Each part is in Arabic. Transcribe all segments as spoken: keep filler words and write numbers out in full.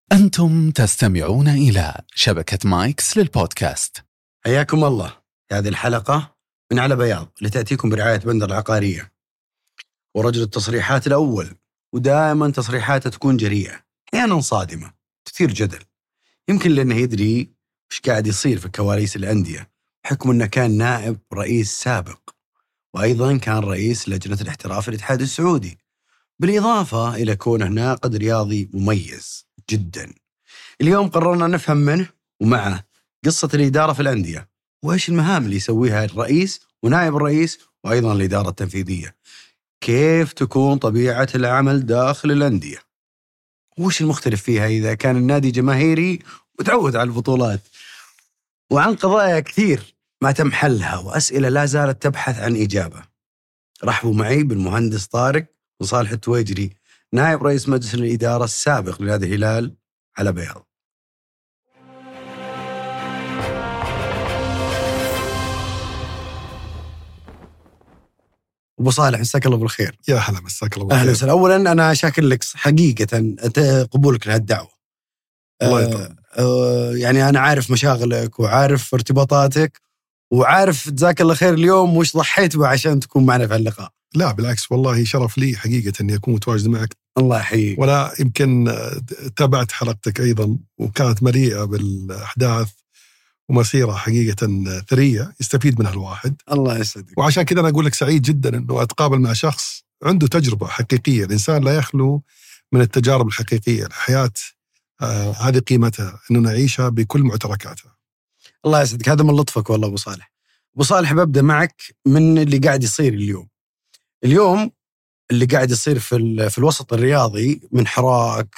أنتم تستمعون إلى شبكة مايكس للبودكاست. حياكم الله في هذه الحلقة من على بياض لتأتيكم برعاية بندر العقارية ورجل التصريحات الأول، ودائما تصريحاته تكون جريئة أحيانا صادمة تثير جدل، يمكن لأنه يدري وش قاعد يصير في كواليس الأندية بحكم أنه كان نائب رئيس سابق، وأيضا كان رئيس لجنة الاحتراف الاتحاد السعودي، بالإضافة إلى كونه ناقد رياضي مميز جدا. اليوم قررنا نفهم منه ومعه قصة الإدارة في الأندية، وإيش المهام اللي يسويها الرئيس ونائب الرئيس وأيضا الإدارة التنفيذية، كيف تكون طبيعة العمل داخل الأندية، وش المختلف فيها إذا كان النادي جماهيري وتعود على البطولات، وعن قضايا كثير ما تم حلها وأسئلة لا زالت تبحث عن إجابة. رحبوا معي بالمهندس طارق بن صالح التويجري، نائب رئيس مجلس الإدارة السابق لنادي الهلال على بياض. أبو صالح مساك الله بالخير. يا هلا، مساك الله بالخير. أهلا وسهلا. أولا أنا شاكر لك حقيقة قبولك لهالدعوة. الله أه يعني أنا عارف مشاغلك وعارف ارتباطاتك وعارف جزاك الله خير اليوم وش ضحيت به عشان تكون معنا في اللقاء. لا بالعكس، والله شرف لي حقيقة أني أكون متواجد معك. الله يحييك. ولا يمكن تابعت حلقتك أيضا وكانت مليئة بالأحداث ومسيرة حقيقة ثرية يستفيد منها الواحد. الله يسعدك. وعشان كذا أنا أقول لك سعيد جدا أنه أتقابل مع شخص عنده تجربة حقيقية. الإنسان لا يخلو من التجارب الحقيقية. الحياة آه هذه قيمتها أنه نعيشها بكل معتركاتها. الله يسعدك، هذا من لطفك والله أبو صالح. أبو صالح ببدأ معك من اللي قاعد يصير اليوم. اليوم اللي قاعد يصير في في الوسط الرياضي من حراك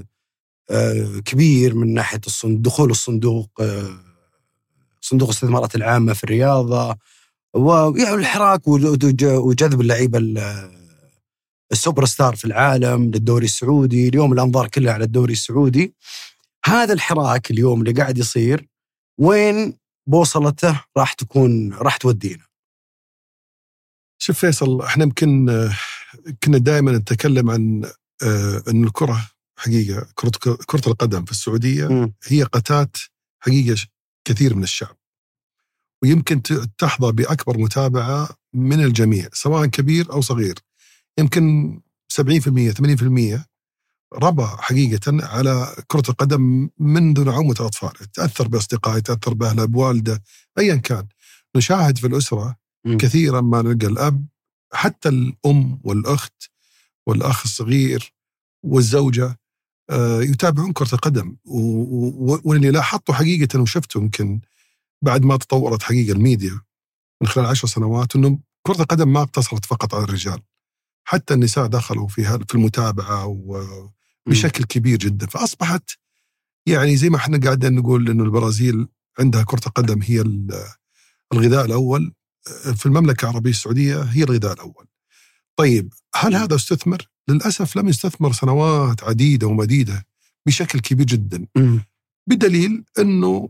كبير من ناحية دخول الصندوق صندوق الاستثمارات العامة في الرياضة، ويعني الحراك وجذب اللعيبة السوبر ستار في العالم للدوري السعودي. اليوم الأنظار كلها على الدوري السعودي. هذا الحراك اليوم اللي قاعد يصير وين بوصلته راح تكون راح تودينا؟ شوف فيصل، احنا يمكن كنا دائما نتكلم عن ان الكرة حقيقة كرة كرة القدم في السعودية م. هي قتاة حقيقة كثير من الشعب، ويمكن تحظى بأكبر متابعة من الجميع سواء كبير أو صغير. يمكن سبعين بالمئة ثمانين بالمئة ربى حقيقة على كرة القدم منذ نعومة الأطفال، تأثر بأصدقائي، تأثر بأهله، بوالده، أيا كان. نشاهد في الأسرة م. كثيرا ما نلقى الأب حتى الأم والأخت والأخ الصغير والزوجة يتابعون كرة القدم. واللي لاحظته حقيقة وشفته يمكن بعد ما تطورت حقيقة الميديا من خلال عشر سنوات أنه كرة القدم ما اقتصرت فقط على الرجال، حتى النساء دخلوا في في المتابعة وبشكل كبير جدا. فأصبحت يعني زي ما احنا قاعدين نقول أنه البرازيل عندها كرة القدم هي الغذاء الأول، في المملكة العربية السعودية هي الغذاء الأول. طيب هل هذا استثمر؟ للأسف لم يستثمر سنوات عديدة ومديدة بشكل كبير جدا، بدليل أنه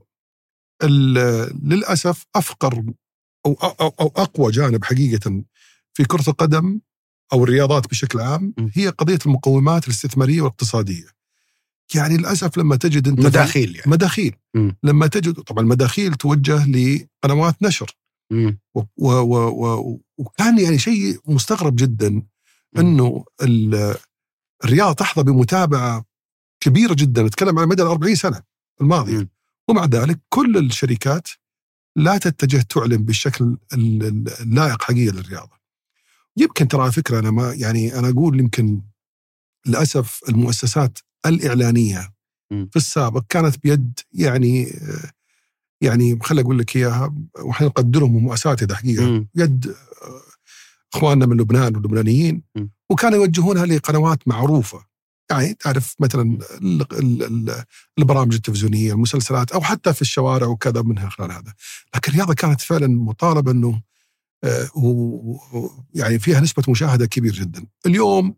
للأسف أفقر أو, أو, أو أقوى جانب حقيقة في كرة القدم أو الرياضات بشكل عام هي قضية المقومات الاستثمارية والاقتصادية. يعني للأسف لما تجد أنت مداخيل يعني. مداخيل م. لما تجد طبعا المداخيل توجه لقنوات نشر و و و وكان يعني شيء مستغرب جدا أنه الرياضة تحظى بمتابعة كبيرة جدا، نتكلم عن مدى الأربعين سنة الماضية م. ومع ذلك كل الشركات لا تتجه تعلن بالشكل اللائق حقيقة للرياضة. يمكن ترى فكرة أنا ما يعني أنا أقول يمكن للأسف المؤسسات الإعلانية م. في السابق كانت بيد يعني يعني خلي أقول لك إياها وإحنا نقدرهم ومؤسسات حقيقة م. يد إخواننا من لبنان واللبنانيين م. وكانوا يوجهونها لقنوات معروفة، يعني تعرف مثلا البرامج التلفزيونية، المسلسلات، أو حتى في الشوارع وكذا منها خلال هذا. لكن الرياضة كانت فعلا مطالبة أنه يعني فيها نسبة مشاهدة كبير جدا. اليوم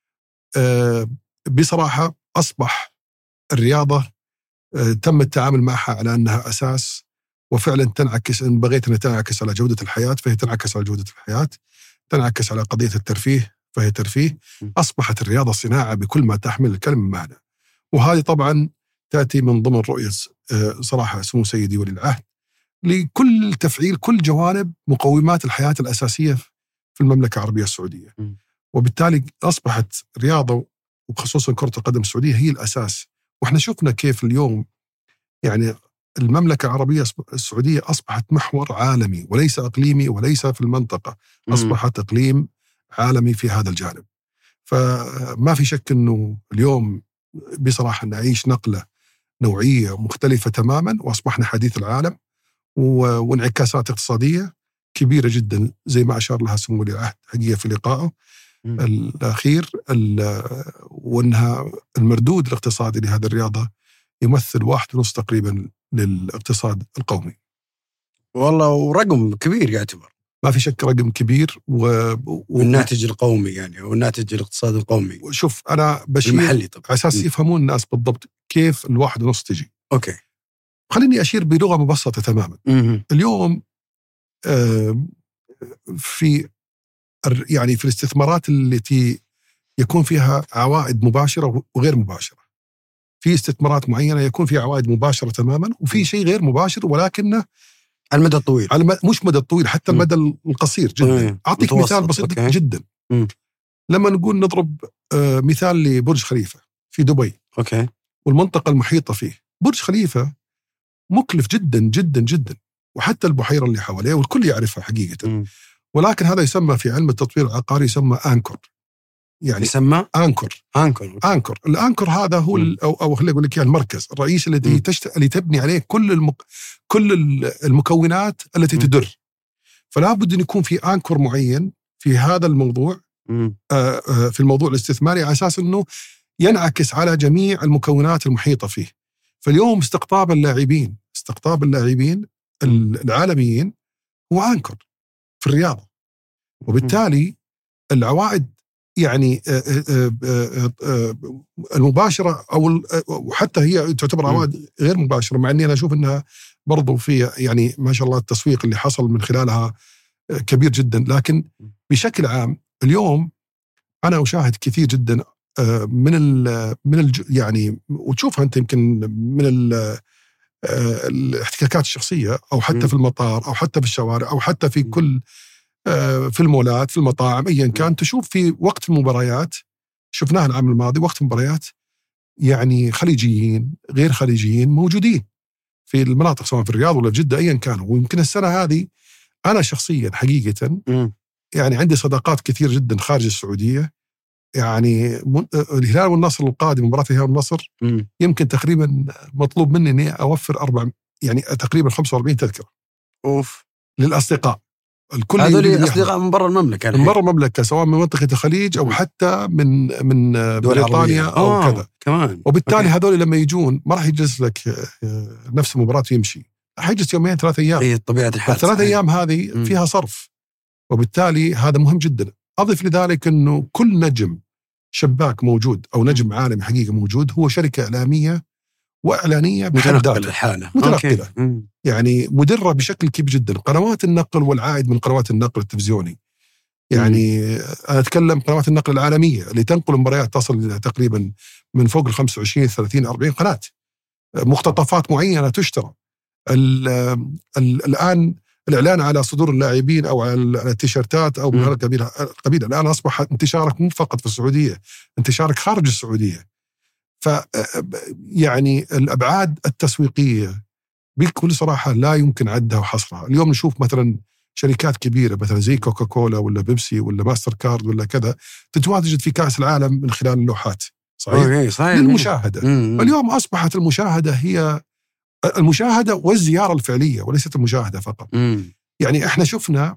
بصراحة أصبح الرياضة تم التعامل معها على أنها أساس، وفعلا تنعكس، إن بغيت أن تنعكس على جودة الحياة فهي تنعكس على جودة الحياة، تنعكس على قضية الترفيه فهي ترفيه. أصبحت الرياضة صناعة بكل ما تحمل الكلمة معنى. وهذه طبعا تأتي من ضمن رؤية صراحة سمو سيدي ولي العهد لكل تفعيل كل جوانب مقومات الحياة الأساسية في المملكة العربية السعودية. م. وبالتالي أصبحت رياضة وخصوصا كرة القدم السعودية هي الأساس. وإحنا شفنا كيف اليوم يعني المملكة العربية السعودية أصبحت محور عالمي وليس أقليمي وليس في المنطقة، أصبحت إقليم عالمي في هذا الجانب. فما في شك أنه اليوم بصراحة نعيش نقلة نوعية مختلفة تماما، وأصبحنا حديث العالم، وانعكاسات اقتصادية كبيرة جدا زي ما أشار لها سمو ولي العهد حقيقة في لقائه م. الأخير، وأنها المردود الاقتصادي لهذه الرياضة يمثل واحد ونص تقريبا للاقتصاد القومي. والله ورقم كبير يعتبر، ما في شك رقم كبير و... و... الناتج القومي يعني أو الناتج الاقتصاد القومي. شوف أنا بشير على أساس يفهمون الناس بالضبط كيف الواحد ونص تجي. أوكي، خليني أشير بلغة مبسطة تماما. م- اليوم في يعني في الاستثمارات التي يكون فيها عوائد مباشرة وغير مباشرة، في استثمارات معينة يكون فيها عوائد مباشرة تماما، وفي شيء غير مباشر ولكنه على المدى الطويل، على الم... مش مدى الطويل، حتى المدى القصير جدا. أعطيك مثال بسيط أوكي. جدا. م. لما نقول نضرب آه مثال لبرج خليفة في دبي، أوكي، والمنطقة المحيطة فيه. برج خليفة مكلف جدا جدا جدا، وحتى البحيرة اللي حواليه والكل يعرفها حقيقة. م. ولكن هذا يسمى في علم التطوير العقاري يسمى أنكر. يعني يسمى أنكر أنكر أنكر الأنكر هذا هو م. أو أو خليني أقول لك المركز الرئيسي الذي تشت... اللي تبني عليه كل المك... كل المكونات التي م. تدر. فلا بد أن يكون في أنكر معين في هذا الموضوع، م. آآ آآ في الموضوع الاستثماري، على أساس أنه ينعكس على جميع المكونات المحيطة فيه. فاليوم استقطاب اللاعبين استقطاب اللاعبين العالميين هو أنكر في الرياضة، وبالتالي العوائد يعني المباشرة أو حتى هي تعتبر عوائد غير مباشرة، مع أني أنا أشوف أنها برضو في يعني ما شاء الله التسويق اللي حصل من خلالها كبير جدا. لكن بشكل عام اليوم أنا أشاهد كثير جدا من ال من ال يعني وتشوفها أنت يمكن من ال الاحتكاكات الشخصية أو حتى م. في المطار أو حتى في الشوارع أو حتى في م. كل في المولات في المطاعم أيا كان، تشوف في وقت المباريات، شفناها العام الماضي وقت المباريات، يعني خليجيين غير خليجيين موجودين في المناطق سواء في الرياض ولا في جدة أيا كانوا. ويمكن السنة هذه أنا شخصيا حقيقة م. يعني عندي صداقات كثير جدا خارج السعودية. يعني الهلال والنصر القادم، مباراة الهلال والنصر م. يمكن تقريبا مطلوب مني إني أوفر أربع يعني تقريبا خمسة وأربعين تذكرة أوف للأصدقاء. الكل هذول أصدقاء من برا المملكة، من برا المملكة سواء من منطقة الخليج أو حتى من من بريطانيا أو آه كذا كمان. وبالتالي هذول لما يجون ما راح يجلس لك نفس المباراة ويمشي، راح يجلس يومين ثلاثة أيام. هي طبيعة الحال. الثلاثة أيام هذه م. فيها صرف، وبالتالي هذا مهم جدا. أضف لذلك أنه كل نجم شباك موجود أو نجم عالمي حقيقة موجود هو شركة إعلامية وإعلانية متنقلة الحالة متنقلة يعني مدرة بشكل كبير جدا. قنوات النقل والعائد من قنوات النقل التلفزيوني، يعني م. أنا أتكلم قنوات النقل العالمية اللي تنقل مباريات تصل إلى تقريبا من فوق ال خمسة وعشرين ثلاثين أربعين قناة، مقتطفات معينة تشترى. الآن الإعلان على صدور اللاعبين أو على التيشيرتات أو من هذا القبيل القبيل الآن أصبح انتشارك مو فقط في السعودية، انتشارك خارج السعودية. ف يعني الأبعاد التسويقية بكل صراحة لا يمكن عدها وحصرها. اليوم نشوف مثلا شركات كبيرة مثلا زي كوكا كولا ولا بيبسي ولا ماستر كارد ولا كذا تتواجد في كأس العالم من خلال اللوحات، صحيح؟ صحيح. للمشاهدة. اليوم أصبحت المشاهدة هي المشاهدة والزيارة الفعلية وليست المشاهدة فقط. مم. يعني احنا شفنا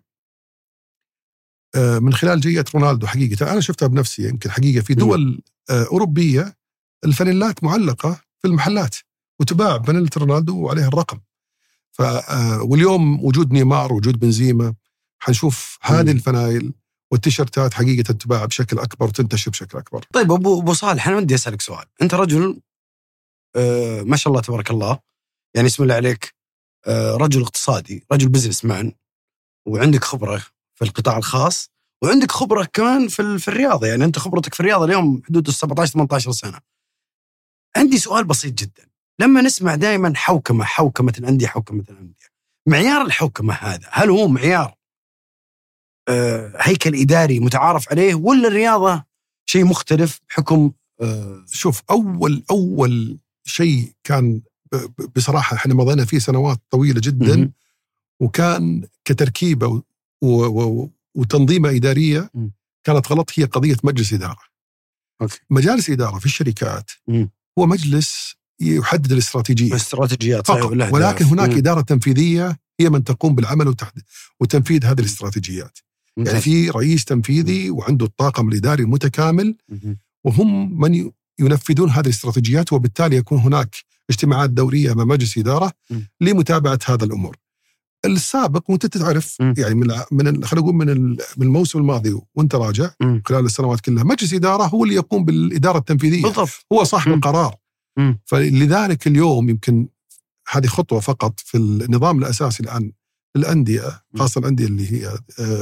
من خلال جية رونالدو حقيقة، أنا شفتها بنفسي يمكن حقيقة في دول أوروبية الفانيلات معلقة في المحلات وتباع فانيلة رونالدو وعليها الرقم. ف واليوم وجود نيمار وجود بنزيما حنشوف هذه الفنايل والتيشيرتات حقيقة تباع بشكل أكبر وتنتشر بشكل أكبر. طيب أبو أبو صالح، أنا بدي أسألك سؤال. أنت رجل آه ما شاء الله تبارك الله، يعني اسم الله عليك، آه رجل اقتصادي، رجل بزنس مان، وعندك خبرة في القطاع الخاص وعندك خبرة كمان في في الرياضة. يعني أنت خبرتك في الرياضة اليوم حدود السبعة عشر ثمانية عشر سنة. عندي سؤال بسيط جدا. لما نسمع دائما حوكمة حوكمة الأندية حوكمة الأندية، معيار الحوكمة هذا هل هو معيار آه هيكل إداري متعارف عليه، ولا الرياضة شيء مختلف بحكم آه شوف أول أول شيء كان بصراحة احنا مضينا فيه سنوات طويلة جدا م- وكان كتركيبة و- و- وتنظيمة إدارية م- كانت غلط، هي قضية مجلس إدارة. أوكي. مجالس إدارة في الشركات م- هو مجلس يحدد الاستراتيجية الاستراتيجيات، ولكن هناك م- إدارة تنفيذية هي من تقوم بالعمل وتحديد وتنفيذ هذه الاستراتيجيات. م- يعني في رئيس تنفيذي م- وعنده الطاقم الإداري المتكامل م- وهم من ينفذون هذه الاستراتيجيات، وبالتالي يكون هناك اجتماعات دورية مع مجلس إدارة م. لمتابعة هذا الأمور. السابق وانت تعرف م. يعني من من خلينا نقول من من الموسم الماضي وانت راجع م. خلال السنوات كلها مجلس إدارة هو اللي يقوم بالإدارة التنفيذية بالضبط. هو صاحب م. القرار م. فلذلك اليوم يمكن هذه خطوة فقط في النظام الأساسي الآن الأندية، خاصة الأندية اللي هي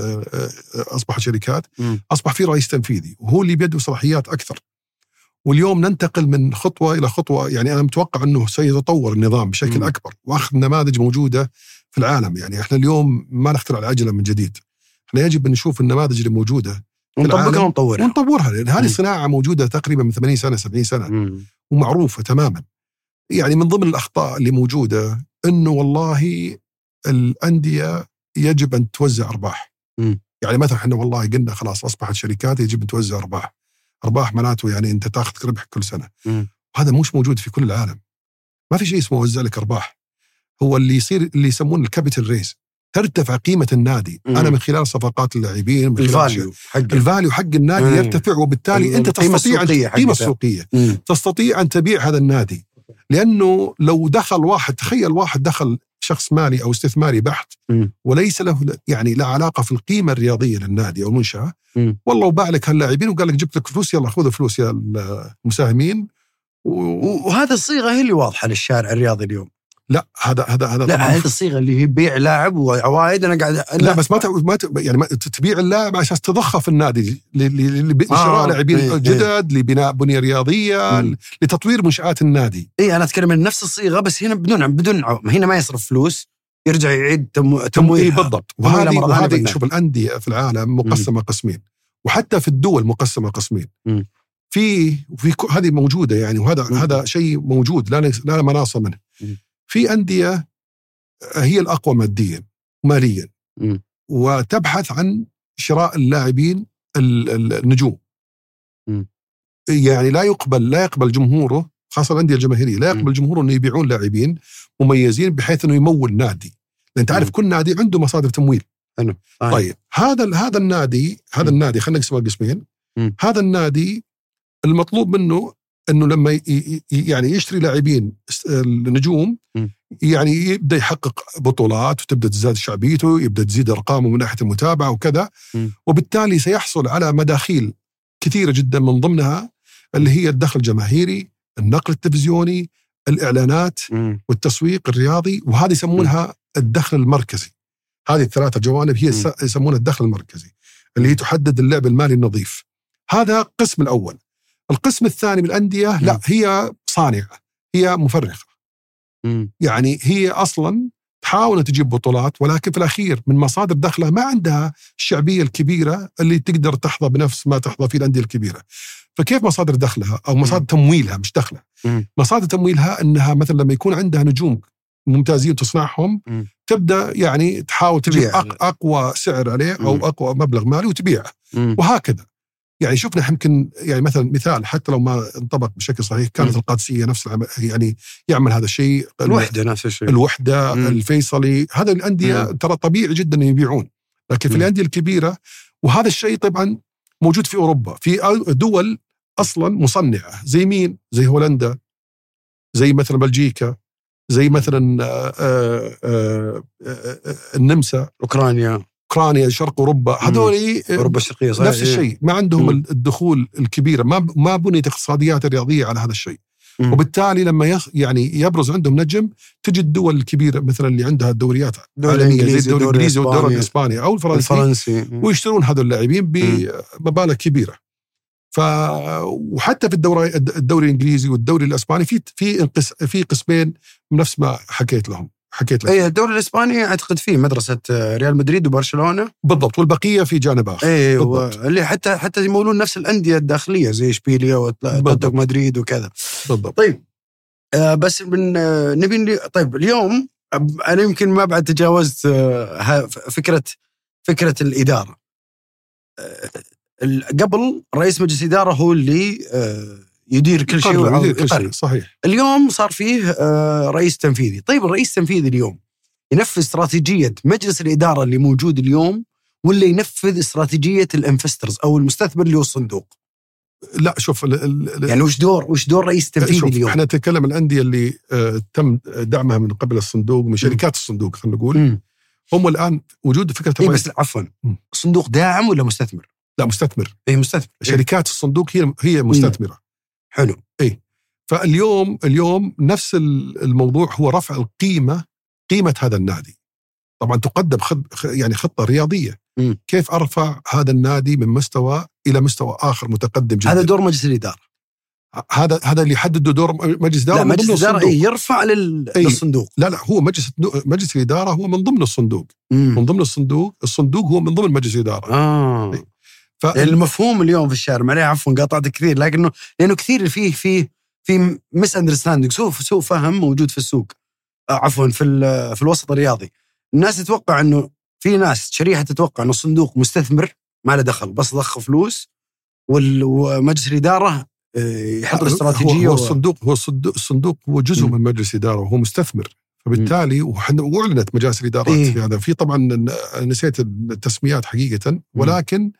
أصبحت شركات م. أصبح في رئيس تنفيذي وهو اللي بيده صلاحيات أكثر. واليوم ننتقل من خطوة إلى خطوة، يعني أنا متوقع أنه سيتطور النظام بشكل م. أكبر وأخذ نماذج موجودة في العالم. يعني إحنا اليوم ما نخترع العجلة من جديد، إحنا يجب أن نشوف النماذج اللي موجودة ونطبقها ونطورها ونطورها لأن هذه الصناعة موجودة تقريبا من ثمانين سنة سبعين سنة م. ومعروفة تماما. يعني من ضمن الأخطاء اللي موجودة أنه والله الأندية يجب أن توزع أرباح م. يعني مثلا إحنا والله قلنا خلاص أصبحت شركات يجب أن توزع أرباح. أرباح معناته يعني أنت تأخذ ربح كل سنة. م. هذا مش موجود في كل العالم، ما في شيء اسمه وزع لك أرباح. هو اللي يصير اللي يسمونه الكابيتال ريز، ترتفع قيمة النادي. م. أنا من خلال صفقات اللاعبين، من الفاليو حق الفاليو حق النادي م. يرتفع، وبالتالي أنت تستطيع القيمة السوقية م. تستطيع أن تبيع هذا النادي. لأنه لو دخل واحد، تخيل واحد دخل شخص مالي أو استثماري بحت م. وليس له يعني لا علاقة في القيمة الرياضية للنادي أو المنشأة، م. والله وباع لك هاللاعبين وقال لك جبت لك فلوس، يلا خذوا فلوس يا المساهمين. و... وهذا الصيغة هي اللي واضحة للشارع الرياضي اليوم. لا هذا هذا هذا لا هذه الصيغة اللي هي بيع لاعب وعوائد. أنا قاعد لا, لا بس ما ما يعني ما تبيع اللاعب عشان تضخف النادي لشراء لاعبين آه جدد، إيه. لبناء بنية رياضية، م. لتطوير منشآت النادي. إيه أنا أتكلم من نفس الصيغة بس هنا بدون بدون هنا ما يصرف فلوس، يرجع يعيد تمو... تمويل بالضبط. وهذه وهذه شوف الأندية في العالم مقسمة م. قسمين، وحتى في الدول مقسمة قسمين. م. في في هذه موجودة يعني، وهذا م. هذا شيء موجود لا لا مناص منه. م. في أندية هي الأقوى ماديا وماليا م. وتبحث عن شراء اللاعبين النجوم. م. يعني لا يقبل لا يقبل جمهوره، خاصة الأندية الجماهيرية، لا يقبل جمهوره أنه يبيعون لاعبين مميزين بحيث أنه يمول نادي، لأن تعرف كل نادي عنده مصادر تمويل. أنا. طيب هذا هذا النادي هذا م. النادي خلينا نقسمه قسمين. م. هذا النادي المطلوب منه أنه لما يعني يشتري لاعبين النجوم م. يعني يبدأ يحقق بطولات وتبدأ تزداد شعبيته، يبدأ تزيد أرقامه من ناحية المتابعة وكذا، م. وبالتالي سيحصل على مداخيل كثيرة جدا من ضمنها اللي هي الدخل الجماهيري، النقل التلفزيوني، الإعلانات م. والتسويق الرياضي، وهذه يسمونها م. الدخل المركزي. هذه الثلاثة جوانب هي م. يسمونها الدخل المركزي اللي هي تحدد اللعب المالي النظيف. هذا القسم الأول. القسم الثاني من الأندية م. لا هي صانعة، هي مفرخة. م. يعني هي أصلا تحاول تجيب بطولات، ولكن في الأخير من مصادر دخلها ما عندها الشعبية الكبيرة اللي تقدر تحظى بنفس ما تحظى في الأندية الكبيرة. فكيف مصادر دخلها أو مصادر م. تمويلها مش دخلها م. مصادر تمويلها أنها مثلا لما يكون عندها نجوم ممتازين تصنعهم م. تبدأ يعني تحاول تجيب أق أقوى سعر عليه أو م. أقوى مبلغ مالي وتبيعه، وهكذا. يعني شفنا يمكن يعني مثلا مثال حتى لو ما انطبق بشكل صحيح، كانت م. القادسية نفس العمل يعني يعمل هذا الشيء، الوحدة نفس الشيء، الوحدة م. الفيصلي، هذا الأندية م. ترى طبيعي جدا أن يبيعون، لكن في م. الأندية الكبيرة، وهذا الشيء طبعا موجود في أوروبا، في دول أصلا مصنعة زي مين؟ زي هولندا، زي مثلا بلجيكا، زي مثلا آآ آآ آآ النمسا، أوكرانيا أوكرانيا، شرق أوروبا، هذول أوروبا الشرقية صحيح. نفس الشيء، ما عندهم م. الدخول الكبيرة، ما ما بنيت اقتصاديات الرياضية على هذا الشيء. م. وبالتالي لما يخ يعني يبرز عندهم نجم، تجد الدول الكبيرة مثلا اللي عندها الدوريات عالمية زي الدوري الإنجليزي والدوري الإسباني أو الفرنسي, الفرنسي. ويشترون هذول اللاعبين بمبالغ كبيرة. ف وحتى في الدوري الدوري الانجليزي والدوري الاسباني في في انقس في قسمين نفس ما حكيت لهم حكيت لك. اي الدوري الاسباني اعتقد فيه مدرسه ريال مدريد وبرشلونه بالضبط، والبقيه في جانب اخر. اي اللي حتى حتى يمولون نفس الانديه الداخليه زي اشبيليا واتلتيكو مدريد وكذا. بالضبط. طيب آه بس من آه نبي طيب اليوم انا يمكن ما بعد تجاوزت آه فكره فكره الاداره. آه قبل رئيس مجلس اداره هو اللي آه يدير كل شيء, يدير كل شيء. صحيح. اليوم صار فيه آه رئيس تنفيذي. طيب الرئيس التنفيذي اليوم ينفذ استراتيجية مجلس الإدارة اللي موجود اليوم ولا ينفذ استراتيجية الانفسترز أو المستثمر اللي هو الصندوق؟ لا شوف ال ال يعني وش دور وش دور رئيس التنفيذي اليوم؟ احنا نتكلم الأندية اللي آه تم دعمها من قبل الصندوق من شركات الصندوق خلينا نقول م. هم الآن وجود فكرة إيه بس عفوا الصندوق داعم ولا مستثمر؟ لا مستثمر. إيه مستثمر. شركات إيه؟ الصندوق هي هي مستثمرة. م. حلو. إيه فاليوم اليوم نفس الموضوع هو رفع القيمة قيمة هذا النادي. طبعا تقدم خد يعني خطة رياضية م. كيف أرفع هذا النادي من مستوى إلى مستوى آخر متقدم جدا. هذا دور مجلس الإدارة. هذا هذا اللي يحدده دور مجلس الإدارة. لا مجلس الإدارة إيه يرفع لل... أي. للصندوق. لا لا هو مجلس مجلس الإدارة هو من ضمن الصندوق. م. من ضمن الصندوق الصندوق هو من ضمن مجلس الإدارة. آه. أي. ف... المفهوم اليوم في الشارع معليه عفوا قاطعت كثير لكنه لأنه كثير فيه فيه في مس اندرستاندينج سوء سوء فهم موجود في السوق. آه عفوا في في الوسط الرياضي الناس تتوقع انه في ناس شريحه تتوقع انه الصندوق مستثمر ما له دخل بس ضخ فلوس ومجلس الاداره يحط الاستراتيجيه. هو, هو الصندوق هو الصندوق, الصندوق هو جزء م. من مجلس الاداره وهو مستثمر فبالتالي واعلنت مجالس الادارات إيه؟ في هذا في طبعا نسيت التسميات حقيقه ولكن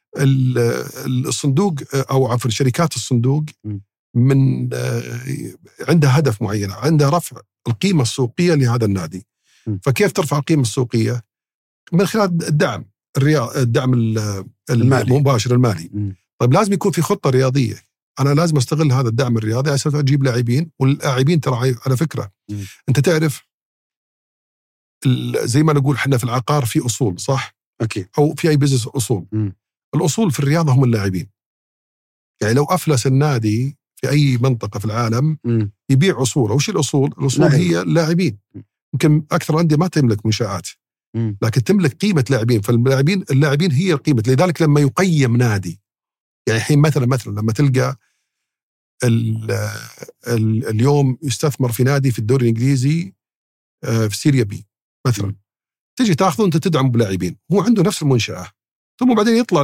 الصندوق او عفوا شركات الصندوق م. من عندها هدف معين عندها رفع القيمة السوقية لهذا النادي. م. فكيف ترفع القيمة السوقية؟ من خلال الدعم الرياض الدعم المباشر المالي. م. طيب لازم يكون في خطة رياضية. أنا لازم أستغل هذا الدعم الرياضي عشان أجيب لاعبين واللاعبين ترى على فكرة م. أنت تعرف زي ما نقول إحنا في العقار في أصول صح؟ أكيد. أو في أي بزنس أصول. م. الأصول في الرياضة هم اللاعبين. يعني لو أفلس النادي في أي منطقة في العالم م. يبيع أصوله. وش الأصول؟ الأصول لا هي اللاعبين. يمكن أكثر أندية ما تملك منشآت م. لكن تملك قيمة لاعبين. فاللاعبين اللاعبين هي القيمة. لذلك لما يقيم نادي يعني الحين مثلا مثلا لما تلقى ال ال اليوم يستثمر في نادي في الدوري الإنجليزي في سيريا بي مثلا م. تجي تأخذه أنت تدعم بلاعبين هو عنده نفس المنشأة ثم بعدين يطلع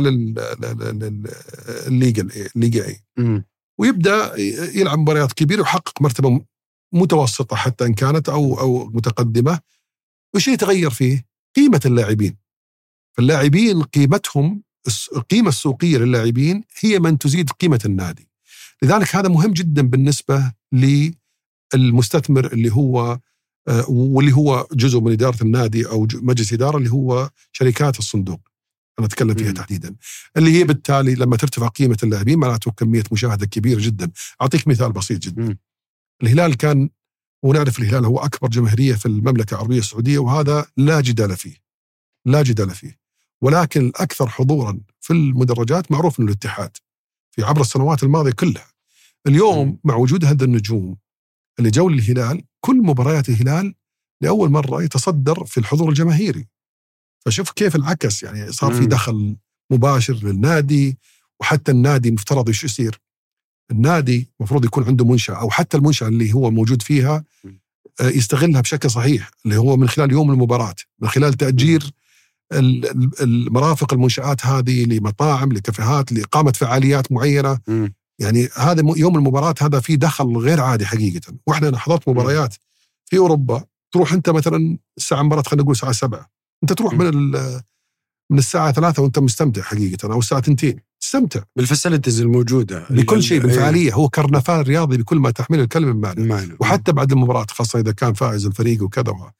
للليجا الليجا اي ويبدأ يلعب مباريات كبيرة ويحقق مرتبة متوسطة حتى إن كانت أو أو متقدمة. وش يتغير فيه؟ قيمة اللاعبين. فاللاعبين قيمتهم القيمة السوقية للاعبين هي من تزيد قيمة النادي. لذلك هذا مهم جدا بالنسبة للمستثمر اللي هو واللي هو جزء من إدارة النادي أو مجلس إدارة اللي هو شركات الصندوق أنا أتكلم فيها م. تحديدا اللي هي بالتالي لما ترتفع قيمة اللاعبين معناته كمية مشاهدة كبيرة جدا. أعطيك مثال بسيط جدا م. الهلال كان ونعرف الهلال هو أكبر جماهيرية في المملكة العربية السعودية وهذا لا جدال فيه لا جدال فيه ولكن الأكثر حضورا في المدرجات معروف أنه الاتحاد في عبر السنوات الماضية كلها. اليوم م. مع وجود هذا النجوم اللي جو للهلال كل مباريات الهلال لأول مرة يتصدر في الحضور الجماهيري. فشوف كيف العكس يعني صار في دخل مباشر للنادي وحتى النادي مفترض ايش يصير النادي مفروض يكون عنده منشأة أو حتى المنشأة اللي هو موجود فيها يستغلها بشكل صحيح اللي هو من خلال يوم المباراة من خلال تأجير المرافق المنشآت هذه لمطاعم لكافيهات لإقامة فعاليات معينة. يعني هذا يوم المباراة هذا فيه دخل غير عادي حقيقة. وإحنا حضرت مباريات في أوروبا تروح أنت مثلا الساعة مباراة خلينا نقول الساعة سبعة أنت تروح من من الساعة ثلاثة وأنت مستمتع حقيقة أو الساعة تنتين تستمتع بالفاسيلتيز الموجودة بكل شيء بالفعالية. هو كرنفال رياضي بكل ما تحمل الكلمة بمعنى معنى. وحتى بعد المباراة خاصة إذا كان فائز الفريق وكذا.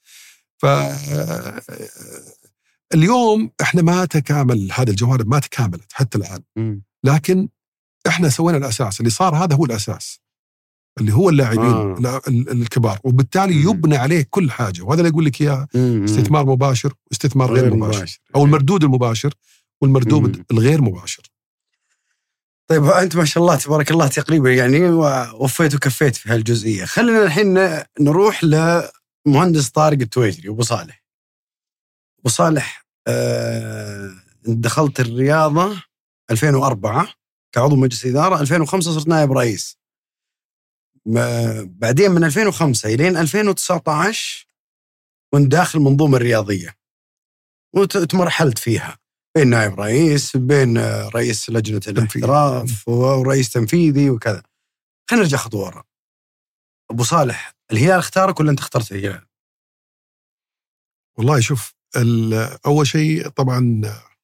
فاليوم إحنا ما تكامل هذا الجوانب ما تكاملت حتى الآن لكن إحنا سوينا الأساس اللي صار هذا هو الأساس اللي هو اللاعبين آه. الكبار وبالتالي مم. يبنى عليه كل حاجة. وهذا اللي يقول لك إياه استثمار مباشر واستثمار غير, غير مباشر. مباشر أو المردود المباشر والمردود مم. الغير مباشر. طيب أنت ما شاء الله تبارك الله تقريبا يعني وفيت وكفيت في هالجزئية. خلينا الحين نروح لمهندس طارق التويجري أبو صالح. أبو صالح أه دخلت الرياضة ألفين وأربعة كعضو مجلس إدارة، ألفين وخمسة صرت نائب رئيس، بعدين من ألفين وخمسة إلين ألفين وتسعة عشر كنت داخل المنظومة الرياضية وتمرحلت فيها بين نائب رئيس، بين رئيس لجنة الاحتراف ورئيس تنفيذي وكذا. خلينا نرجع خطوة ورا. أبو صالح، الهلال اختارك ولا أنت اخترت الهلال؟ والله شوف، أول شيء طبعا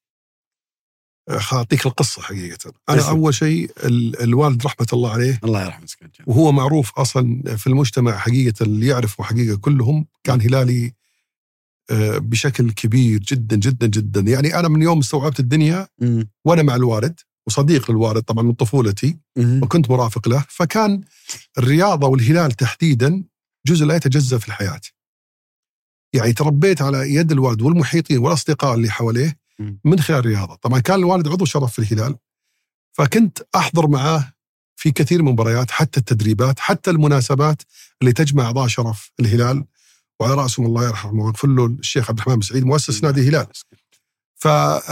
خاطيك القصة حقيقة. أنا اسم. أول شيء الوالد رحمة الله عليه، الله يرحمه، وهو معروف أصلا في المجتمع حقيقة، اللي يعرفوا حقيقة كلهم كان هلالي بشكل كبير جدا جدا جدا. يعني أنا من يوم استوعبت الدنيا م. وأنا مع الوالد وصديق للوالد طبعا من طفولتي م. وكنت مرافق له، فكان الرياضة والهلال تحديدا جزء لا يتجزأ في الحياة. يعني تربيت على يد الوالد والمحيطين والأصدقاء اللي حواليه من خلال الرياضة. طبعا كان الوالد عضو شرف في الهلال، فكنت أحضر معاه في كثير من المباريات، حتى التدريبات، حتى المناسبات اللي تجمع أعضاء شرف الهلال، وعلى رأسهم الله يرحمه ويغفر له الشيخ عبد الرحمن سعيد مؤسس نادي الهلال. ف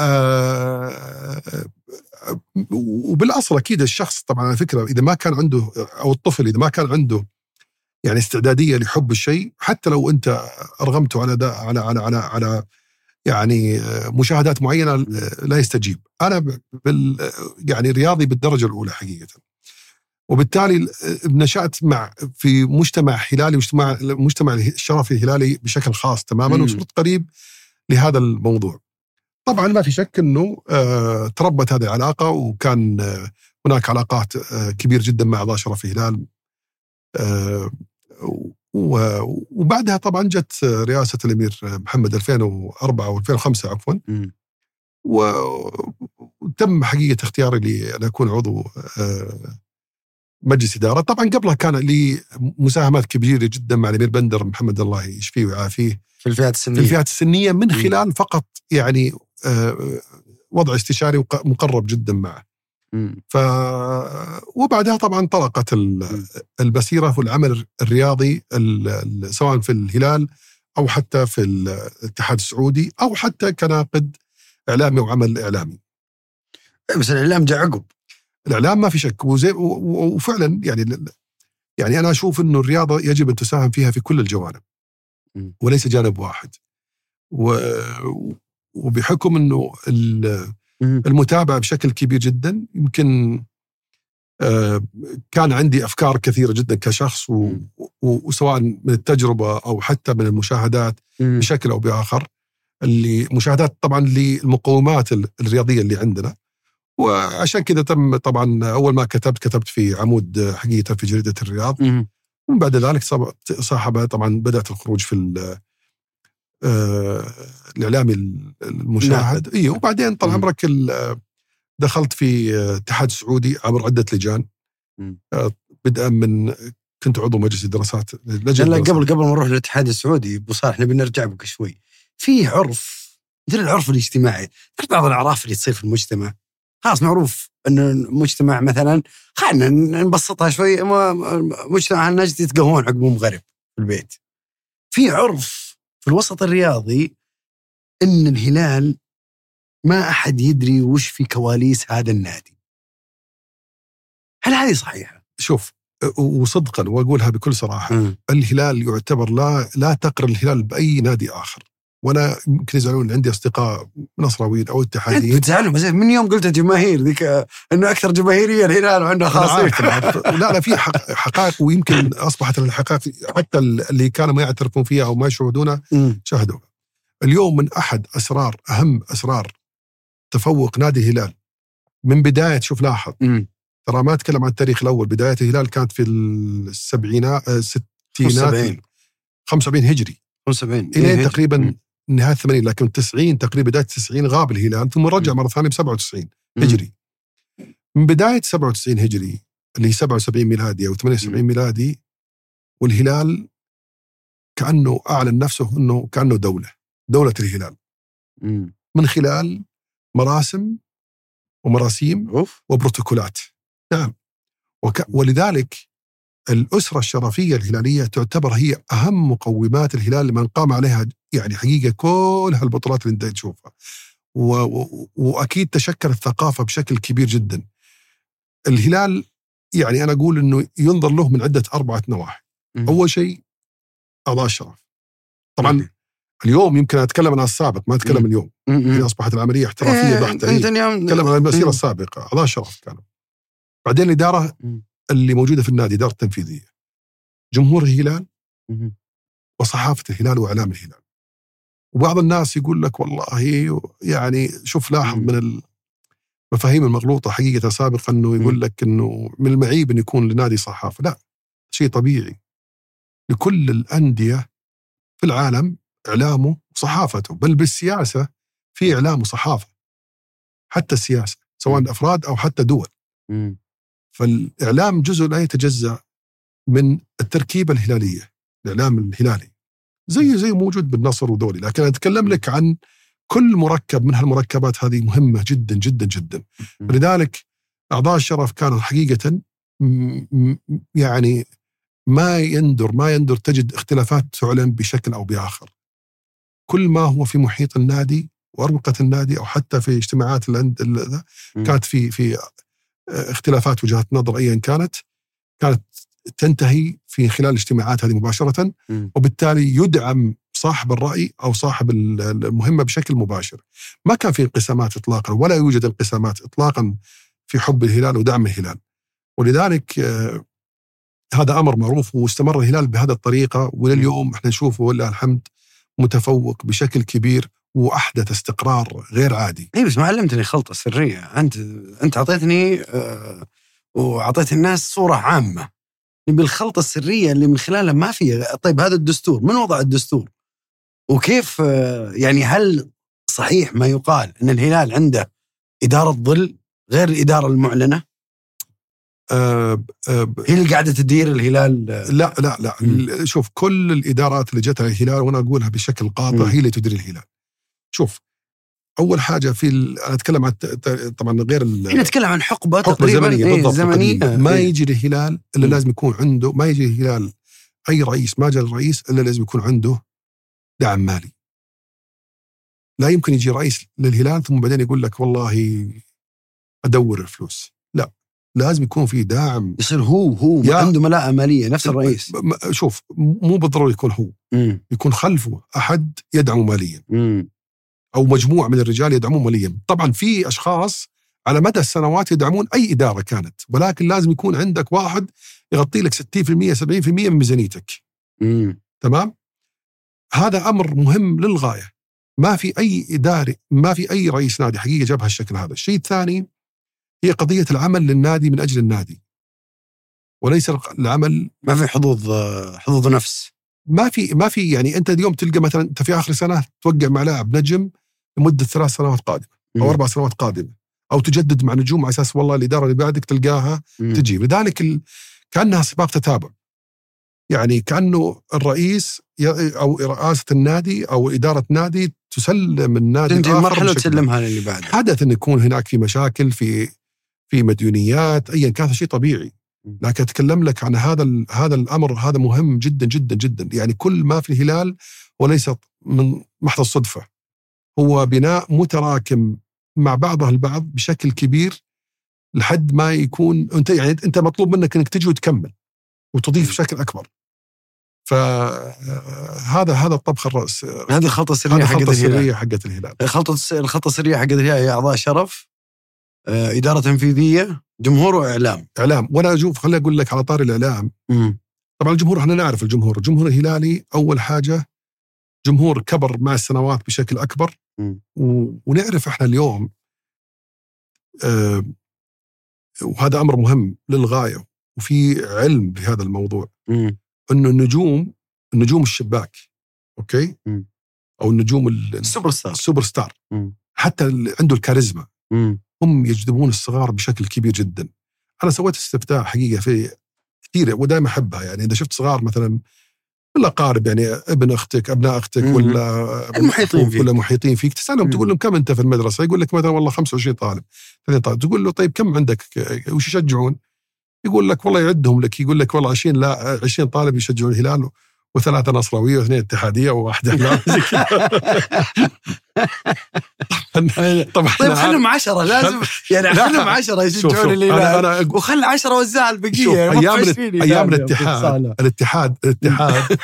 وبالأصل أكيد الشخص طبعا على فكرة إذا ما كان عنده، أو الطفل إذا ما كان عنده يعني استعدادية لحب الشيء، حتى لو أنت أرغمته على دا على على على على يعني مشاهدات معينة لا يستجيب. أنا بال يعني رياضي بالدرجة الأولى حقيقة، وبالتالي نشأت مع في مجتمع هلالي، مجتمع مجتمع الشرف الهلالي بشكل خاص تماما، وصرت قريب لهذا الموضوع. طبعا ما في شك أنه آه تربت هذه العلاقة، وكان آه هناك علاقات آه كبير جدا مع أعضاء شرف الهلال. آه وبعدها طبعا جت رئاسة الأمير محمد ألفين وأربعة أو ألفين وخمسة عفوا، وتم حقيقة اختياري لأن أكون عضو آه مجلس إدارة. طبعا قبلها كان لي مساهمات كبيرة جدا مع الأمير بندر محمد الله يشفيه ويعافيه في الفئات السنية في الفئات السنية من خلال فقط يعني وضع استشاري مقرب جدا معه. ف وبعدها طبعا طلقت البصيرة في العمل الرياضي، سواء في الهلال أو حتى في الاتحاد السعودي أو حتى كناقد إعلامي وعمل إعلامي. بس الإعلام جاء عقب. الإعلام ما في شك، وزي وفعلا يعني يعني أنا أشوف إنه الرياضة يجب أن تساهم فيها في كل الجوانب وليس جانب واحد. وبحكم إنه المتابعة بشكل كبير جدا، يمكن كان عندي أفكار كثيرة جدا كشخص، وسواء من التجربة أو حتى من المشاهدات بشكل أو بآخر، اللي مشاهدات طبعا للمقومات الرياضية اللي عندنا. وعشان كذا تم طبعا أول ما كتبت كتبت في عمود حقيقة في جريدة الرياض، ومن بعد ذلك صاحبها طبعا بدأت الخروج في الإعلامي المشاهد. إيه، وبعدين طال عمرك دخلت في اتحاد السعودي عبر عدة لجان، بدءا من كنت عضو مجلس الدراسات. لا قبل قبل ما نروح للاتحاد السعودي أبو صالح نبي نرجع بك شوي. في عرف مثل العرف الاجتماعي، بعض الأعراف اللي تصير في المجتمع خلاص معروف أن المجتمع مثلا، خلينا نبسطها شوي، مجتمع الناس يتقهون عقب مغرب في البيت. في عرف في الوسط الرياضي أن الهلال ما أحد يدري وش في كواليس هذا النادي. هل هذه صحيحة؟ شوف، وصدقا وأقولها بكل صراحة، م. الهلال يعتبر لا لا تقرن الهلال بأي نادي آخر. وأنا يمكن يزعلون عندي أصدقاء نصراويين أو اتحاديين. تزعلون بس من يوم قلت جماهير ذيك إنه أكثر جماهيرية الهلال وعنده خاصية. لا لا في حقائق، ويمكن أصبحت الحقائق حتى اللي كانوا ما يعترفون فيها أو ما يشاهدونها شاهدوا. اليوم من أحد أسرار أهم أسرار تفوق نادي الهلال من بداية، شوف لاحظ م. ترى ما أتكلم عن التاريخ الأول، بداية الهلال كانت في السبعينات الستينات خمسة وسبعين هجري خمسة وسبعين إلى إيه تقريبا م. نهاية الثمانين، لكن تسعين تقريبا بداية التسعين غاب الهلال، ثم رجع مرة ثانية بسبعة وتسعين هجري. من بداية سبعة وتسعين هجري اللي هي سبعة وسبعين ميلادي أو ثمانية وسبعين م. ميلادي، والهلال كأنه أعلن نفسه أنه كأنه دولة دولة الهلال م. من خلال مراسم ومراسيم أوف. وبروتوكولات. نعم. وك... ولذلك الأسرة الشرفية الهلالية تعتبر هي أهم مقومات الهلال لمن قام عليها يعني حقيقة كل هالبطولات اللي انت تشوفها. و... و... وأكيد تشكل الثقافة بشكل كبير جدا. الهلال يعني أنا أقول أنه ينظر له من عدة أربعة نواحي. أول شيء أعضاء الشرف. طبعا م- اليوم يمكن أتكلم عن السابق، ما أتكلم م- اليوم هي أصبحت العملية احترافية بحتة. أتكلم عن المسيرة السابقة. أعضاء الشرف كانوا، بعدين الإدارة م- اللي موجودة في النادي، إدارة التنفيذية، جمهور الهلال م- وصحافة الهلال وإعلام الهلال. وبعض الناس يقول لك والله يعني شوف لاحظ م- من المفاهيم المغلوطة حقيقة سابقا أنه يقول لك أنه من المعيب أن يكون لنادي صحافة. لا، شيء طبيعي لكل الأندية في العالم إعلامه وصحافته، بل بالسياسة في إعلام وصحافة، حتى السياسة سواء م. أفراد أو حتى دول. م. فالإعلام جزء لا يتجزأ من التركيبة الهلالية، الإعلام الهلالي زي زي موجود بالنصر ودولي. لكن أتكلم لك عن كل مركب من هالمركبات هذه مهمة جدا جدا جدا. م. لذلك أعضاء الشرف كانوا حقيقة يعني ما يندر ما يندر تجد اختلافات تعلن بشكل أو بآخر. كل ما هو في محيط النادي وأربقة النادي أو حتى في اجتماعات الأندية كانت في في اختلافات وجهات نظر أيا كانت كانت تنتهي في خلال الاجتماعات هذه مباشرة، وبالتالي يدعم صاحب الرأي أو صاحب المهمة بشكل مباشر. ما كان في انقسامات إطلاقا، ولا يوجد انقسامات إطلاقا في حب الهلال ودعم الهلال. ولذلك هذا أمر معروف، واستمر الهلال بهذا الطريقة، ولليوم احنا نشوفه ولله الحمد متفوق بشكل كبير وأحدث استقرار غير عادي. إيه بس ما علمتني خلطة سرية. أنت أنت أعطيتني أه وأعطيت الناس صورة عامة بالخلطة السرية اللي من خلالها ما في. طيب هذا الدستور من وضع الدستور؟ وكيف أه يعني هل صحيح ما يقال أن الهلال عنده إدارة ظل غير الإدارة المعلنة؟ أه أه هي اللي قاعدة تدير الهلال؟ لا لا لا م. شوف، كل الإدارات اللي جت على الهلال وأنا أقولها بشكل قاطع م. هي اللي تدير الهلال. شوف، أول حاجة في أنا أتكلم عن طبعا غير احنا نتكلم عن حقبة حقبة زمنية إيه بالضبط زمنية. ما إيه. يجي الهلال إلا م. لازم يكون عنده، ما يجي الهلال أي رئيس ما جاء الرئيس إلا لازم يكون عنده دعم مالي. لا يمكن يجي رئيس للهلال ثم بعدين يقول لك والله أدور الفلوس. لا، لازم يكون في داعم، يصير هو هو عنده ملاءة مالية نفس الرئيس. شوف، مو بالضرورة يكون هو م. يكون خلفه أحد يدعمه ماليا م. أو مجموعة من الرجال يدعمون ماليا. طبعا في أشخاص على مدى السنوات يدعمون أي إدارة كانت، ولكن لازم يكون عندك واحد يغطي لك ستين بالمئة سبعين بالمئة من ميزانيتك. م. تمام؟ هذا أمر مهم للغاية. ما في أي إداري، ما في أي رئيس نادي حقيقة جاب هالشكل هذا. الشيء الثاني هي قضية العمل للنادي من أجل النادي، وليس العمل ما في حظوظ حظوظ نفس. ما في ما في يعني أنت اليوم تلقى مثلا أنت في آخر سنة توقع مع لاعب نجم لمدة ثلاث سنوات قادمة أو م. أربع سنوات قادمة، أو تجدد مع نجوم على أساس والله الإدارة اللي بعدك تلقاها م. تجيب. لذلك ال... كأنها سباق تتابع، يعني كأنه الرئيس أو رئاسة النادي أو إدارة نادي تسلم النادي تنتهي مرحلة وتسلمها للي بعد. حدث أن يكون هناك في مشاكل في في مديونيات أيا كان، شيء طبيعي. لكن أتكلم لك عن هذا هذا الأمر، هذا مهم جدا جدا جدا. يعني كل ما في الهلال وليس من محض الصدفة، هو بناء متراكم مع بعضه البعض بشكل كبير لحد ما يكون أنت يعني أنت مطلوب منك أنك تجي وتكمل وتضيف بشكل أكبر. فهذا هذا الطبخ الرأس، هذه الخطة السرية حقت الهلال. حقت الهلال الخطة الخطة السرية حقت الهلال هي أعضاء شرف، إدارة تنفيذية، جمهور وإعلام. إعلام. وأنا أشوف خليني أقول لك على طار الإعلام. م. طبعا الجمهور احنا نعرف الجمهور الجمهور الهلالي أول حاجة جمهور كبر مع السنوات بشكل أكبر. و... ونعرف احنا اليوم آه وهذا أمر مهم للغاية، وفي علم بهذا الموضوع م. أنه النجوم النجوم الشباك أوكي م. أو النجوم السوبر ستار السوبر ستار م. حتى اللي عنده الكاريزما م. هم يجذبون الصغار بشكل كبير جدا. أنا سويت استفتاء حقيقة في كثير ودائما أحبها، يعني إذا شفت صغار مثلا الأقارب يعني ابن أختك أبناء أختك مم. ولا المحيطين فيك ولا محيطين فيك تسألهم تقول لهم كم أنت في المدرسة يقول لك مثلا والله خمسة وعشرين طالب ثلاثين طالب تقول له طيب كم عندك وش يشجعون يقول لك والله يعدهم لك يقول لك والله عشرين لا عشرين طالب يشجعون الهلال وثلاثة نصراوية واثنين اتحادية وواحدة هلال طبعا طيب خلهم عشرة لازم يعني خلهم عشرة يشجعون الهلال وخل عشرة وزع البقية أيام أيام الاتحاد الاتحاد الاتحاد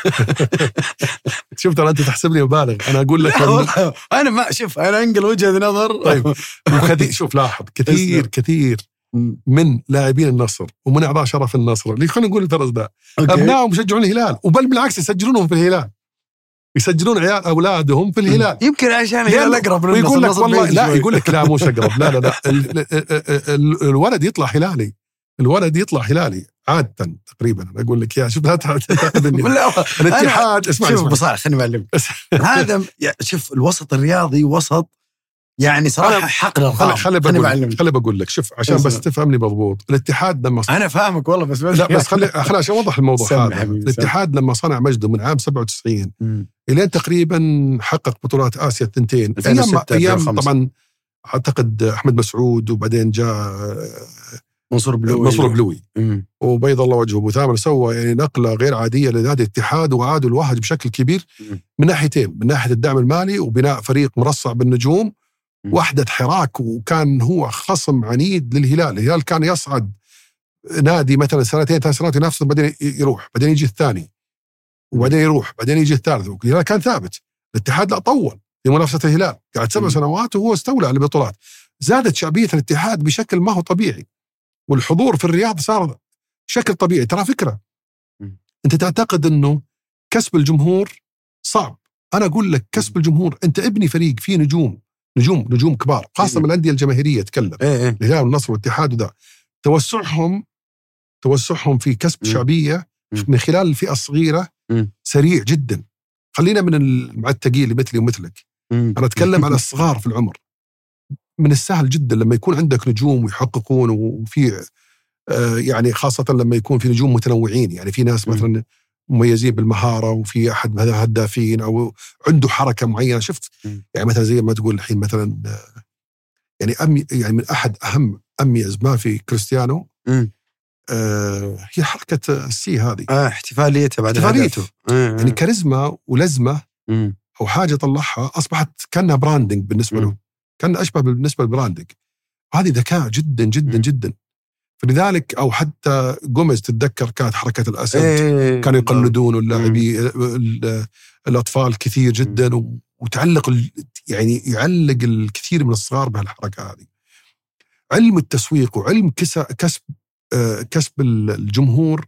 شوف ترى أنت تحسب لي مبالغ أنا أقول لك أنا ما شوف أنا أنقل وجهة نظر طيب وكثير شوف لاحظ كثير كثير من لاعبين النصر ومن أعضاء شرف النصر اللي خلينا نقول الفرز ده أبنائهم يشجعون الهلال وبل بالعكس يسجلونهم في الهلال يسجلون عيال أولادهم في الهلال يمكن عشان الهلال أقرب من يقول لك والله لا يقول لك لا مو أقرب لا لا لا الولد يطلع هلالي الولد يطلع هلالي عادة تقريبا أنا أقول لك يا شوف لا تأخذني الاتحاد اسمع شوف بصراحة خليني أعلمك هذا شوف الوسط الرياضي وسط يعني صراحة حقل الخام خلي بقول خلي بقول لك شوف عشان بس تفهمني مضبوط الاتحاد لما صنع... أنا فاهمك والله بس لا بس خلي خلي عشان أوضح الموضوع هذا الاتحاد لما صنع مجده من عام سبعة وتسعين إلى تقريبا حقق بطولات آسيا التنتين أيام أيام طبعا أعتقد أحمد مسعود وبعدين جاء منصور بلوي منصور بلوي وبيض الله وجهه أبو ثامر سوى يعني نقلة غير عادية لنادي الاتحاد وعادوا الواحد بشكل كبير من ناحيتين من ناحية الدعم المالي وبناء فريق مرصع بالنجوم وحدة حراك وكان هو خصم عنيد للهلال الهلال كان يصعد نادي مثلا سنتين ثلاث سنوات ينافس بعدين يروح بعدين يجي الثاني وبعدين يروح بعدين يجي الثالث الهلال كان ثابت الاتحاد لا طول في منافسة الهلال قعد سبع سنوات وهو استولى على البطولات زادت شعبية الاتحاد بشكل ما هو طبيعي والحضور في الرياض صار بشكل طبيعي ترى فكرة أنت تعتقد أنه كسب الجمهور صعب أنا أقول لك كسب الجمهور أنت ابني فريق فيه نجوم نجوم نجوم كبار خاصة من الأندية الجماهيرية تكلم الهلال والنصر والاتحاد وذا توسعهم توسعهم في كسب م. شعبية م. من خلال الفئة الصغيرة م. سريع جدا خلينا من المعتقين اللي مثلي ومثلك م. أنا أتكلم على الصغار في العمر من السهل جدا لما يكون عندك نجوم ويحققون وفي آه يعني خاصة لما يكون في نجوم متنوعين يعني في ناس م. مثلا مميزين بالمهارة وفي أحد هذا هدافين أو عنده حركة معينة شفت م. يعني مثلا زي ما تقول الحين مثلا يعني أمي يعني من أحد أهم أميز ما في كريستيانو آه هي حركة السي هذه آه احتفاليته بعد احتفاليته آه يعني كاريزما ولزمة م. أو حاجة طلعها أصبحت كأنها براندنج بالنسبة م. له كان أشبه بالنسبة للبراندنج هذه ذكاء جدا جدا م. جدا فلذلك أو حتى جوميز تتذكر كانت حركة الأسد إيه كانوا يقلدون اللاعبين الأطفال كثير جدا وتعلق يعني يعلق الكثير من الصغار بهالحركة هذه علم التسويق وعلم كسب كسب الجمهور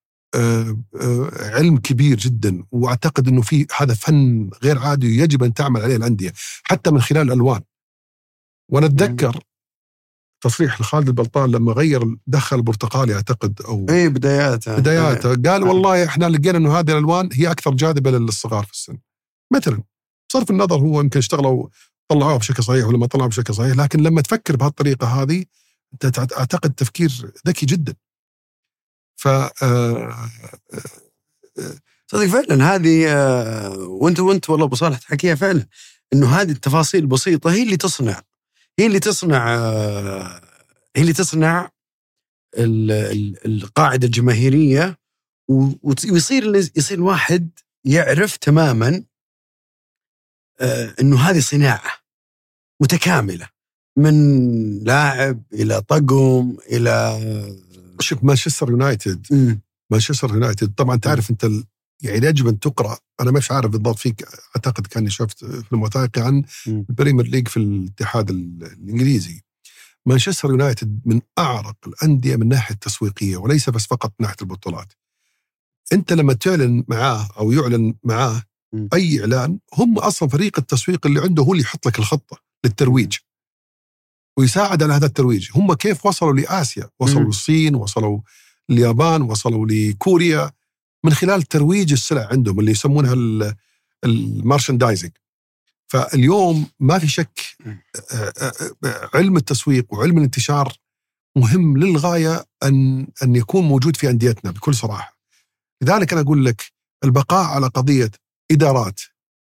علم كبير جدا وأعتقد أنه في هذا فن غير عادي يجب أن تعمل عليه الأندية حتى من خلال الألوان وأنا أتذكر تصريح لخالد البلطان لما غير دخل البرتقالي أعتقد أو إيه بداياته بداياته قال والله إحنا لقينا إنه هذه الألوان هي أكثر جاذبة للصغار في السن مثلا بصرف النظر هو يمكن اشتغلوا طلعوه بشكل صحيح ولا ما طلعوه بشكل صحيح لكن لما تفكر بهالطريقة هذه أنت أعتقد تفكير ذكي جدا ف صدق فعلا هذه وانت وانت والله أبو صالح تحكيها فعلا إنه هذه التفاصيل البسيطة هي اللي تصنع هي اللي تصنع هي اللي تصنع القاعدة الجماهيرية ويصير يصير الواحد يعرف تماما إنه هذه صناعة متكاملة من لاعب إلى طقم إلى شوف مانشستر يونايتد مانشستر يونايتد طبعا تعرف أنت يعني يجب أن تقرأ أنا مش عارف بالضبط فيك أعتقد كاني شفت في الوثائق عن البريمير ليج في الاتحاد الإنجليزي مانشستر يونايتد من أعرق الأندية من ناحية التسويقية وليس بس فقط من ناحية البطولات أنت لما تعلن معاه أو يعلن معاه م. أي إعلان هم أصلا فريق التسويق اللي عنده هو اللي يحط لك الخطة للترويج ويساعد على هذا الترويج هم كيف وصلوا لآسيا وصلوا للصين وصلوا اليابان وصلوا لكوريا من خلال ترويج السلع عندهم اللي يسمونها المارشندايزنج فاليوم ما في شك علم التسويق وعلم الانتشار مهم للغاية أن أن يكون موجود في أنديتنا بكل صراحة لذلك أنا أقول لك البقاء على قضية إدارات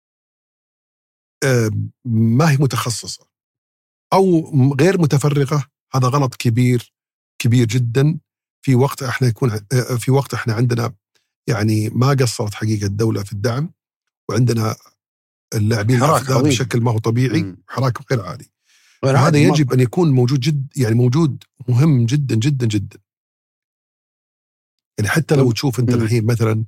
ما هي متخصصة أو غير متفرغة، هذا غلط كبير كبير جدا. في وقت احنا يكون في وقت احنا عندنا يعني ما قصرت حقيقة الدولة في الدعم، وعندنا اللاعبين الأفضل بشكل ما هو طبيعي، حراك غير عادي. وهذا يجب أن يكون موجود جد، يعني موجود مهم جدا جدا جدا. يعني حتى لو تشوف أنت الحين مثلا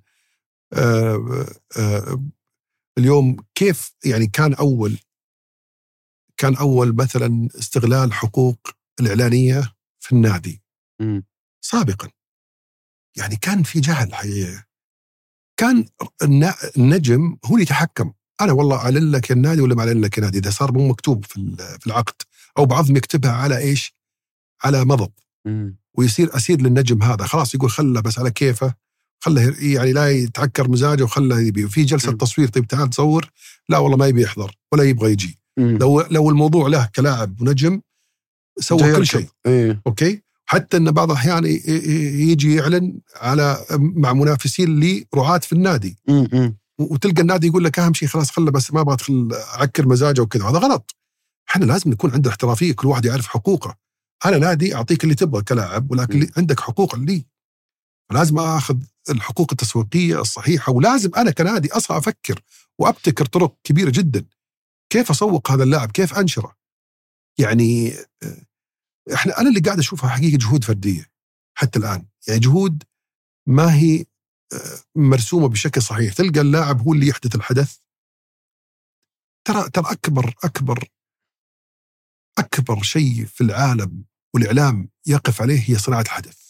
آآ آآ اليوم كيف يعني كان أول كان أول مثلا استغلال حقوق الإعلانية في النادي م. سابقا، يعني كان في جهل حقيقة. كان النجم هو اللي يتحكم، أنا والله أعلن لك النادي ولا ما أعلن لك النادي، إذا صار مو مكتوب في في العقد، أو بعضهم يكتبها على إيش، على مضض، م. ويصير أسير للنجم هذا، خلاص يقول خله بس على كيفه، خله يعني لا يتعكر مزاجه وخله يبي. وفي جلسة م. تصوير، طيب تعال تصور، لا والله ما يبي يحضر ولا يبغى يجي. م. لو لو الموضوع له كلاعب ونجم سوى كل شيء. إيه. أوكي. حتى أن بعض الأحيان يجي يعلن على مع منافسين لي رعاة في النادي، م. وتلقى النادي يقول لك أهم شيء خلاص خله بس ما أبغى أدخل أعكر مزاجه وكذا. هذا غلط. إحنا لازم نكون عندنا احترافية، كل واحد يعرف حقوقه. أنا نادي أعطيك اللي تبغى كلاعب، ولكن م. عندك حقوق لي، لازم أخذ الحقوق التسويقية الصحيحة، ولازم أنا كنادي أصلا أفكر وأبتكر طرق كبيرة جدا كيف أسوق هذا اللاعب، كيف أنشره. يعني إحنا أنا اللي قاعد أشوفها حقيقة جهود فردية حتى الآن، يعني جهود ما هي مرسومة بشكل صحيح. تلقى اللاعب هو اللي يحدث الحدث. ترى ترى أكبر أكبر أكبر شيء في العالم والإعلام يقف عليه هي صناعة الحدث.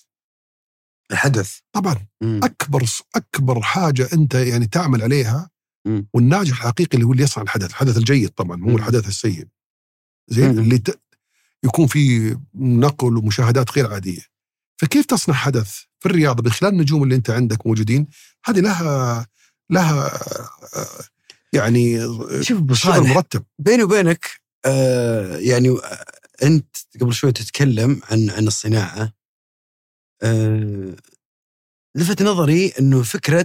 الحدث طبعا م. أكبر أكبر حاجة أنت يعني تعمل عليها، م. والناجح الحقيقي اللي هو اللي يصنع الحدث، الحدث الجيد طبعا مو الحدث السيء، زين اللي ت... يكون فيه نقل ومشاهدات غير عادية. فكيف تصنع حدث في الرياضة بخلال النجوم اللي أنت عندك موجودين؟ هذه لها لها يعني شغل مرتب. بيني وبينك آه يعني آه أنت قبل شوي تتكلم عن عن الصناعة، آه لفت نظري إنه فكرة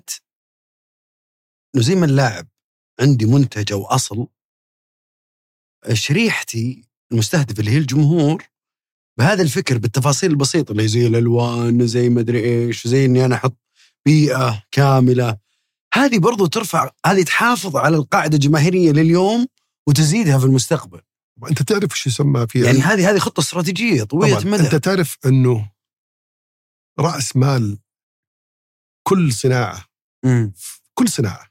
إنه زي ما اللاعب عندي منتج أو أصل، شريحتي المستهدف اللي هي الجمهور بهذا الفكر بالتفاصيل البسيطة اللي زي الألوان، زي ما أدري إيش، زي إني أنا أحط بيئة كاملة، هذه برضو ترفع، هذه تحافظ على القاعدة الجماهيرية لليوم وتزيدها في المستقبل. وأنت تعرف إيش يسمى فيها يعني هذه هذه خطة استراتيجية طويلة المدى. أنت تعرف إنه رأس مال كل صناعة م. كل صناعة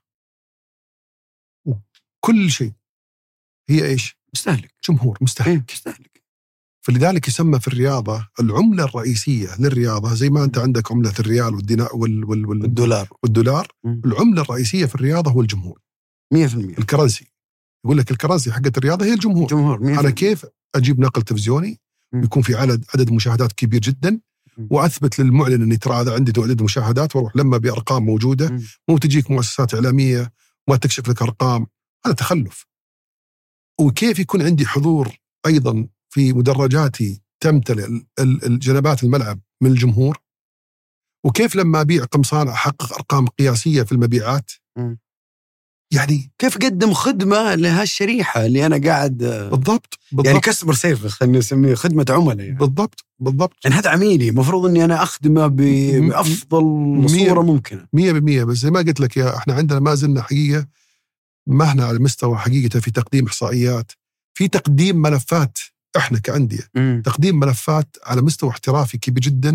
وكل شيء هي إيش؟ مستهلك، جمهور مستهلك. مستهلك. فلذلك يسمى في الرياضة العملة الرئيسية للرياضة، زي ما أنت عندك عملة الريال والدينار وال وال وال والدولار والدولار م. العملة الرئيسية في الرياضة هو الجمهور مية في المية. الكرنسي، يقول لك الكرنسي حقت الرياضة هي الجمهور. جمهور. أنا كيف أجيب نقل تلفزيوني م. يكون في عدد عدد مشاهدات كبير جدا، وأثبت للمعلن أني ترى هذا عندي عدد مشاهدات، وأروح لما بأرقام موجودة، م. مو تجيك مؤسسات إعلامية وما تكشف لك أرقام، هذا تخلف. وكيف يكون عندي حضور أيضا في مدرجاتي تمتلئ الجنبات الملعب من الجمهور، وكيف لما أبيع قمصان أحقق أرقام قياسية في المبيعات. م. يعني كيف قدم خدمة لهالشريحة اللي أنا قاعد بالضبط, بالضبط. يعني كاستمر سيرفيس، خلينا نسميه خدمة عملاء يعني. بالضبط بالضبط. يعني هذا عميلي مفروض أني أنا أخدمه بأفضل صورة ممكنة. مية بالمية. بس زي ما قلت لك يا إحنا عندنا ما زلنا حقيقة ما إحنا على مستوى حقيقة في تقديم إحصائيات، في تقديم ملفات. إحنا كأندية م. تقديم ملفات على مستوى احترافي كبير جدا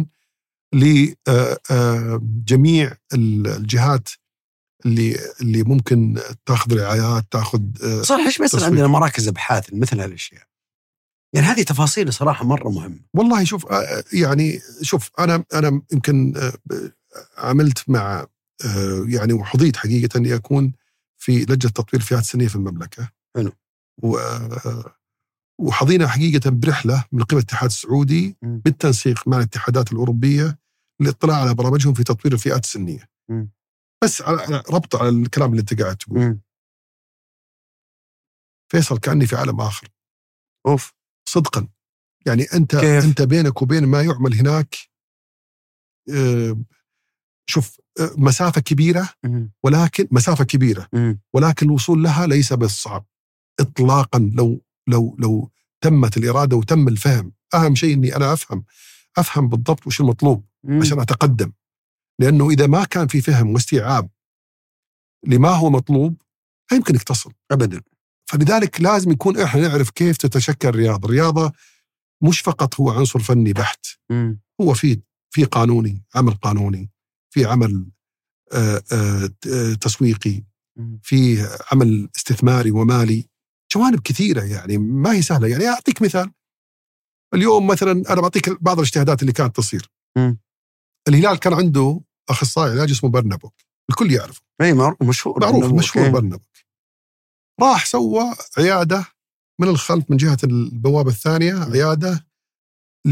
لجميع الجهات اللي اللي ممكن تاخذ رعايات، تاخذ صح. ايش بس عندنا مراكز ابحاث مثل هالاشياء، يعني هذه تفاصيل صراحه مره مهمه. والله شوف يعني شوف انا انا يمكن عملت مع يعني وحظيت حقيقه اني اكون في لجنه تطوير الفئات السنيه في المملكه. حلو. وحظينا حقيقه برحله من قبل الاتحاد السعودي م. بالتنسيق مع الاتحادات الاوروبيه للاطلاع على برامجهم في تطوير الفئات السنيه. م. بس على ربط على الكلام اللي انت قاعد تقول، فيصل كأني في عالم آخر. أوف صدقا يعني أنت كيف؟ أنت بينك وبين ما يعمل هناك شوف مسافة كبيرة، ولكن مسافة كبيرة ولكن الوصول لها ليس بالصعب إطلاقا. لو لو لو تمت الإرادة وتم الفهم. أهم شيء إني أنا أفهم أفهم بالضبط وش المطلوب عشان أتقدم. لأنه إذا ما كان في فهم واستيعاب لما هو مطلوب لا يمكنك تصل أبدا. فلذلك لازم يكون إحنا نعرف كيف تتشكل الرياضة. الرياضة مش فقط هو عنصر فني بحت، هو في في قانوني، عمل قانوني، في عمل آآ آآ تسويقي، في عمل استثماري ومالي، جوانب كثيرة يعني ما هي سهلة. يعني أعطيك مثال، اليوم مثلا أنا بعطيك بعض الاجتهادات اللي كانت تصير. م. الهلال كان عنده أخصائي علاج اسمه برنابوك، الكل يعرفه، أي معروف مشهور معروف مشهور برنابوك. راح سوى عيادة من الخلف من جهة البوابة الثانية، عيادة ل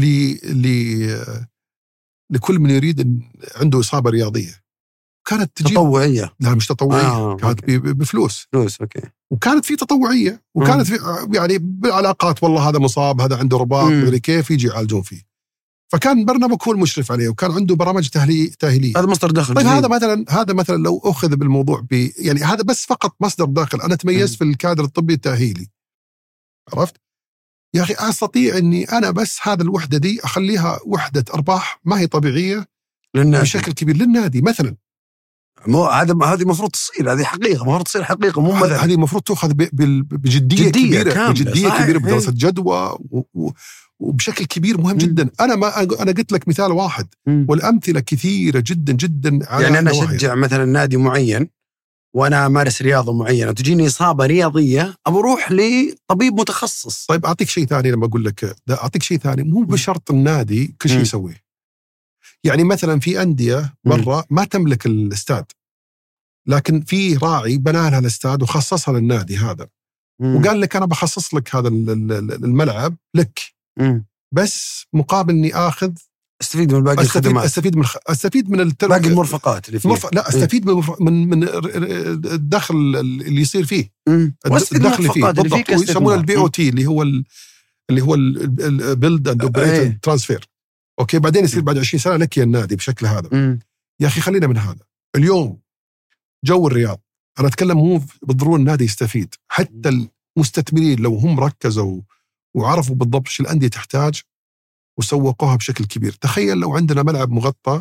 ل لكل من يريد أن عنده إصابة رياضية. كانت تجيب تطوعية، لا مش تطوعية، آه، كانت بفلوس فلوس أوكي. وكانت في تطوعية وكانت في يعني بالعلاقات، والله هذا مصاب هذا عنده رباط مدري كيف يجي يعالجون فيه. فكان برنامج هو المشرف عليه وكان عنده برامج تهلي تاهيلية. هذا مصدر دخل. طيب هذا مثلا هذا مثلا لو أخذ بالموضوع ب يعني هذا بس فقط مصدر دخل. أنا تميزت في الكادر الطبي التأهيلي، عرفت يا أخي أستطيع إني أنا بس هذا الوحدة دي أخليها وحدة أرباح ما هي طبيعية للنادي بشكل كبير للنادي مثلا. مو هذا هذه المفروض تصير، هذه حقيقة المفروض تصير حقيقة، مو مثلا هذه المفروض تأخذ بجدية كبيرة، بجدية كبيرة بدراسة جدوى وبشكل كبير مهم م. جدا. أنا ما أنا قلت لك مثال واحد م. والأمثلة كثيرة جدا جدا. يعني أنا أشجع مثلا نادي معين وأنا أمارس رياضة معينة وتجيني إصابة رياضية أبو روح لطبيب متخصص. طيب أعطيك شيء ثاني، لما أقول لك ده أعطيك شيء ثاني، مو بشرط النادي كل شيء يسويه. يعني مثلا في أندية برا ما تملك الاستاد، لكن في راعي بنى لها الاستاد وخصصها للنادي هذا مم. وقال لك أنا بخصص لك هذا الملعب لك مم. بس مقابل إني آخذ استفيد من باقي أستفيد الخدمات، أستفيد من استفيد من التر... باقي المرفقات اللي فيه مرف... لا أستفيد من من من الدخل اللي يصير فيه مم. الدخل اللي فيه بالضبط. يسمونه البي او تي اللي هو ال... اللي هو البيلد اند اوبريت ترانسفير. اوكي بعدين يصير بعد عشرين سنة لك يا النادي بشكل هذا مم. يا أخي خلينا من هذا. اليوم جو الرياض أنا أتكلم مو بالضرورة النادي يستفيد، حتى المستثمرين لو هم ركزوا وعرفوا بالضبط شو الأندية تحتاج وسوقوها بشكل كبير. تخيل لو عندنا ملعب مغطى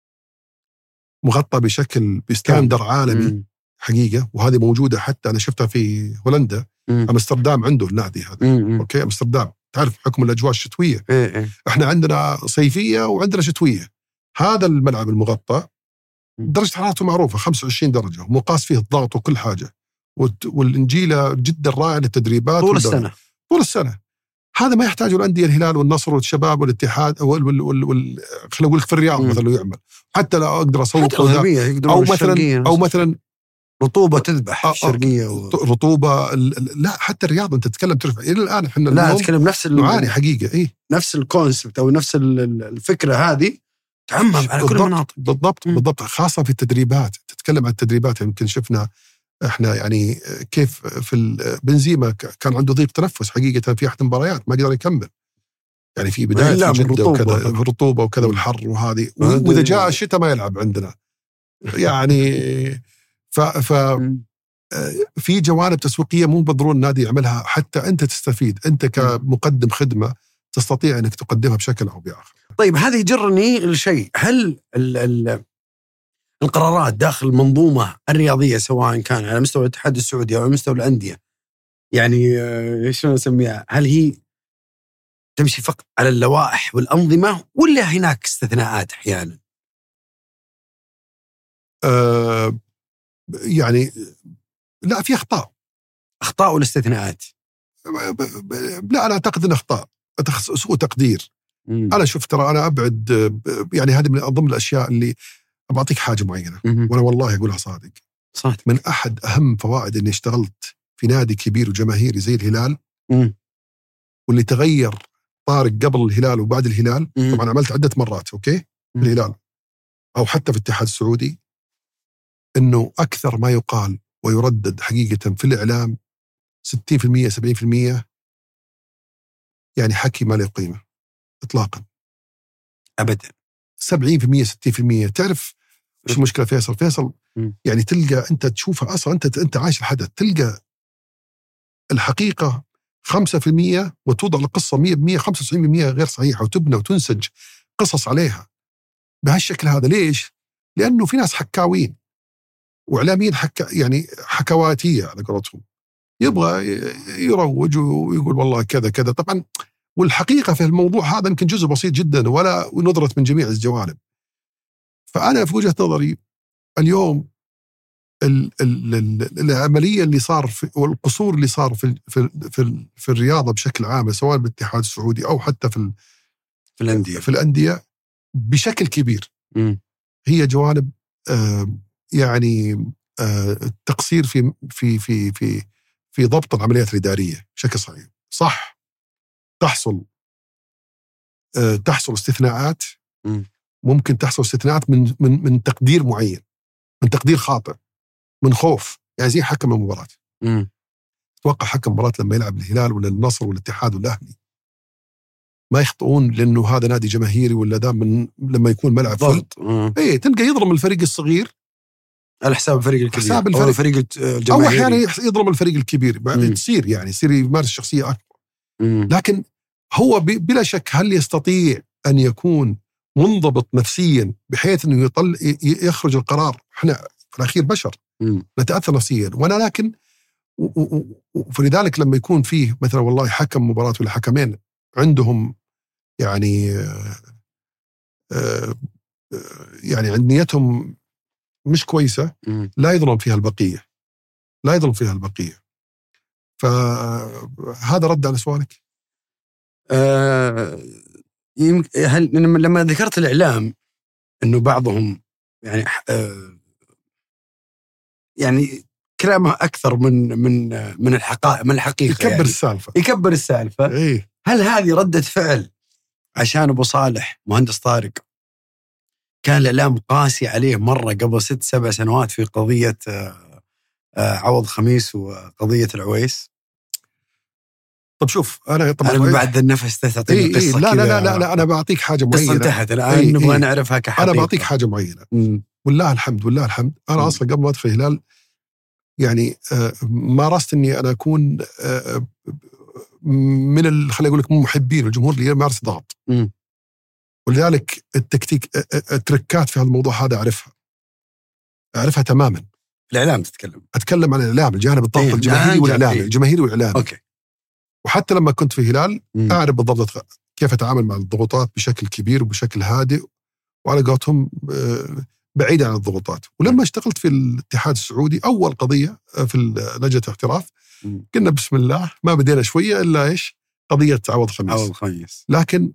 مغطى بشكل بستاندر عالمي مم. حقيقة، وهذه موجودة حتى أنا شفتها في هولندا. مم. أمستردام عنده النادي هذا مم. أوكي أمستردام تعرف حكم الأجواء الشتوية إيه إيه. إحنا عندنا صيفية وعندنا شتوية. هذا الملعب المغطى درجة حرارته معروفة خمسة وعشرين درجة ومقاس فيه الضغط وكل حاجة، والإنجيلة جدا رائع للتدريبات طول السنة طول السنة. هذا ما يحتاجه الأندية الهلال والنصر والشباب والاتحاد وال وال وال وال خلينا نقول في الرياض مثلا لو يعمل حتى لا أقدر أسوق أو مثلا أو مثلا رطوبة تذبح الشرقية و... رطوبة لا حتى الرياضة أنت تتكلم ترفع إلى الآن إحنا لا تتكلم نفس نعاني حقيقة إيه نفس الكونسبت أو نفس الفكرة هذه تعمم على كل المناطق. بالضبط م. بالضبط خاصة في التدريبات. تتكلم عن التدريبات يمكن شفنا احنا يعني كيف في البنزيمة كان عنده ضيق تنفس حقيقة في أحد المباريات ما قدر يكمل يعني في بداية جدة وكذا الرطوبة وكذا والحر وهذه، وإذا جاء الشتاء ما يلعب عندنا يعني ف ف في جوانب تسويقية مو بالضرورة النادي يعملها، حتى أنت تستفيد أنت كمقدم خدمة تستطيع أنك تقدمها بشكل أو بآخر. طيب هذا يجرني لشيء، هل ال ال القرارات داخل المنظومة الرياضية سواء كان على مستوى الاتحاد السعودي أو على مستوى الأندية يعني إيش نسميها، هل هي تمشي فقط على اللوائح والأنظمة ولا هناك استثناءات أحيانا؟ أه يعني لا في أخطاء أخطاء والاستثناءات لا أنا أعتقد أن أخطاء سوء تقدير. مم. أنا شفت ترى أنا أبعد يعني هذه من ضمن الأشياء اللي بعطيك حاجة معينة مم. وأنا والله أقولها صادق صادق من أحد أهم فوائد إني اشتغلت في نادي كبير وجماهيري زي الهلال مم. واللي تغير طارق قبل الهلال وبعد الهلال مم. طبعا عملت عدة مرات أوكي في الهلال أو حتى في الاتحاد السعودي، إنه أكثر ما يقال ويردد حقيقة في الإعلام ستين بالمئة سبعين بالمئة يعني حكي ما له قيمة إطلاقا أبدا. سبعين بالمئة ستين بالمئة تعرف شو المشكله فيصل فيصل م. يعني تلقى انت تشوفها اصلا، انت انت عايش الحدث، تلقى الحقيقه خمسة في المية وتوضع القصه مية بالمية، خمسة وتسعين بالمية غير صحيحه، وتبنى وتنسج قصص عليها بهالشكل هذا. ليش؟ لانه في ناس حكاوين واعلاميين حكا يعني حكواتيه على قولتهم، يبغى يروج ويقول والله كذا كذا. طبعا والحقيقه في الموضوع هذا يمكن جزء بسيط جدا ولا نظرت من جميع الجوانب. فانا في وجهه نظري اليوم ال ال ال العمليه اللي صار في والقصور اللي صار في في في, في الرياضه بشكل عام، سواء بالاتحاد السعودي او حتى في في الانديه في الانديه بشكل كبير، م. هي جوانب آه يعني آه التقصير في في في في في ضبط العمليات الاداريه بشكل صحيح. صح تحصل آه تحصل استثناءات، م. ممكن تحصل استثناءات من من من تقدير معين، من تقدير خاطئ، من خوف. يعني زي حكم المباراة، توقع حكم مباراة لما يلعب الهلال ولا النصر ولا الاتحاد والأهلي ما يخطئون لأنه هذا نادي جماهيري ولا ده، من لما يكون ملعب ضغط ايه تلقى يضرم الفريق الصغير على حساب الفريق الكبير، حساب الفريق. أو الفريق الجماهيري، أو أحيانا يضرم الفريق الكبير تصير يعني يصير يمارس شخصية أكبر. مم. لكن هو بلا شك هل يستطيع أن يكون منضبط نفسيا بحيث أنه يطل يخرج القرار؟ احنا في الأخير بشر مم. نتأثر نفسيا. وأنا لكن فلذلك لما يكون فيه مثلا والله حكم مباراة ولا حكمين عندهم يعني يعني عند نيتهم مش كويسة، لا يظلم فيها البقية، لا يظلم فيها البقية. فهذا رد على سؤالك. أه هل لما ذكرت الإعلام إنه بعضهم يعني أه يعني كلامه أكثر من من من الحقائق، من الحقيقة، يكبر يعني السالفة يكبر السالفة إيه؟ هل هذه ردة فعل عشان أبو صالح مهندس طارق كان الإعلام قاسي عليه مرة قبل ست سبع سنوات في قضية أه أه عوض خميس وقضية العويس؟ طب شوف أنا طبعا أنا بعد النفس تعطيني إيه قصة إيه لا, كذا. لا لا لا أنا بعطيك حاجة معينة، قصة انتهت الآن إيه نبغى إيه نعرفها كحقيقة. أنا بعطيك حاجة معينة م. والله الحمد والله الحمد أنا م. أصلا قبل ما أدخل الهلال يعني آه مارست إني أنا أكون آه من ال خليني أقول لك من محبين الجمهور اللي يمارس ضغط، ولذلك التكتيك التركات في هذا الموضوع هذا أعرفها أعرفها تماما. الإعلام تتكلم أتكلم عن الإعلام، الجانب الضغط إيه. الجماهيري آه والإعلام إيه. الجماهيري والإعلام أوكي. وحتى لما كنت في الهلال أعرف بالضبط كيف أتعامل مع الضغوطات بشكل كبير وبشكل هادئ وعلى قولتهم بعيد عن الضغوطات. ولما اشتغلت في الاتحاد السعودي أول قضية في لجنة الاحتراف قلنا بسم الله ما بدينا شوية إلا إيش قضية عوض خميس. عوض خميس. لكن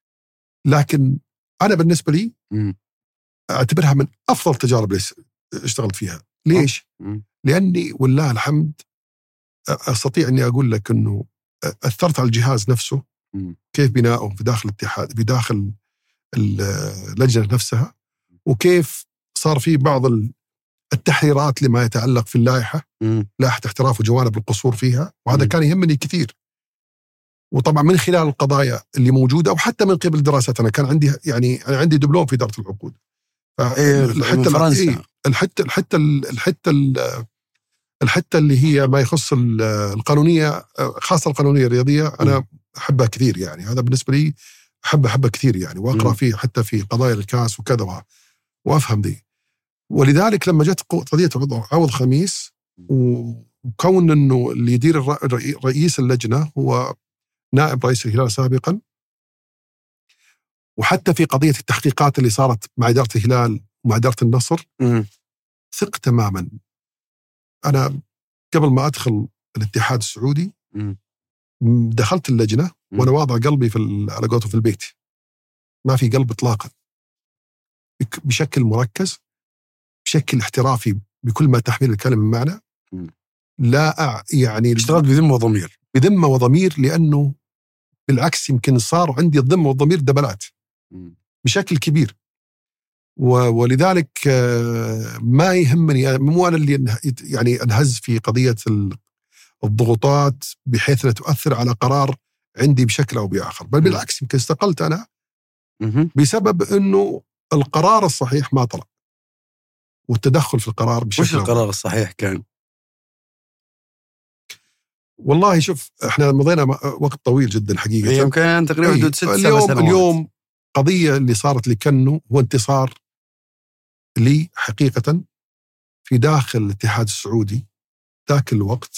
لكن أنا بالنسبة لي م. أعتبرها من أفضل تجارب اللي اشتغلت فيها. ليش؟ م. لأني والله الحمد أستطيع أني أقول لك أنه أثرت على الجهاز نفسه، م. كيف بناؤه في داخل الاتحاد في داخل اللجنة نفسها، وكيف صار في بعض التحريرات لما يتعلق في اللائحة م. لائحة احتراف وجوانب القصور فيها، وهذا م. كان يهمني كثير. وطبعا من خلال القضايا اللي موجودة وحتى من قبل دراسات، أنا كان عندي يعني أنا عندي دبلوم في إدارة العقود. الحتة فرنسا الحتة الحتة الحتة الحتة اللي هي ما يخص القانونية، خاصة القانونية الرياضية، أنا أحبها كثير يعني. هذا بالنسبة لي أحب أحبها كثير يعني، وأقرأ فيه حتى في قضايا الكاس وكذا وأفهم دي. ولذلك لما جت قضية عوض خميس وكون أنه اللي يدير رئيس اللجنة هو نائب رئيس الهلال سابقا، وحتى في قضية التحقيقات اللي صارت مع إدارة الهلال ومع إدارة النصر م. ثق تماما. أنا قبل ما أدخل الاتحاد السعودي م. دخلت اللجنة م. وأنا واضع قلبي في على قولته في البيت، ما في قلب إطلاقا، بشكل مركز بشكل احترافي بكل ما تحمل الكلمة من معنى. م. لا يعني اشتغلت بذمة وضمير بذمة وضمير، لأنه بالعكس يمكن صار عندي الذمة والضمير دبلات بشكل كبير. ولذلك ما يهمني، مو أنا اللي يعني أنهز في قضية الضغوطات بحيث لا تؤثر على قرار عندي بشكل أو بآخر، بل بالعكس يمكن استقلت أنا بسبب أنه القرار الصحيح ما طلع. والتدخل في القرار بشكل. وش القرار الصحيح كان؟ والله شوف احنا مضينا وقت طويل جدا حقيقة. يمكن تقريبا حدود ست اليوم سنوات. اليوم قضية اللي صارت لكنو هو انتصار لي حقيقة في داخل الاتحاد السعودي ذاك الوقت.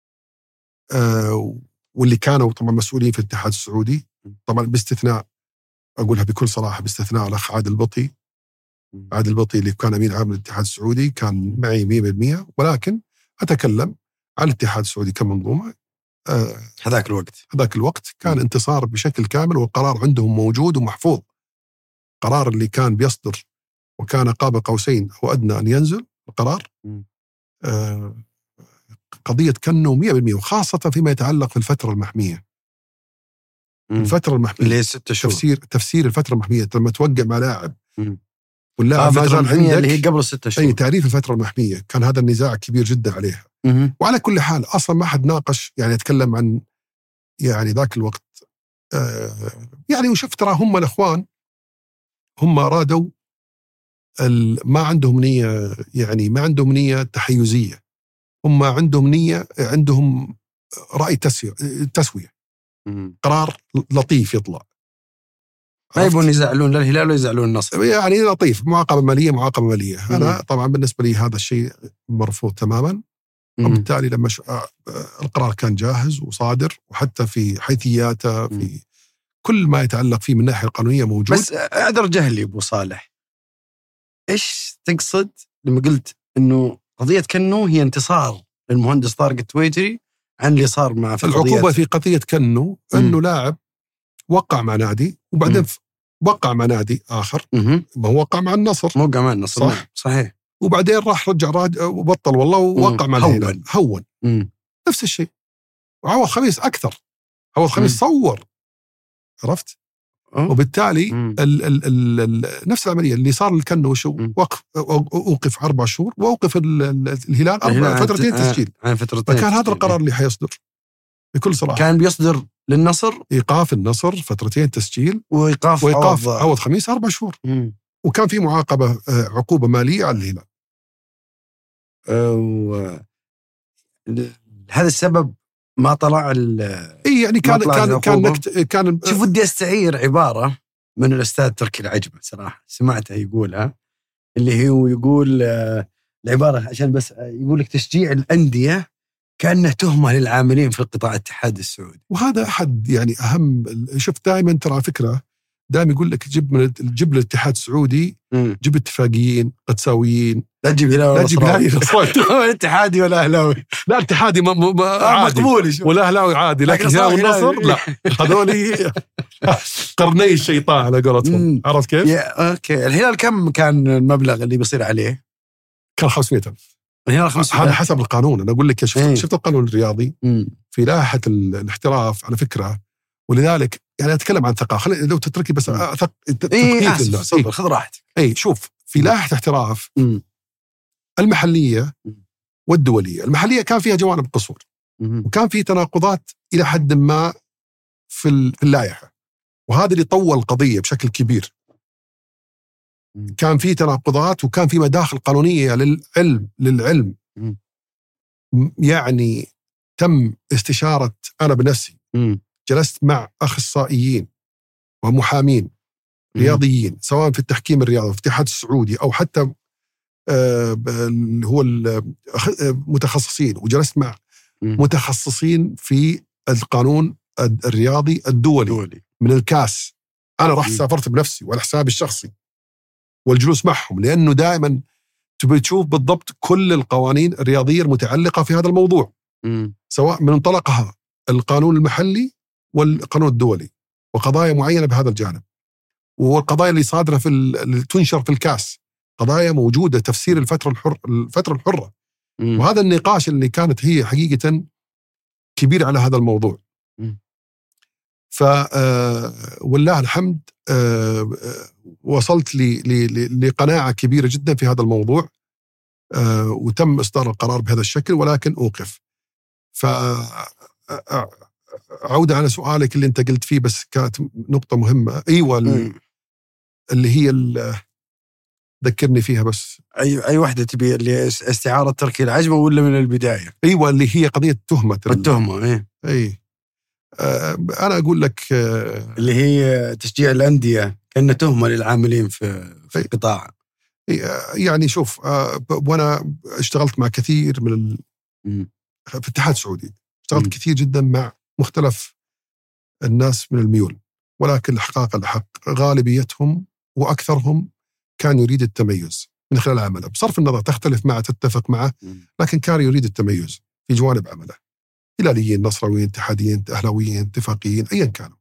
آه واللي كانوا طبعا مسؤولين في الاتحاد السعودي، طبعا باستثناء، أقولها بكل صراحة، باستثناء الأخ عادل البطي. عادل البطي اللي كان أمين عام الاتحاد السعودي كان معي مية بالمية، ولكن أتكلم على الاتحاد السعودي كمنظومة. آه هذاك الوقت هذاك الوقت كان انتصار بشكل كامل، والقرار عندهم موجود ومحفوظ. قرار اللي كان بيصدر وكان قاب قوسين أو أدنى أن ينزل القرار. آه قضية كنو مية بالمية، وخاصة فيما يتعلق في الفترة المحمية. مم. الفترة المحمية اللي ستة شهور. تفسير تفسير الفترة المحمية لما توقع مع لاعب واللاعب آه ما زال عندك اللي هي قبل ستة شهور. أي تعريف الفترة المحمية كان هذا النزاع كبير جدا عليها. مم. وعلى كل حال أصلا ما حد ناقش، يعني يتكلم عن يعني ذاك الوقت. آه يعني وشوف ترى هم الأخوان هم أرادوا ما عندهم نية، يعني ما عندهم نية تحيزية، هم عندهم نية، عندهم رأي تسوية, تسوية. قرار لطيف يطلع، ما يبون يزعلون لا الهلال ولا يزعلون النصر، يعني لطيف، معاقبة مالية معاقبة مالية. مم. أنا طبعا بالنسبة لي هذا الشيء مرفوض تماما. وبالتالي لما ش... القرار كان جاهز وصادر، وحتى في حيثياته في مم. كل ما يتعلق فيه من الناحية القانونية موجود. بس أعذر جهلي أبو صالح، إيش تقصد لما قلت إنه قضية كنو هي انتصار للمهندس طارق التويجري عن اللي صار مع في العقوبة في قضية كنو إنه لاعب وقع مع نادي وبعدين مم. وقع مع نادي آخر، ما هو وقع مع النصر، وقع مع النصر صح؟ صحيح. وبعدين راح رجع راد وبطل والله ووقع مع الهلال هون. مم. نفس الشيء. وعوض خميس أكثر، عوض خميس صور، عرفت؟ أوه. وبالتالي ال ال ال ال نفس العملية اللي صار الكنو وشو وقف أوقف أربع شهور، وأوقف الهلال أربع فترتين تسجيل. فكان هذا القرار اللي حيصدر بكل صراحة. كان بيصدر للنصر إيقاف النصر فترتين تسجيل، وإيقاف وإيقاف عوض, عوض خميس أربع شهور. مم. وكان في معاقبة عقوبة مالية على الهلال. أه هذا السبب ما طلع ال إيه يعني كان كان كان, نكت كان شوف ودي استعير عبارة من الأستاذ تركي العجبة صراحة سمعتها يقولها، اللي هو يقول العبارة عشان بس يقول لك تشجيع الأندية كأنه تهمة للعاملين في القطاع الاتحاد السعودي. وهذا أحد يعني أهم. شوف دائما ترى فكرة دائما يقول لك جيب من جيب الاتحاد السعودي جيب اتفاقيين قدساويين، لا تجيب هلال لا تجيب ولا اتحادي ولا أهلاوي. لا اتحادي مقبول ولا أهلاوي عادي، لكن هلال والنصر لا، هذولي قرني الشيطان على قولتهم. عرفت كيف؟ اوكي. الهلال كم كان المبلغ اللي بيصير عليه؟ كان خمسمائة ألف. الهلال خمسمائة هذا حسب القانون. أنا أقول لك شفت ايه؟ شفت القانون الرياضي مم. في لائحة الاحتراف على فكرة، ولذلك يعني أتكلم عن ثقافة. خلي لو تتركي بس أثق إيه الناس. إيه خذ راحتك. أي شوف في لائحة احتراف مم. المحلية والدولية. المحلية كان فيها جوانب قصور مم. وكان في تناقضات إلى حد ما في اللائحة، وهذا اللي طول القضية بشكل كبير. مم. كان في تناقضات وكان في مداخل قانونية للعلم للعلم مم. يعني تم استشارة. أنا بنفسي مم. جلست مع أخصائيين ومحامين رياضيين مم. سواء في التحكيم الرياضي في الاتحاد السعودي أو حتى آه هو المتخصصين، وجلست مع مم. متخصصين في القانون الرياضي الدولي دولي. من الكاس. أنا رحت سافرت بنفسي وعلى حسابي الشخصي والجلوس معهم، لأنه دائما تبي تشوف بالضبط كل القوانين الرياضية المتعلقة في هذا الموضوع مم. سواء من منطلقها القانون المحلي والقانون الدولي وقضايا معينة بهذا الجانب، والقضايا اللي صادرة في اللي تنشر في الكاس قضايا موجودة تفسير الفترة الحر الفترة الحرة مم. وهذا النقاش اللي كانت هي حقيقة كبير على هذا الموضوع. ف والله الحمد أه وصلت لقناعة كبيرة جدا في هذا الموضوع أه وتم إصدار القرار بهذا الشكل، ولكن أوقف. ف عودة على سؤالك اللي أنت قلت فيه، بس كانت نقطة مهمة. أيوة اللي هي ذكرني فيها بس. اي اي واحده تبي اللي استعاره تركي العجمه ولا من البدايه؟ ايوه اللي هي قضيه تهمه التهمه. ايه اي آه انا اقول لك آه اللي هي تشجيع الانديه كأنه تهمه للعاملين في في القطاع. يعني شوف آه وانا اشتغلت مع كثير من ال... في الاتحاد السعودي اشتغلت م. كثير جدا مع مختلف الناس من الميول، ولكن الحقيقه الحق غالبيتهم واكثرهم كان يريد التميز من خلال عمله، بصرف النظر تختلف معه تتفق معه، لكن كان يريد التميز في جوانب عمله. هلاليين، نصراويين، اتحاديين، اهلاويين، اتفاقيين، ايا كانوا.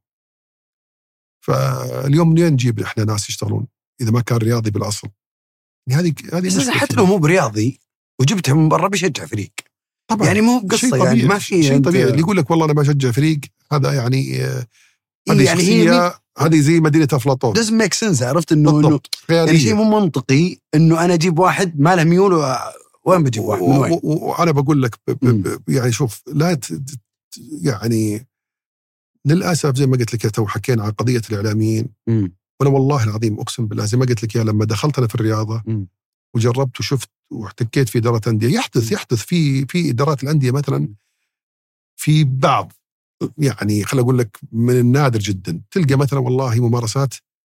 فاليوم منين نجيب احنا ناس يشتغلون اذا ما كان رياضي بالاصل؟ هذه هذه حتى لو مو برياضي وجبته من برا بيشجع فريق طبعا، يعني مو بقصه يعني ما في شيء طبيعي. اللي يقول لك والله انا ما اشجع فريق هذا يعني آه هذه يعني هي هذه زي مدينة أفلاطون. doesn't make sense. عرفت إنه إنه يعني شيء مو منطقي إنه أنا أجيب واحد ما له ميول و... وين بجيب واحد من وين؟ وأنا بقول لك ب... ب... يعني شوف لا ت... يعني للأسف زي ما قلت لك يا تو حكينا عن قضية الإعلاميين. م. وأنا والله العظيم أقسم بالله زي ما قلت لك يا لما دخلت أنا في الرياضة م. وجربت وشفت واحتكيت في إدارة أندية يحدث يحدث في في إدارات الأندية مثلا في بعض يعني خل أقول لك من النادر جدا تلقى مثلا والله ممارسات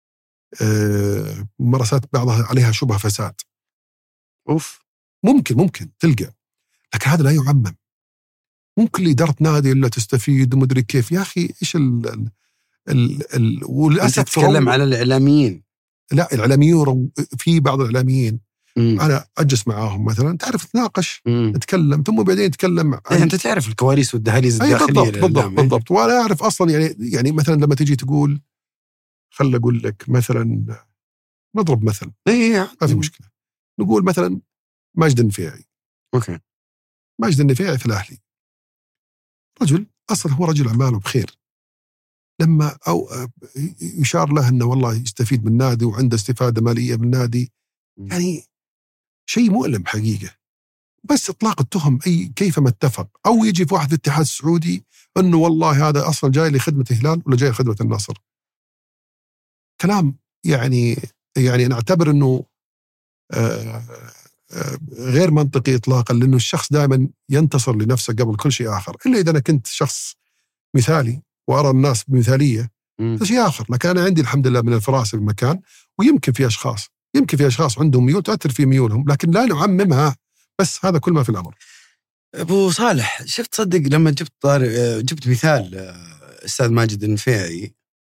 آه ممارسات بعضها عليها شبه فساد. أوف. ممكن ممكن تلقى، لكن هذا لا يعمم. ممكن إدارة نادي إلا تستفيد ومدري كيف. يا أخي إيش ال ال ال, ال وللأسف تتكلم على الإعلاميين. لا الإعلاميين في بعض الإعلاميين مم. أنا أجلس معاهم مثلا تعرف تناقش مم. نتكلم ثم بعدين نتكلم عن... أنت تعرف الكواليس والدهاليز الداخلية. بالضبط بالضبط, بالضبط. وأنا أعرف أصلا يعني يعني مثلا لما تيجي تقول خل أقول لك مثلا نضرب مثل إيه ما في مشكلة نقول مثلا ماجد النفيعي. أوكي. ماجد النفيعي في الأهلي رجل أصلا هو رجل أعماله بخير، لما أو يشار له أنه والله يستفيد من النادي وعنده استفادة مالية من النادي يعني شيء مؤلم حقيقة. بس إطلاق التهم أي كيفما اتفق أو يجي في واحد في الاتحاد السعودي أنه والله هذا أصلا جاي لخدمة الهلال ولا جاي لخدمة النصر. كلام يعني يعني أنا أعتبر أنه آه آه غير منطقي إطلاقا، لأنه الشخص دائما ينتصر لنفسه قبل كل شيء آخر، إلا إذا أنا كنت شخص مثالي وأرى الناس بمثالية هذا شيء آخر. لكن أنا عندي الحمد لله من الفراسة بالمكان، ويمكن في أشخاص يمكن في أشخاص عندهم ميول تأثر في ميولهم، لكن لا نعممها. بس هذا كل ما في الأمر. أبو صالح شفت صدق لما جبت طار جبت مثال أستاذ ماجد النفيعي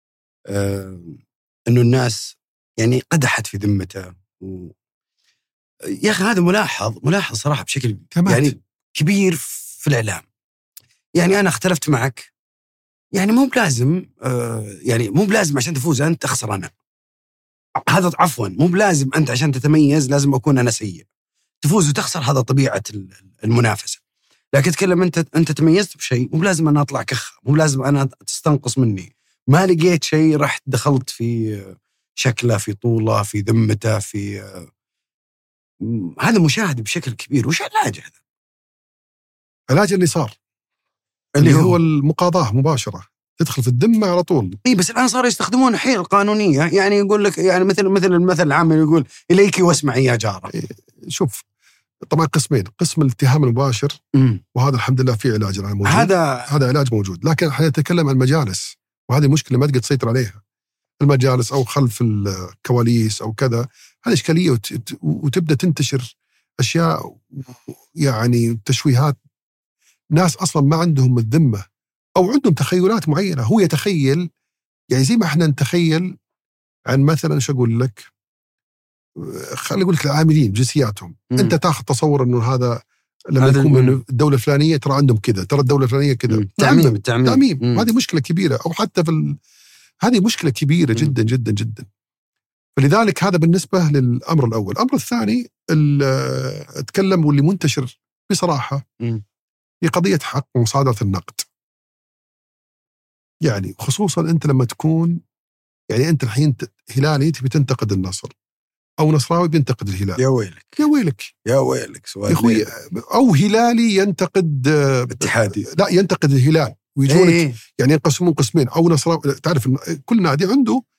إنه الناس يعني قدحت في ذمته و... يا أخي هذا ملاحظ ملاحظ صراحة بشكل كمات. يعني كبير في الإعلام. يعني أنا اختلفت معك، يعني مو بلازم يعني مو بلازم عشان تفوز أنت أخسر أنا. هذا عفوا مو بلازم أنت عشان تتميز لازم أكون أنا سيء. تفوز وتخسر هذا طبيعة المنافسة. لكن تكلم أنت أنت تميزت بشيء مو بلازم أنا أطلع كخ، مو بلازم أنا تستنقص مني. ما لقيت شيء رحت دخلت في شكله في طوله في ذمته في هذا مشاهد بشكل كبير. وش علاج هذا؟ علاج اللي صار اللي, اللي هو, هو المقاضاة مباشرة تدخل في الذمة على طول. إيه بس الآن صاروا يستخدمون حيل قانونية. يعني يقول لك يعني مثل مثل المثل العام يقول إليك واسمعي يا جارة. إيه شوف طبعا قسمين، قسم الاتهام المباشر م. وهذا الحمد لله في علاج موجود. هذا هذا علاج موجود. لكن احنا نتكلم عن المجالس، وهذه مشكلة ما تقدر تسيطر عليها. المجالس أو خلف الكواليس أو كذا هذه إشكالية، وت... وتبدأ تنتشر أشياء يعني تشويهات. ناس أصلا ما عندهم الذمة أو عندهم تخيلات معينة. هو يتخيل يعني زي ما احنا نتخيل عن مثلا شو أقول لك خلي أقول لك العاملين جنسياتهم. م. أنت تأخذ تصور إنه هذا لما يكون من الدولة الفلانية ترى عندهم كذا، ترى الدولة الفلانية كذا. تعميم تعميم, تعميم. هذه مشكلة كبيرة. أو حتى في ال... هذه مشكلة كبيرة م. جدا جدا جدا. فلذلك هذا بالنسبة للأمر الأول. الأمر الثاني أتكلم واللي منتشر بصراحة م. هي قضية حق مصادرة النقد. يعني خصوصا أنت لما تكون يعني أنت الحين هلالي تبي تنتقد النصر، أو نصراوي بينتقد الهلال. يا ويلك يا ويلك يا ويلك سؤال يا أخوي. أو هلالي ينتقد اتحادي، لا ينتقد الهلال ويجونك. ايه. يعني ينقسمون قسمين. أو نصراوي تعرف كل نادي عنده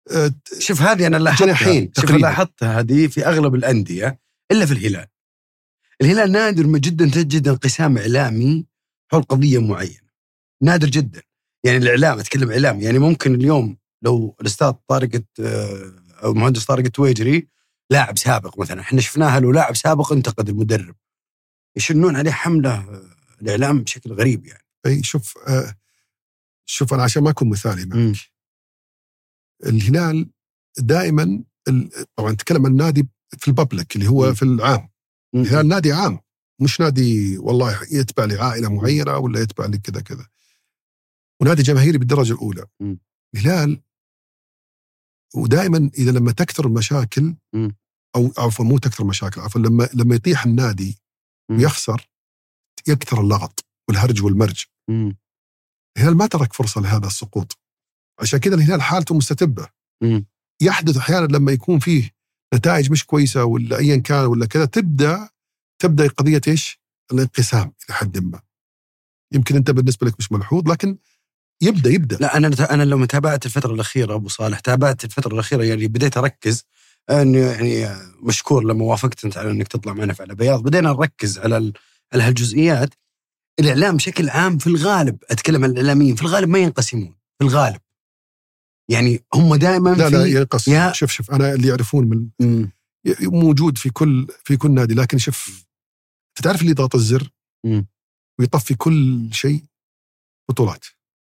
آه شوف هذه أنا لاحظتها جناحين شوف لاحظتها هذه في أغلب الأندية إلا في الهلال. الهلال نادر ما جدا تجد انقسام إعلامي حول قضية معينة، نادر جدا. يعني الإعلام، أتكلم إعلام، يعني ممكن اليوم لو الأستاذ طارق أو المهندس طارق التويجري لاعب سابق مثلا، احنا شفناها لو لاعب سابق انتقد المدرب يشنون عليه حملة الإعلام بشكل غريب يعني. أي شوف آه شوف أنا عشان ما أكون مثالي معك م. الهلال دائما طبعا تكلم عن النادي في البابليك اللي هو م. في العام. م. الهلال نادي عام، مش نادي والله يتبع لعائلة معينة ولا يتبع لكذا كذا، ونادي جماهيري بالدرجة الأولى. م. الهلال ودائما إذا لما تكثر المشاكل م. أو عفوا مو تكثر المشاكل عفوا لما لما يطيح النادي م. ويخسر يكثر اللغط والهرج والمرج. م. الهلال ما ترك فرصة لهذا السقوط، عشان كذا الهلال حالته مستتبة. م. يحدث أحيانا لما يكون فيه نتائج مش كويسة ولا أيا كان ولا كذا تبدأ تبدأ قضية إيش الانقسام إلى حد ما. يمكن أنت بالنسبة لك مش ملحوظ لكن يبدأ يبدأ لا أنا أنا لو تابعت الفترة الأخيرة أبو صالح، تابعت الفترة الأخيرة يعني بديت أركز أن يعني مشكور لما وافقت أنت على أنك تطلع معنا في على بياض، بدينا نركز على على هالجزئيات. الإعلام بشكل عام في الغالب، أتكلم عن الإعلاميين في الغالب ما ينقسمون في الغالب، يعني هم دائما لا في لا ينقسم. يا... شوف شوف أنا اللي يعرفون من م. موجود في كل في كل نادي، لكن شوف تعرف اللي يضغط الزر م. ويطفي كل شيء بطولات.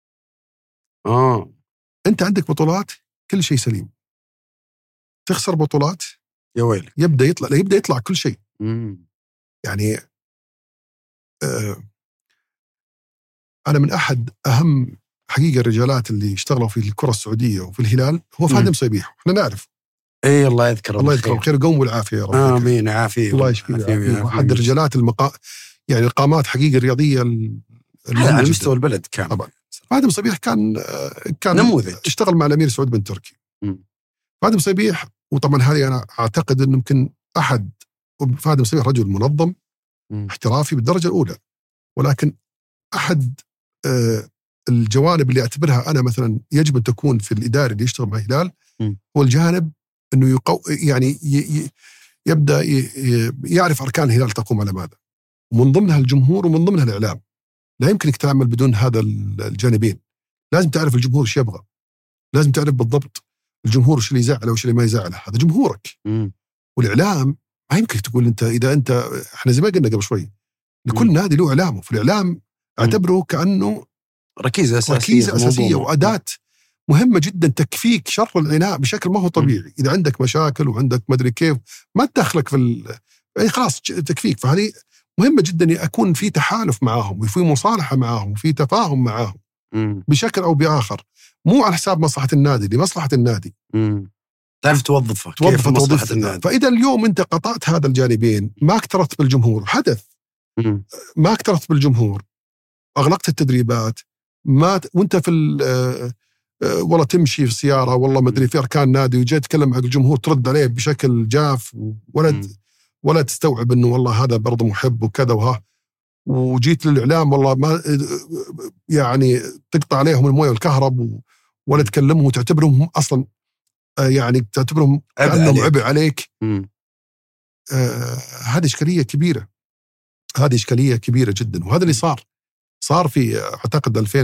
آه أنت عندك بطولات كل شيء سليم، تخسر بطولات يا ويلك يبدأ يطلع يبدأ يطلع كل شيء. مم. يعني آه أنا من أحد أهم حقيقة الرجالات اللي اشتغلوا في الكرة السعودية وفي الهلال هو فهد مصيبيح، احنا نعرف. اي الله يذكره الله يذكره الخير وقوم والعافية يا رب. آمين عافية الله يشفيه. أحد الرجالات المقا يعني القامات حقيقة الرياضية على مستوى البلد كان طبعا. فهد مصيبيح كان كان نموذج، اشتغل مع الأمير سعود بن تركي. فهد مصيبيح، وطبعا هذه أنا أعتقد إنه يمكن أحد فهد مصيبيح رجل منظم م. احترافي بالدرجة الأولى، ولكن أحد آه الجوانب اللي أعتبرها أنا مثلا يجب أن تكون في الإدارة اللي يشتغل مع الهلال م. هو الجانب إنه يقو يعني ي ي يبدأ ي يعرف أركان الهلال تقوم على ماذا، ومن ضمنها الجمهور ومن ضمنها الإعلام. لا يمكنك تعمل بدون هذا الجانبين. لازم تعرف الجمهور ايش يبغى، لازم تعرف بالضبط الجمهور ايش اللي يزعله وايش اللي ما يزعله، هذا جمهورك. م. والاعلام ما يمكن تقول انت اذا انت احنا زي ما قلنا قبل شوي لكل م. نادي له اعلامه، في الاعلام اعتبره كانه ركيزه اساسيه ركيزه اساسيه واداه مهمه جدا تكفيك شر العناء بشكل ما هو طبيعي. م. اذا عندك مشاكل وعندك ما ادري كيف ما تدخلك في ال... يعني خلاص تكفيك. فهذه مهمة جدا أكون في تحالف معاهم وفي مصالحة معاهم وفي تفاهم معاهم م. بشكل أو بآخر، مو على حساب مصلحة النادي، لمصلحة النادي. م. تعرف توظفه توظف مصلحة النادي. فإذا اليوم أنت قطعت هذا الجانبين، ما اكترثت بالجمهور، حدث م. ما اكترثت بالجمهور، أغلقت التدريبات، ما ت... وأنت في ال آه... آه... والله تمشي في السيارة والله ما أدري في أركان نادي وجاي تكلم مع الجمهور ترد عليه بشكل جاف ولا ولا تستوعب انه والله هذا برضه محب وكذا وها، وجيت للاعلام والله ما يعني تقطع عليهم المويه والكهرب ولا تكلمهم وتعتبرهم اصلا يعني تعتبرهم كانهم عبء عليك. آه هذه اشكاليه كبيره، هذه اشكاليه كبيره جدا. وهذا اللي صار صار في اعتقد ألفين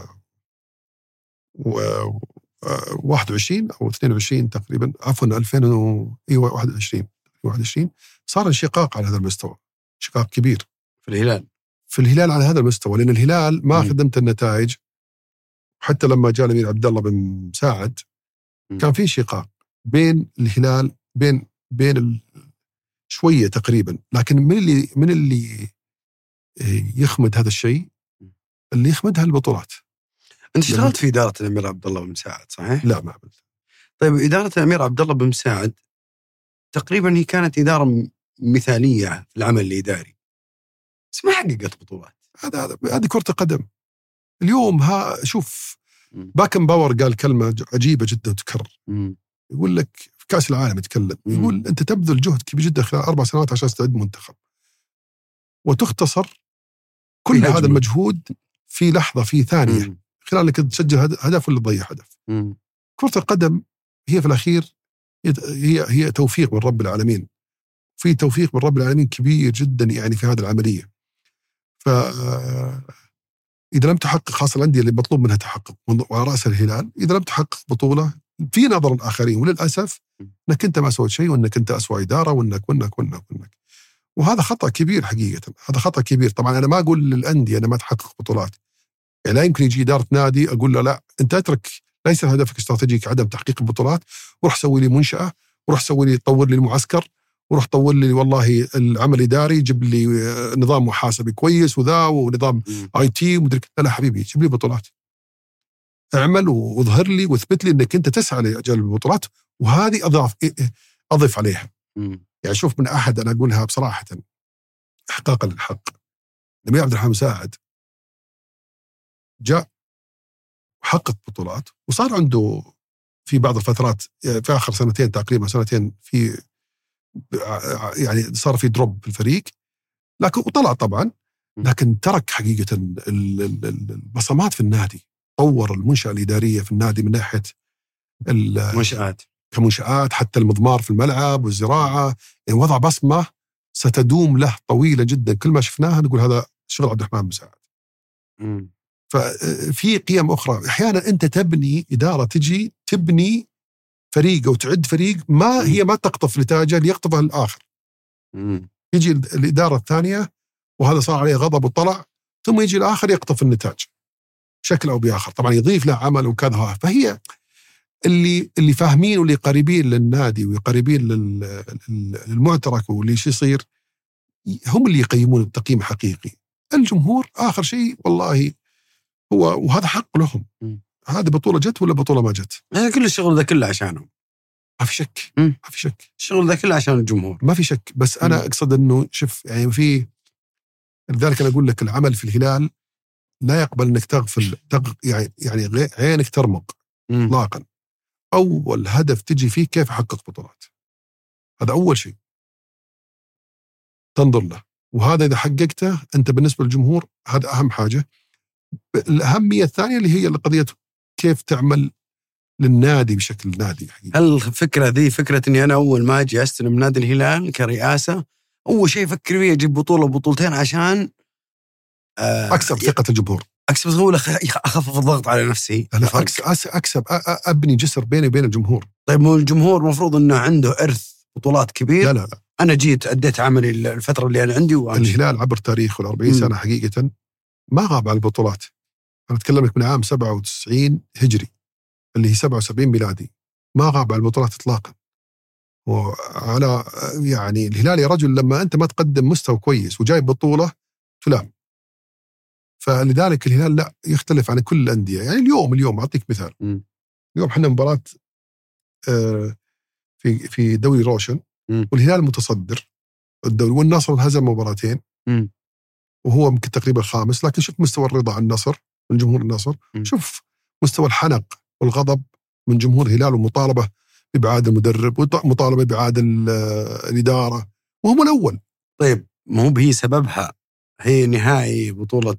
وواحد وعشرين او اثنين وعشرين تقريبا، عفوا ألفين وواحد وعشرين واحد وعشرين صار انشقاق على هذا المستوى، انشقاق كبير في الهلال في الهلال على هذا المستوى، لأن الهلال ما م. خدمت النتائج. حتى لما جاء الأمير عبد الله بن مساعد م. كان في انشقاق بين الهلال بين بين ال... شوية تقريبا، لكن من اللي من اللي يخمد هذا الشيء اللي يخمدها البطولات. أنت اشتغلت في إدارة الأمير عبد الله بن مساعد صحيح؟ لا ما عملت. طيب إدارة الأمير عبد الله بن مساعد تقريبا هي كانت إدارة مثالية في العمل الإداري، بس ما حققت بطولات. هذا هذا هذه كرة القدم اليوم. ها شوف باكن باور قال كلمة عجيبة جدا تكرر، يقول لك في كأس العالم يتكلم يقول م. أنت تبذل جهد كبير جدا خلال أربع سنوات عشان تستعد منتخب، وتختصر كل هذا المجهود في لحظة في ثانية م. خلال أنك تسجل هدف ولا تضيع هدف. م. كرة القدم هي في الأخير هي هي توفيق من رب العالمين، في توفيق من رب العالمين كبير جدا يعني في هذه العملية. فإذا لم تحقق، خاصة الأندية اللي مطلوب منها تحقق وعلى رأس الهلال، إذا لم تحقق بطولة في نظر الآخرين وللأسف أنك أنت ما سويت شيء، وأنك أنت أسوأ إدارة، وأنك وأنك وأنك وأنك وهذا خطأ كبير حقيقة، هذا خطأ كبير. طبعا أنا ما أقول للأندية أنا ما تحقق بطولات، يعني لا يمكن يجي إدارة نادي أقول له لا أنت أترك، ليس هدفك استراتيجيك عدم تحقيق البطولات، وروح سوي لي منشأة، وروح سوي لي طور لي المعسكر، وروح طور لي والله العمل الإداري، جيب لي نظام محاسبي كويس وذا ونظام آي تي ومدرك. لا حبيبي، جيب لي بطولات، اعمل واظهر لي واثبت لي أنك أنت تسعى لجلب البطولات، وهذه أضاف أضف عليها. يعني شوف، من أحد أنا أقولها بصراحة إحقاقا للحق، لما عبد الرحمن مساعد جاء وحقق بطولات، وصار عنده في بعض الفترات في آخر سنتين تقريبا سنتين في يعني صار في دروب في الفريق، لكن وطلع طبعا، لكن ترك حقيقة البصمات في النادي، طور المنشأة الإدارية في النادي من ناحية المنشآت كمنشآت، حتى المضمار في الملعب والزراعة، يعني وضع بصمة ستدوم له طويلة جدا. كل ما شفناها نقول هذا شغل عبد الرحمن مساعد. مم. ففي قيم أخرى أحيانا أنت تبني إدارة، تجي تبني فريق أو تعد فريق ما هي ما تقطف نتاجه ليقطفه الآخر. مم. يجي الإدارة الثانية وهذا صار عليه غضب وطلع، ثم يجي الآخر يقطف النتاج بشكل أو بآخر، طبعا يضيف له عمل وكذا. فهي اللي اللي فاهمين واللي قريبين للنادي وقريبين للمعترك واللي شو يصير هم اللي يقيمون التقييم حقيقي. الجمهور آخر شيء والله هو، وهذا حق لهم. هذه بطولة جت ولا بطولة ما جت؟ كل الشغل ذا كله عشانهم، ما في شك. م. ما في شك الشغل ذا كله عشان الجمهور، ما في شك. بس أنا م. أقصد أنه شوف يعني في، لذلك أنا أقول لك العمل في الهلال لا يقبل أنك تغفل تغ يعني يعني عينك ترمق إطلاقا. أول هدف تجي فيه كيف أحقق بطولات، هذا أول شيء تنظر له، وهذا إذا حققته أنت بالنسبة للجمهور هذا أهم حاجة. الأهمية الثانية اللي هي القضية كيف تعمل للنادي بشكل نادي حقيقي. هل الفكرة ذي فكرة إني أنا أول ما أجي أستلم نادي الهلال كرئاسة أول شيء أفكر فيه أجيب بطولة بطولتين عشان آه أكسب ثقة الجمهور، أكسب ثقة، أخفف الضغط على نفسي، أنا أكسب, أكسب أبني جسر بيني وبين الجمهور. طيب مو الجمهور مفروض إنه عنده إرث بطولات كبير؟ لا لا لا. أنا جيت أديت عملي الفترة اللي أنا عندي وأمشي. الهلال عبر تاريخه الأربعين سنة حقيقة ما غاب عن البطولات. أنا أتكلم لك من عام سبعة وتسعين هجري اللي هي سبعة وسبعين ميلادي، ما غاب عن البطولات إطلاقا. وعلى يعني الهلال يا رجل لما أنت ما تقدم مستوى كويس وجايب بطولة تلام. فلذلك الهلال لا يختلف عن كل الأندية. يعني اليوم اليوم أعطيك مثال، م. اليوم حنا مباراة في في دوري روشن، م. والهلال متصدر الدوري والنصر هزم مباراتين، م. وهو يمكن تقريبا الخامس، لكن شوف مستوى الرضا عن النصر من جمهور النصر، م. شوف مستوى الحنق والغضب من جمهور الهلال، ومطالبة بإبعاد المدرب ومطالبة بإبعاد الإدارة وهم الأول. طيب ما هو به سببها هي نهائي بطولة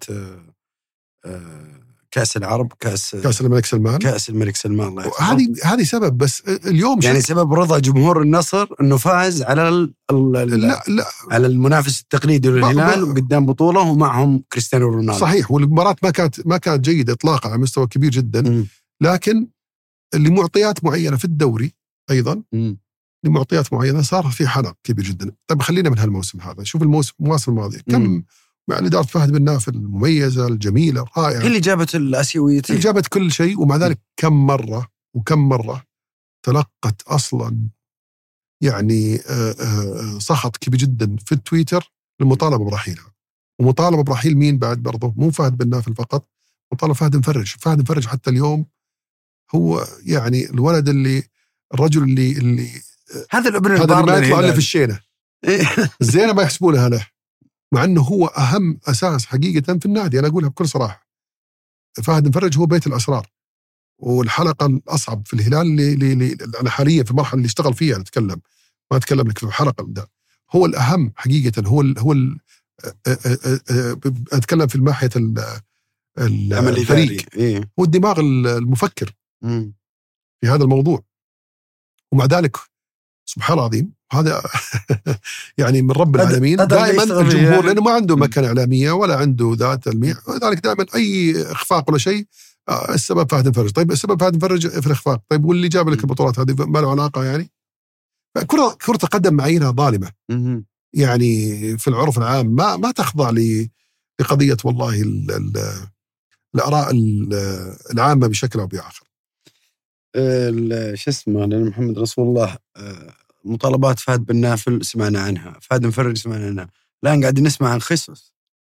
كأس العرب، كأس كأس الملك سلمان، كأس الملك سلمان الله يحفظه. هذه هذه سبب. بس اليوم يعني سبب رضا جمهور النصر انه فاز على ال ال لا لا على المنافس التقليدي للهلال وقدام بطولة ومعهم كريستيانو رونالدو. صحيح، والمباراة ما كانت ما كانت جيدة اطلاقا على مستوى كبير جدا، م. لكن لمعطيات معينة في الدوري ايضا، م. لمعطيات معينة صار في حنق كبير جدا. طيب خلينا من هالموسم هذا، شوف الموسم المواسم الماضية كم مع إدارة فهد بن نافل المميزة الجميلة الرائعة، هي اللي جابت الآسيوية، اللي جابت كل شيء. ومع ذلك كم مرة وكم مرة تلقت أصلا يعني سخط كبير جدا في التويتر للمطالبة برحيلها. ومطالبة برحيل مين بعد برضه؟ مو فهد بن نافل فقط، مطالبة فهد مفرج. فهد مفرج حتى اليوم هو يعني الولد اللي الرجل اللي اللي هذا الابن هذا اللي ما يطلع له في الشينة الزينة ما يحسبونها له، مع أنه هو أهم أساس حقيقة في النادي. أنا أقولها بكل صراحة، فهد مفرج هو بيت الأسرار، والحلقة الأصعب في الهلال اللي, اللي أنا حاليا في المرحلة اللي اشتغل فيها أتكلم، ما أتكلم لك في الحلقة ده، هو الأهم حقيقة. هو ال هو ال أتكلم في الماحية الفريق، إيه؟ هو الدماغ المفكر مم. في هذا الموضوع. ومع ذلك سبحان الله العظيم هذا يعني من رب العالمين دائما الجمهور لأنه ما عنده مكانة إعلامية ولا عنده ذات تلميع، ولذلك دائما أي إخفاق ولا شيء السبب فهد مفرج. طيب السبب فهد مفرج في الإخفاق، طيب واللي جاب لك البطولات هذه ما له علاقة يعني؟ كرة كرة القدم معاييرها ظالمة يعني في العرف العام ما ما تخضع لقضية والله ال ال الآراء العامة بشكل أو بآخر. شو اسمه لأن محمد رسول الله مطالبات فهد بن نافل سمعنا عنها، فهد مفرج سمعنا عنها، الآن قاعدين نسمع عن خصوص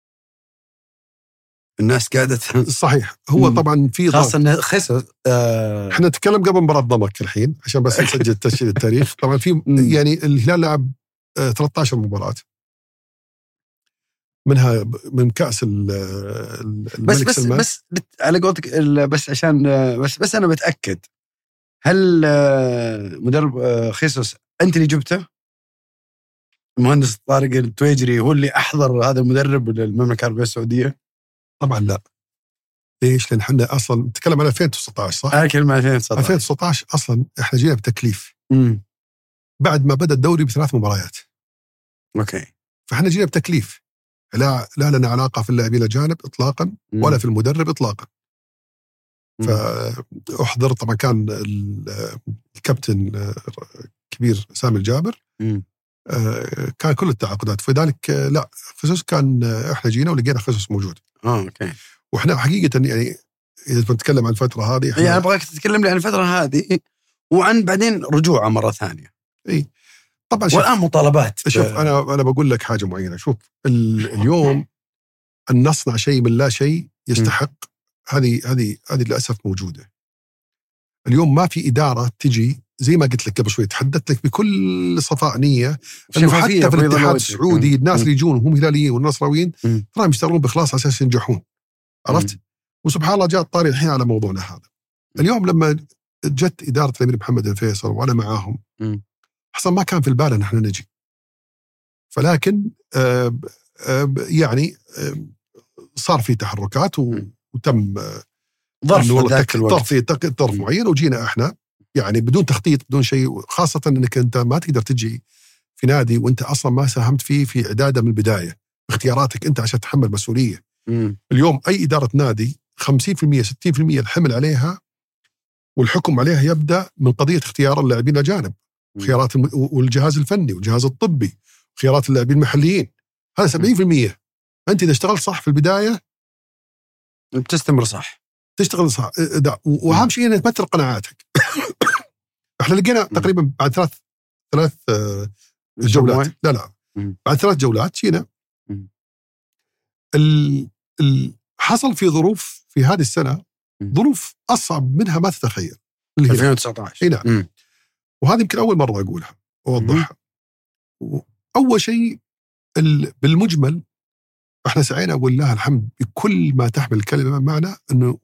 الناس قاعدة صحيح. هو مم. طبعا في خاصة إنه خصوص آه احنا نتكلم قبل مباراة ضمك الحين عشان بس نسجل تسجيل التاريخ. طبعا في يعني الهلال لعب آه ثلاثة عشر مباراة منها من كأس الملك بس بس سلمان. بس على قولتك بس عشان بس بس أنا بتأكد هل مدرب خيسوس أنت اللي جبته؟ المهندس طارق التويجري هو اللي أحضر هذا المدرب للمملكة العربية السعودية؟ طبعا لا. ليش؟ لأن احنا أصلا نتكلم عن ألفين وتسعة عشر صح؟ أنا كلمة ألفين وتسعة عشر. ألفين وتسعة عشر أصلا احنا جينا بتكليف مم. بعد ما بدأ الدوري بثلاث مباريات. أوكي. فاحنا جينا بتكليف، لا لا لنا علاقة في اللاعبين الأجانب إطلاقا ولا مم. في المدرب إطلاقا. فأحضر طبعا كان الكابتن كبير سامي الجابر مم. كان كل التعاقدات، فذلك لا خصوص كان احنا جينا ولقينا خصوص موجود. اه اوكي. واحنا حقيقة يعني إذا بنتكلم عن الفترة هذه يعني أنا أبغاك تتكلم لي عن الفترة هذه وعن بعدين رجوعه مرة ثانية. إيه طبعا. والآن مطالبات. شوف أنا أنا بقول لك حاجة معينة. شوف اليوم أن نصنع شيء من لا شيء يستحق هذه هذه هذه للأسف موجودة. اليوم ما في إدارة تجي زي ما قلت لك قبل شوي تحدثت لك بكل صفاء نية إنه حتى في الاتحاد السعودي الناس اللي يجون وهم هلاليين والنصراويين ترى يشتغلون بإخلاص أساس ينجحون. عرفت؟ وسبحان الله جاء الطاري الحين على موضوعنا هذا. اليوم لما جت إدارة الأمير محمد الفيصل وأنا معاهم أصلا ما كان في البال إن احنا نجي، فلكن آب آب يعني آب صار في تحركات وتم ظرف ذاك الوقت في ظرف معين وجينا احنا يعني بدون تخطيط بدون شيء، خاصة انك انت ما تقدر تجي في نادي وانت اصلا ما ساهمت فيه في اعداده من البداية باختياراتك انت عشان تتحمل مسؤولية. مم. اليوم اي إدارة نادي خمسين بالمئة ستين بالمئة الحمل عليها والحكم عليها يبدأ من قضية اختيار اللاعبين الأجانب، خيارات الم... والجهاز الفني والجهاز الطبي، خيارات اللاعبين المحليين، هذا سبعين بالمئة. أنت إذا اشتغلت صح في البداية بتستمر صح، تشتغل صح. وأهم شيء أن تمثل قناعاتك. احنا لقينا تقريبا بعد ثلاث ثلاث جولات لا لا بعد ثلاث جولات جينا ال... ال... حصل في ظروف في هذه السنة ظروف أصعب منها ما تتخيل ألفين وتسعة عشر. نعم. وهذه يمكن أول مرة أقولها وأوضحها. أول شيء بالمجمل احنا سعينا ولله الحمد بكل ما تحمل الكلمة، معنى أنه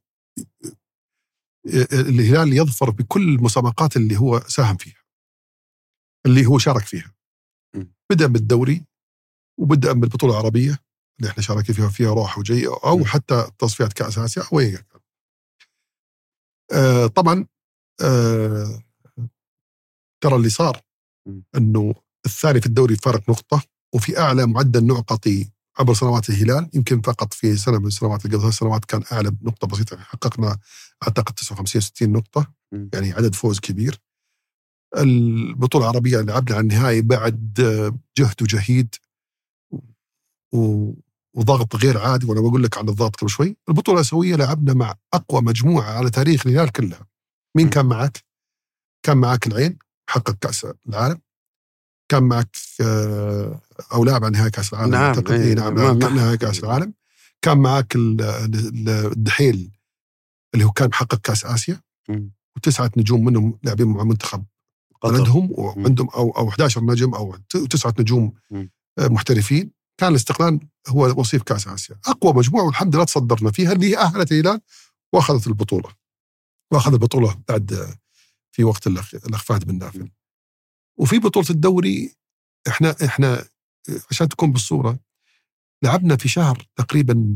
الهلال يظفر بكل المسابقات اللي هو ساهم فيها اللي هو شارك فيها. بدأ بالدوري وبدأ بالبطولة العربية اللي احنا شاركين فيها فيها روح وجاي أو حتى تصفيات كأس آسيا أو أي آه طبعا آه ترى اللي صار أنه الثاني في الدوري فارق نقطة وفي أعلى معدل نقطي عبر سنوات الهلال، يمكن فقط في سنة من السنوات اللي قبل سنوات كان أعلى بنقطة بسيطة، حققنا أعتقد تسعة وخمسين ستين نقطة يعني عدد فوز كبير. البطولة العربية لعبنا على النهائي بعد جهد وجهيد وضغط غير عادي، وأنا بقول لك عن الضغط قبل شوي. البطولة الآسيوية لعبنا مع أقوى مجموعة على تاريخ الهلال كلها. مين كان معك؟ كان معك العين حقق كأس العالم، كان معك أو لاعب عن نهائي كأس العالم. نعم إيه نعم نعم نهائي كأس العالم. كان معك الدحيل اللي هو كان محقق كأس آسيا وتسعة نجوم منهم لاعبين مع منتخب بلدهم وعندهم أو أو إحدى عشر نجم أو تسعة نجوم محترفين. كان الاستقلال هو وصيف كأس آسيا، أقوى مجموعة والحمد لله تصدرنا فيها اللي هي أهلت الهلال وأخذت البطولة وأخذ البطولة بعد في وقت الأخ فهد بن نافل. وفي بطولة الدوري إحنا إحنا عشان تكون بالصورة لعبنا في شهر تقريبا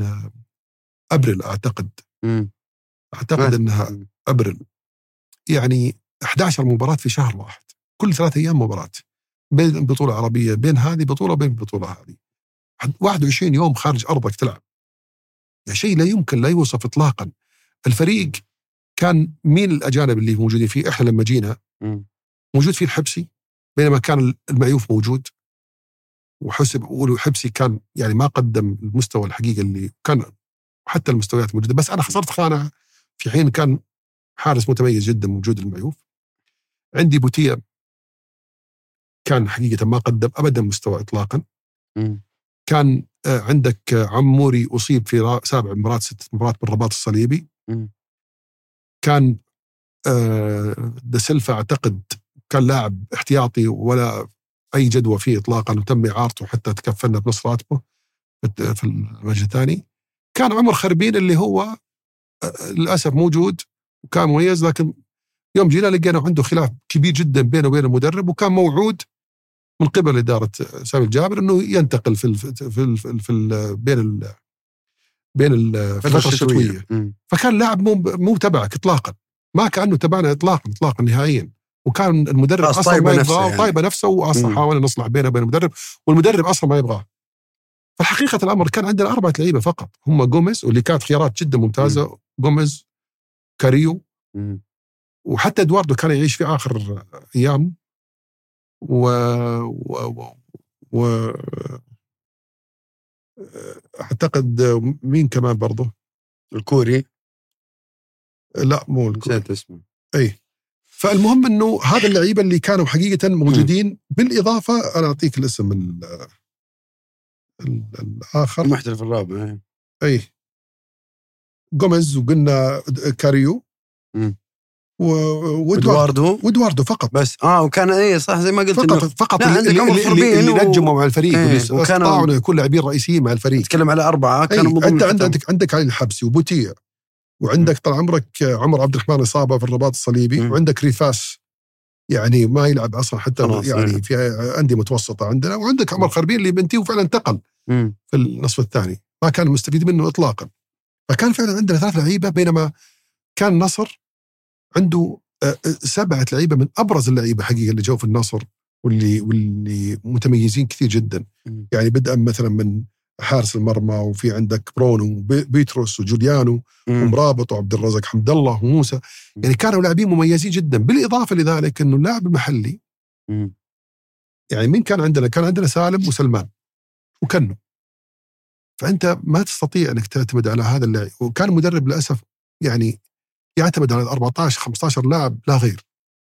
أبريل أعتقد م. أعتقد أنها أبريل، يعني أحد عشر مباراة في شهر واحد، كل ثلاثة أيام مباراة، بين بطولة عربية، بين هذه بطولة بين بطولة هذه، واحد وعشرين يوم خارج أرضك تلعب. يعني شيء لا يمكن لا يوصف إطلاقا. الفريق كان مين الأجانب اللي موجودين فيه؟ إحنا لما جينا موجود فيه الحبسي، بينما كان المعيوف موجود، وحسب والحبسي كان يعني ما قدم المستوى الحقيقي اللي كان، حتى المستويات موجودة، بس أنا خسرت خانة في حين كان حارس متميز جدا موجود المعيوف. عندي بوتيا كان حقيقة ما قدم أبدا مستوى إطلاقا. م. كان عندك عموري أصيب في سابع مباراة ست مباريات بالرباط الصليبي. م. كان داسيلفا أعتقد كان لاعب احتياطي ولا أي جدوى فيه إطلاقا، وتم إعارته حتى تكفلنا بنص راتبه في المجال الثاني. كان عمر خربين اللي هو للأسف موجود وكان مميز، لكن يوم جينا لقينا عنده خلاف كبير جدا بينه وبين المدرب، وكان موعود من قبل إدارة سامي الجابر إنه ينتقل في ال في ال في, ال في ال بين ال بين الفترة الشتوية. فكان لاعب مو مو تبعك إطلاقا، ما كأنه تبعنا إطلاقا إطلاقا نهائيا. وكان المدرب أصلا ما يبغاه، يعني. طيبة نفسه، وأصلا حاول نصلح بينه وبين المدرب، والمدرب أصلا ما يبغاه. فالحقيقة الأمر كان عندنا أربعة لعيبة فقط، هم جوميز، واللي كانت خيارات جدا ممتازة، م. جوميز، كاريو، م. وحتى إدواردو كان يعيش في آخر أيام، و, و... و... و... أعتقد مين كمان برضه، الكوري، لا مو الكوري، نسيت اسمه. أي. فالمهم إنه هذا اللعيبة اللي كانوا حقيقة موجودين، م. بالإضافة أنا أعطيك الاسم ال... الآخر، المحترف الرابع، أي جوميز، وقلنا كاريو، وإدواردو وإدواردو فقط بس. آه وكان إيه صح زي ما قلت فقط إنه فقط اللي, اللي, اللي, اللي و... نجموا مع الفريق، ايه واللي استطاعوا إنه يكون لاعبين رئيسيين مع الفريق. تتكلم على أربعة كانوا أيه. من أنت عندك عندك علي الحبسي وبوتيا، وعندك طال عمرك عمر عبد الرحمن إصابة في الرباط الصليبي، م. وعندك ريفاس يعني ما يلعب أصلا حتى يعني في أندية متوسطة عندنا، وعندك عمر خربين اللي بنتي وفعلا انتقل م. في النصف الثاني، ما كان مستفيد منه إطلاقا. فكان فعلا عندنا ثلاث لعيبة، بينما كان نصر عنده سبعة لعيبة من أبرز اللعيبة حقيقة اللي جو في النصر، واللي واللي متميزين كثير جدا. م. يعني بدءا مثلا من حارس المرمى، وفي عندك برونو وبيتروس وجوليانو م. ومرابط وعبد الرزاق حمد الله وموسى، م. يعني كانوا لاعبين مميزين جدا. بالإضافة لذلك أنه اللاعب المحلي، م. يعني مين كان عندنا؟ كان عندنا سالم وسلمان وكنو. فأنت ما تستطيع أنك تعتمد على هذا اللاعب، وكان المدرب للأسف يعني يعتمد على أربعة عشر خمسة عشر لاعب لا غير،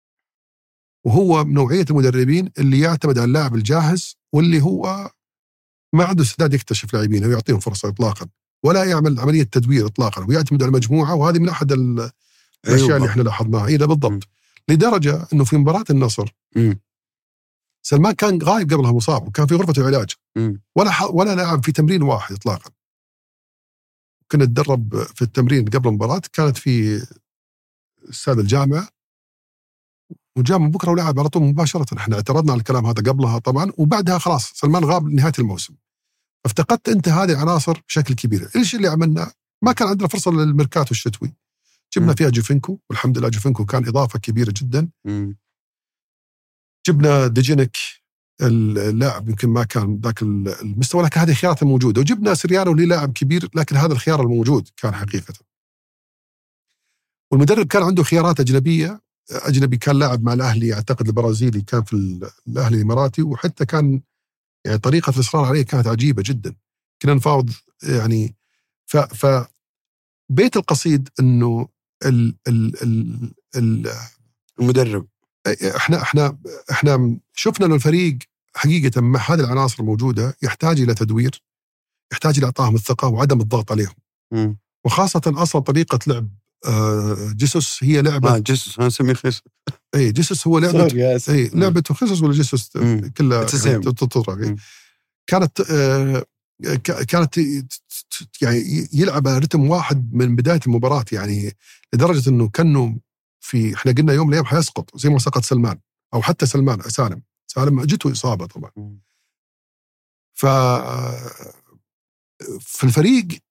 وهو من نوعية المدربين اللي يعتمد على اللاعب الجاهز، واللي هو ما عنده استعداد يكتشف لاعبين أو يعطيهم فرصة إطلاقا، ولا يعمل عملية تدوير إطلاقا، ويعتمد على المجموعة. وهذه من أحد الأشياء أيوة اللي احنا لاحظناها. إيه بالضبط. م. لدرجة أنه في مباراة النصر م. سلمان كان غايب قبلها مصاب، وكان في غرفة العلاج، م. ولا ولا لعب في تمرين واحد إطلاقا. كنا نتدرب في التمرين قبل المباراة، كانت في استاد الجامعة، وجاء من بكرة ولعب على طول مباشرة. احنا اعترضنا على الكلام هذا قبلها طبعا، وبعدها خلاص سلمان غاب نهاية الموسم. افتقدت انت هذه العناصر بشكل كبير. ايش اللي عملنا؟ ما كان عندنا فرصة للميركاتو الشتوي، جبنا م. فيها جوفينكو، والحمد لله جوفينكو كان إضافة كبيرة جدا. م. جبنا ديجينيك اللاعب يمكن ما كان ذاك المستوى، لكن هذه خيارات موجودة. وجبنا سريانو اللي لاعب كبير، لكن هذا الخيار الموجود كان حقيقة. والمدرب كان عنده خيارات أجنبية. أجنبي كان لاعب مع الأهلي، أعتقد البرازيلي كان في الأهلي الإماراتي، وحتى كان يعني طريقة الإصرار عليه كانت عجيبة جدا. كنا نفاوض يعني. ف ف بيت القصيد إنه ال ال ال ال المدرب إحنا إحنا إحنا شفنا إنه الفريق حقيقة مع هذه العناصر الموجودة يحتاج إلى تدوير، يحتاج إلى إعطائهم الثقة وعدم الضغط عليهم. م. وخاصة أصلا طريقة لعب جيسوس هي لعبة آه جيسوس أنا سميه خيسوس. اي جيسوس هو لعبة اي لعبة خيسوس ولا جيسوس كلها تطرق. كانت آه كانت يعني يلعب على رتم واحد من بداية المباراة، يعني لدرجة انه كانوا في احنا قلنا يوم من الايام حيسقط زي ما سقط سلمان، او حتى سلمان سالم سالم جته إصابة طبعا. ف في الفريق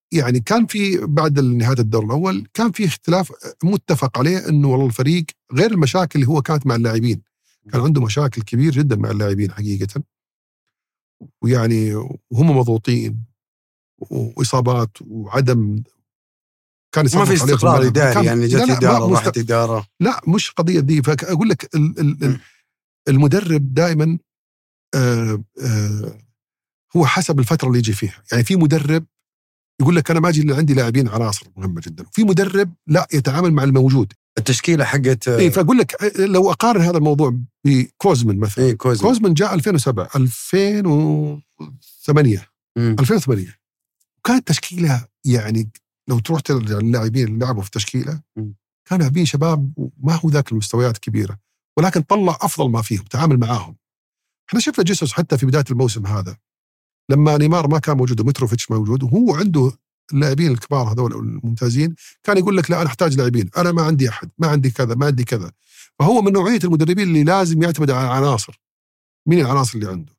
يعني كان في بعد نهاية الدور الأول كان في اختلاف متفق عليه إنه والله الفريق غير المشاكل اللي هو كانت مع اللاعبين، كان عنده مشاكل كبير جدا مع اللاعبين حقيقة، ويعني وهم مضغوطين وإصابات وعدم كان ما في استقرار إداري، يعني جت لا إدارة لا راحت إدارة. لا مش قضية دي. فأقول لك المدرب دائما آه آه هو حسب الفترة اللي يجي فيها. يعني في مدرب يقول لك أنا ما أجي اللي عندي لاعبين عناصر مهمة جدا، في مدرب لا يتعامل مع الموجود التشكيلة حقت إيه. فأقول لك لو أقارن هذا الموضوع بكوزمن مثلا إيه كوزمن. كوزمن جاء ألفين وسبعة ألفين وثمانية مم. ألفين وثمانية وكانت تشكيلة يعني لو تروح ترجع اللاعبين اللي لعبوا في تشكيلة مم. كانوا لاعبين شباب وما هو ذاك المستويات كبيرة، ولكن طلع أفضل ما فيهم تعامل معاهم. احنا شفنا جيسوس حتى في بداية الموسم هذا لما نيمار ما كان موجود ومتروفيتش موجود وهو عنده اللاعبين الكبار هذول الممتازين، كان يقول لك لا أنا أحتاج لاعبين، أنا ما عندي أحد، ما عندي كذا ما عندي كذا. فهو من نوعية المدربين اللي لازم يعتمد على عناصر. مين العناصر اللي عنده؟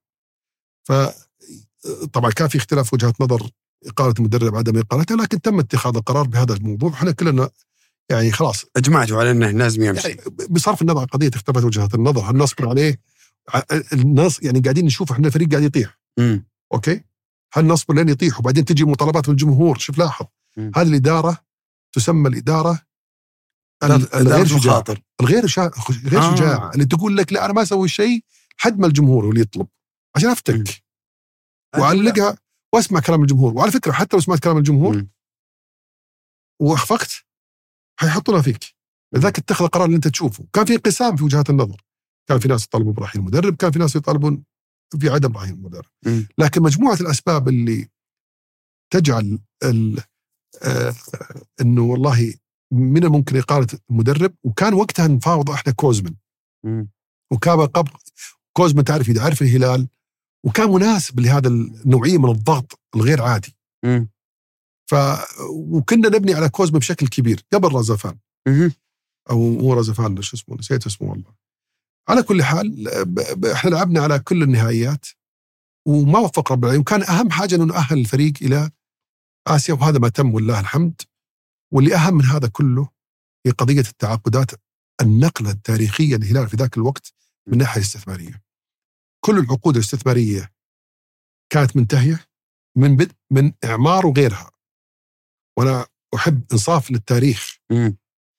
فطبعا كان في اختلاف وجهات نظر إقالة المدرب عدم إقالته، لكن تم اتخاذ القرار بهذا الموضوع. احنا كلنا يعني خلاص اجمعتوا على انه لازم يمشي. يعني بصرف النظر عن قضيه اختلفت وجهات النظر، هل نصبر عليه؟ الناس يعني قاعدين نشوف احنا الفريق قاعد يطيح. امم اوكي، هل نصبر لين يطيح وبعدين تجي مطالبات من الجمهور؟ شوف لاحظ مم. هذه الاداره تسمى الاداره الغير شجاعه الغير شا... غير آه. شجاعه، اللي تقول لك لا انا ما اسوي شيء حد ما الجمهور واللي يطلب عشان افتك مم. واعلقها واسمع كلام الجمهور. وعلى فكره حتى لو سمعت كلام الجمهور مم. واخفقت حيحطونها فيك، لذلك اتخذ القرار اللي انت تشوفه. كان في انقسام في وجهات النظر، كان في ناس يطالبون برحيل المدرب، كان في ناس يطالبون في عدم رحيل المدرب. م. لكن مجموعة الأسباب اللي تجعل ال آه انه والله من الممكن إقالة المدرب، وكان وقتها نفاوض احنا كوزمن م. وكان قبل كوزمن تعرف يعرف الهلال، وكان مناسب لهذا النوعية من الضغط الغير عادي. م. ف وكنا نبني على كوزمن بشكل كبير قبل رزفان م. او مو رزفان شو اسمه نسيت اسمه والله. على كل حال احنا لعبنا على كل النهائيات وما وفق رب العالمين، وكان اهم حاجه انه نؤهل الفريق الى اسيا، وهذا ما تم والله الحمد. واللي اهم من هذا كله هي قضيه التعاقدات، النقله التاريخيه للهلال في ذاك الوقت من ناحيه استثماريه. كل العقود الاستثماريه كانت منتهيه من بدء من اعمار وغيرها، وانا احب انصاف للتاريخ م.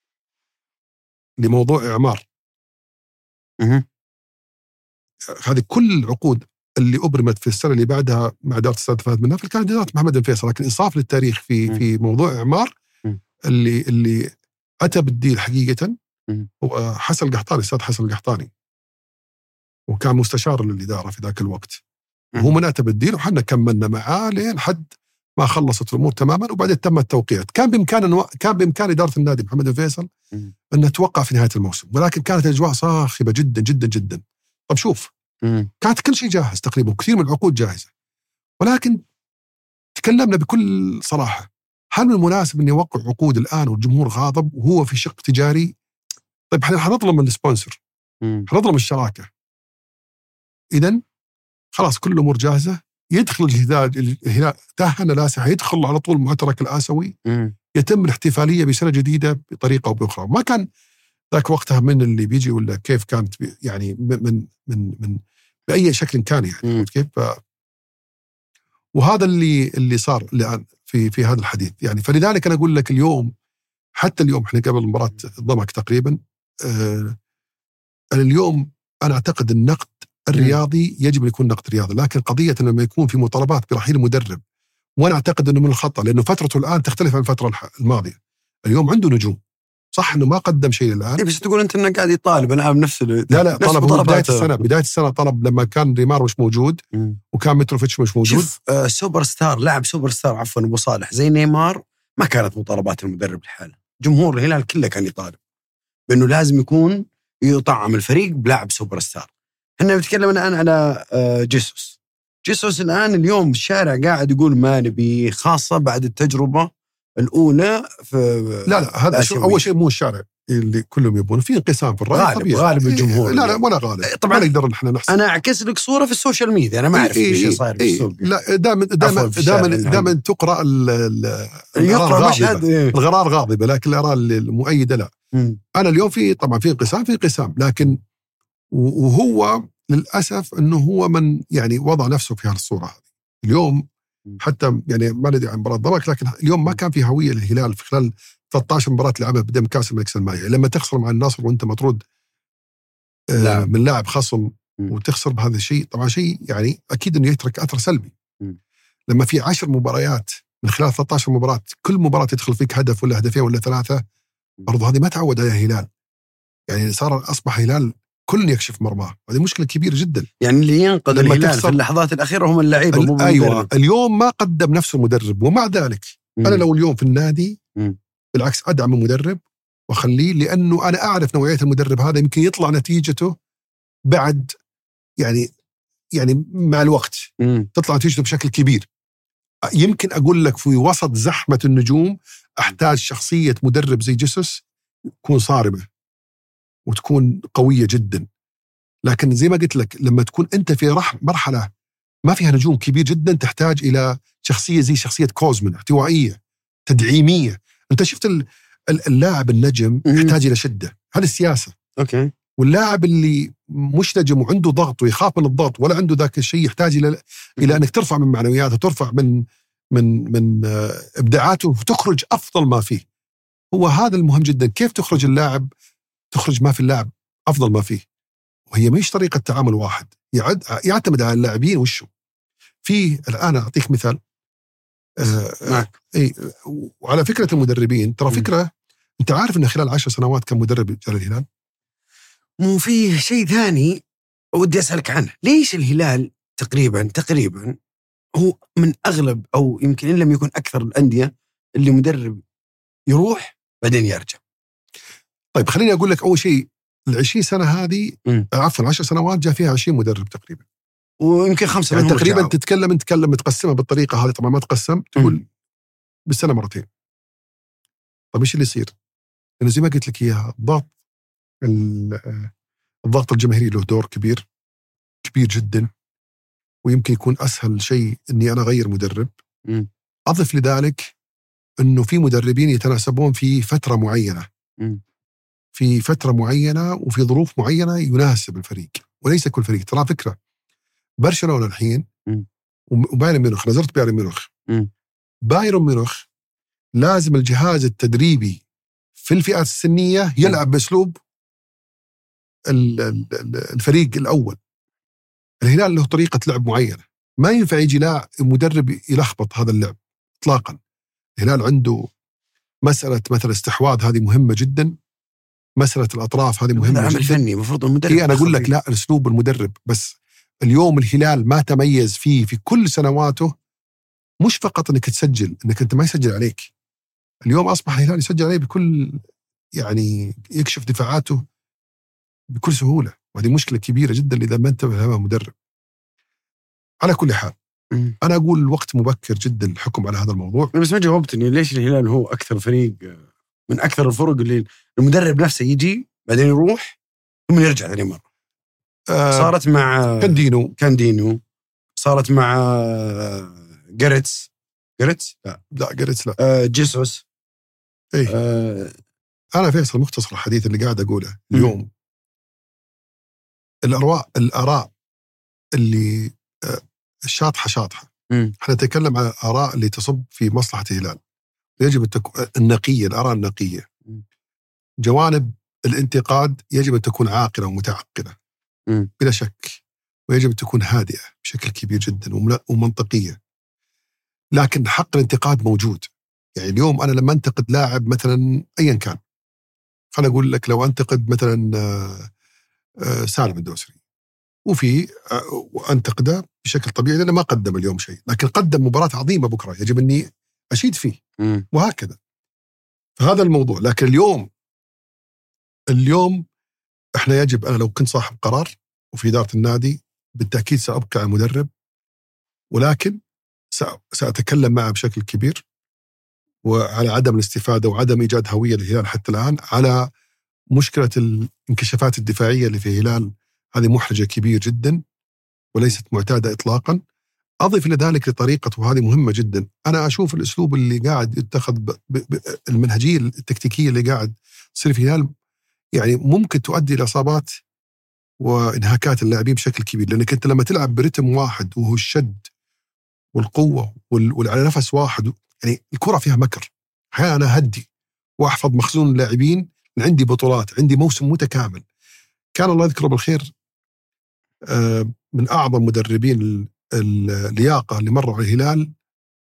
لموضوع اعمار. م. هذه كل العقود اللي أبرمت في السنة اللي بعدها مع إدارة السادة فهد منافل كانت إدارة محمد الفيصل، لكن إنصاف للتاريخ في م. في موضوع إعمار م. اللي اللي أتى بالديل حقيقة م. هو حسن القحطاني، الأستاذ حسن القحطاني، وكان مستشار للإدارة في ذاك الوقت. م. وهو من أتى بالديل وحنا كملنا معاه لين حد ما خلصت الأمور تماما، وبعدين تم التوقيع. كان بإمكان كان بإمكان إدارة النادي محمد الفيصل أن توقع في نهاية الموسم، ولكن كانت الأجواء صاخبة جدا جدا جدا. طب شوف م. كانت كل شيء جاهز تقريبا، كثير من العقود جاهزة، ولكن تكلمنا بكل صراحة، هل من المناسب أن يوقع عقود الآن والجمهور غاضب وهو في شق تجاري؟ طيب احنا حنظلم السبونسر، حنظلم الشراكة. إذن خلاص كل الأمور جاهزة، يدخل الهلال الهلال تاهنا لاسحة، يدخل على طول معترك الآسيوي، يتم الاحتفالية بسنة جديدة بطريقة أو بأخرى. ما كان ذاك وقتها من اللي بيجي ولا كيف كانت يعني من من من بأي شكل كان يعني كيف. وهذا اللي اللي صار الآن في في هذا الحديث يعني. فلذلك أنا أقول لك اليوم، حتى اليوم إحنا قبل مباراة الضمك تقريبا، آه اليوم أنا أعتقد النقد الرياضي يجب أن يكون نقد رياضي، لكن قضية لما يكون في مطالبات برحيل المدرب، وأنا أعتقد أنه من الخطأ، لأنه فترته الآن تختلف عن الفترة الماضية. اليوم عنده نجوم، صح انه ما قدم شيء الان. إيه بس تقول انت انه قاعد يطالب انا بنفس لا لا طلب بدايه السنه بدايه السنه طلب لما كان ريمار مش موجود م. وكان متروفيتش مش موجود. شوف آه سوبر ستار لاعب سوبر ستار عفوا ابو صالح زي نيمار ما كانت مطالبات المدرب الحالي. جمهور الهلال كله كان يطالب بانه لازم يكون يطعم الفريق بلاعب سوبر ستار. احنا بنتكلم الان على آه جيسوس. جيسوس الان اليوم الشارع قاعد يقول ما نبي، خاصه بعد التجربه الأولى في لا لا هذا شو أول شيء مو الشارع، اللي كلهم يبون في انقسام في الرأي غالب طبيعي. غالب الجمهور. لا لا ولا غالب طبعا ما نقدر نحن نحسن. انا اعكس لك صوره في السوشيال ميديا، انا ما اعرف إيه ايش إيه صاير في إيه السوق. لا دائما دائما دائما دائما دائما تقرا يقرا مشهد الغرار غاضبه، لكن الاراء المؤيده لا. م. انا اليوم في طبعا في انقسام في انقسام، لكن وهو للاسف انه هو من يعني وضع نفسه في هالصوره هذه اليوم. حتى يعني ما ندري عن مباراه ضبك، لكن اليوم ما كان في هويه للهلال في خلال ثلاثة عشر مباراه لعبها بدم كاس الملك سلمان. لما تخسر مع النصر وانت مطرود آه من لاعب خصم وتخسر بهذا الشيء، طبعا شيء يعني اكيد انه يترك اثر سلبي. م. لما في عشر مباريات من خلال ثلاثة عشر مباراه كل مباراه يدخل فيك هدف ولا هدفين ولا ثلاثه، برضو هذه ما تعود عليها الهلال. يعني صار اصبح هلال كل يكشف مرماه، هذه مشكله كبيره جدا. يعني اللي ينقذ الهلال في اللحظات الاخيره هم اللعيبه مو ايوه اليوم ما قدم نفسه المدرب، ومع ذلك م. انا لو اليوم في النادي م. بالعكس ادعم المدرب واخليه، لانه انا اعرف نوعيه المدرب هذا يمكن يطلع نتيجته بعد يعني يعني مع الوقت م. تطلع نتيجته بشكل كبير. يمكن اقول لك في وسط زحمه النجوم احتاج شخصيه مدرب زي جيسوس تكون صارمه وتكون قويه جدا. لكن زي ما قلت لك لما تكون انت في مرحله ما فيها نجوم كبير جدا، تحتاج الى شخصيه زي شخصيه كوزمن، احتوائيه تدعيميه. انت شفت اللاعب النجم يحتاج الى شده، هذه السياسه. اوكي. واللاعب اللي مش نجم وعنده ضغط ويخاف من الضغط ولا عنده ذاك الشيء، يحتاج الى الى انك ترفع من معنوياته، ترفع من من من ابداعاته وتخرج افضل ما فيه. هو هذا المهم جدا، كيف تخرج اللاعب، تخرج ما في اللاعب افضل ما فيه. وهي مش طريقه تعامل واحد، يعد يعتمد على اللاعبين وشو في. الان اعطيك مثال آه اي وعلى فكره المدربين، ترى فكره انت عارف ان خلال عشر سنوات كم مدرب جاء الهلال؟ مو فيه شيء ثاني ودي اسالك عنه، ليش الهلال تقريبا تقريبا هو من اغلب او يمكن ان لم يكن اكثر الانديه اللي مدرب يروح بعدين يرجع؟ طيب خليني اقول لك اول شيء، العشرين سنه هذه عفوا عشر سنوات جاء فيها عشرين مدرب تقريبا، ويمكن خمسه يعني منهم تقريبا رجعوا. تتكلم تتكلم متقسمه بالطريقه هذه، طبعا ما تقسم تقول م. بالسنه مرتين. طيب ايش اللي يصير؟ لانه زي ما قلت لك اياها الضغط الضغط الجماهيري له دور كبير كبير جدا، ويمكن يكون اسهل شيء اني انا اغير مدرب. م. اضف لذلك انه في مدربين يتناسبون في فتره معينه م. في فتره معينه وفي ظروف معينه يناسب الفريق، وليس كل فريق. ترى فكره برشلونه الحين وبايرن ميونخ، نزلت بايرن ميونخ، بايرن ميونخ لازم الجهاز التدريبي في الفئات السنيه يلعب باسلوب الفريق الاول. الهلال له طريقه لعب معينه، ما ينفع يجي لا مدرب يلخبط هذا اللعب اطلاقا. الهلال عنده مساله مثلا استحواذ، هذه مهمه جدا. مساله الاطراف هذه مهمه جدا. فني المفروض المدرب. انا اقول لك لا، اسلوب المدرب. بس اليوم الهلال ما تميز فيه في كل سنواته، مش فقط انك تسجل، انك انت ما يسجل عليك. اليوم اصبح الهلال يسجل عليه بكل يعني يكشف دفاعاته بكل سهوله، وهذه مشكله كبيره جدا اذا ما انتبه لها مدرب. على كل حال م. انا اقول الوقت مبكر جدا الحكم على هذا الموضوع. بس ما جاوبتني ليش الهلال هو اكثر فريق من اكثر الفرق اللي المدرب نفسه يجي بعدين يروح ثم يرجع ثاني مره. آه صارت مع كاندينو كاندينو صارت مع جاريتس جاريتس لا لا جاريتس لا آه جيسوس. ايه آه انا فيصل مختصر الحديث اللي قاعد اقوله اليوم. م. الاراء الاراء اللي آه الشاطحه شاطحه. م. احنا نتكلم عن اراء اللي تصب في مصلحه الهلال، يجب التكو... النقيه، الاراء النقيه. م. جوانب الانتقاد يجب ان تكون عاقله ومتعقله م. بلا شك، ويجب ان تكون هادئه بشكل كبير جدا ومنطقيه. لكن حق الانتقاد موجود. يعني اليوم انا لما انتقد لاعب مثلا ايا كان، خليني اقول لك لو انتقد مثلا سالم الدوسري وفي وانتقده بشكل طبيعي لانه ما قدم اليوم شيء، لكن قدم مباراه عظيمه بكره يجب اني اشيد فيه م. وهكذا. فهذا الموضوع. لكن اليوم اليوم احنا يجب، انا لو كنت صاحب قرار وفي اداره النادي بالتاكيد سابقى على المدرب، ولكن ساتكلم معه بشكل كبير وعلى عدم الاستفاده وعدم ايجاد هويه للهلال حتى الان، على مشكلة الانكشافات الدفاعية اللي في الهلال هذه محرجة كبير جدا وليست معتادة إطلاقا. أضف إلى ذلك لطريقة، وهذه مهمة جدا، أنا أشوف الأسلوب اللي قاعد يتخذ ب... ب... المنهجية التكتيكية اللي قاعد تصير في الهلال يعني ممكن تؤدي إلى إصابات وإنهاكات اللاعبين بشكل كبير، لأنك أنت لما تلعب برتم واحد وهو الشد والقوة وال... والعلى نفس واحد، يعني الكرة فيها مكر. أحيانا أنا هدي وأحفظ مخزون اللاعبين، عندي بطولات، عندي موسم متكامل. كان الله يذكره بالخير من أعظم مدربين اللياقة اللي مروا على الهلال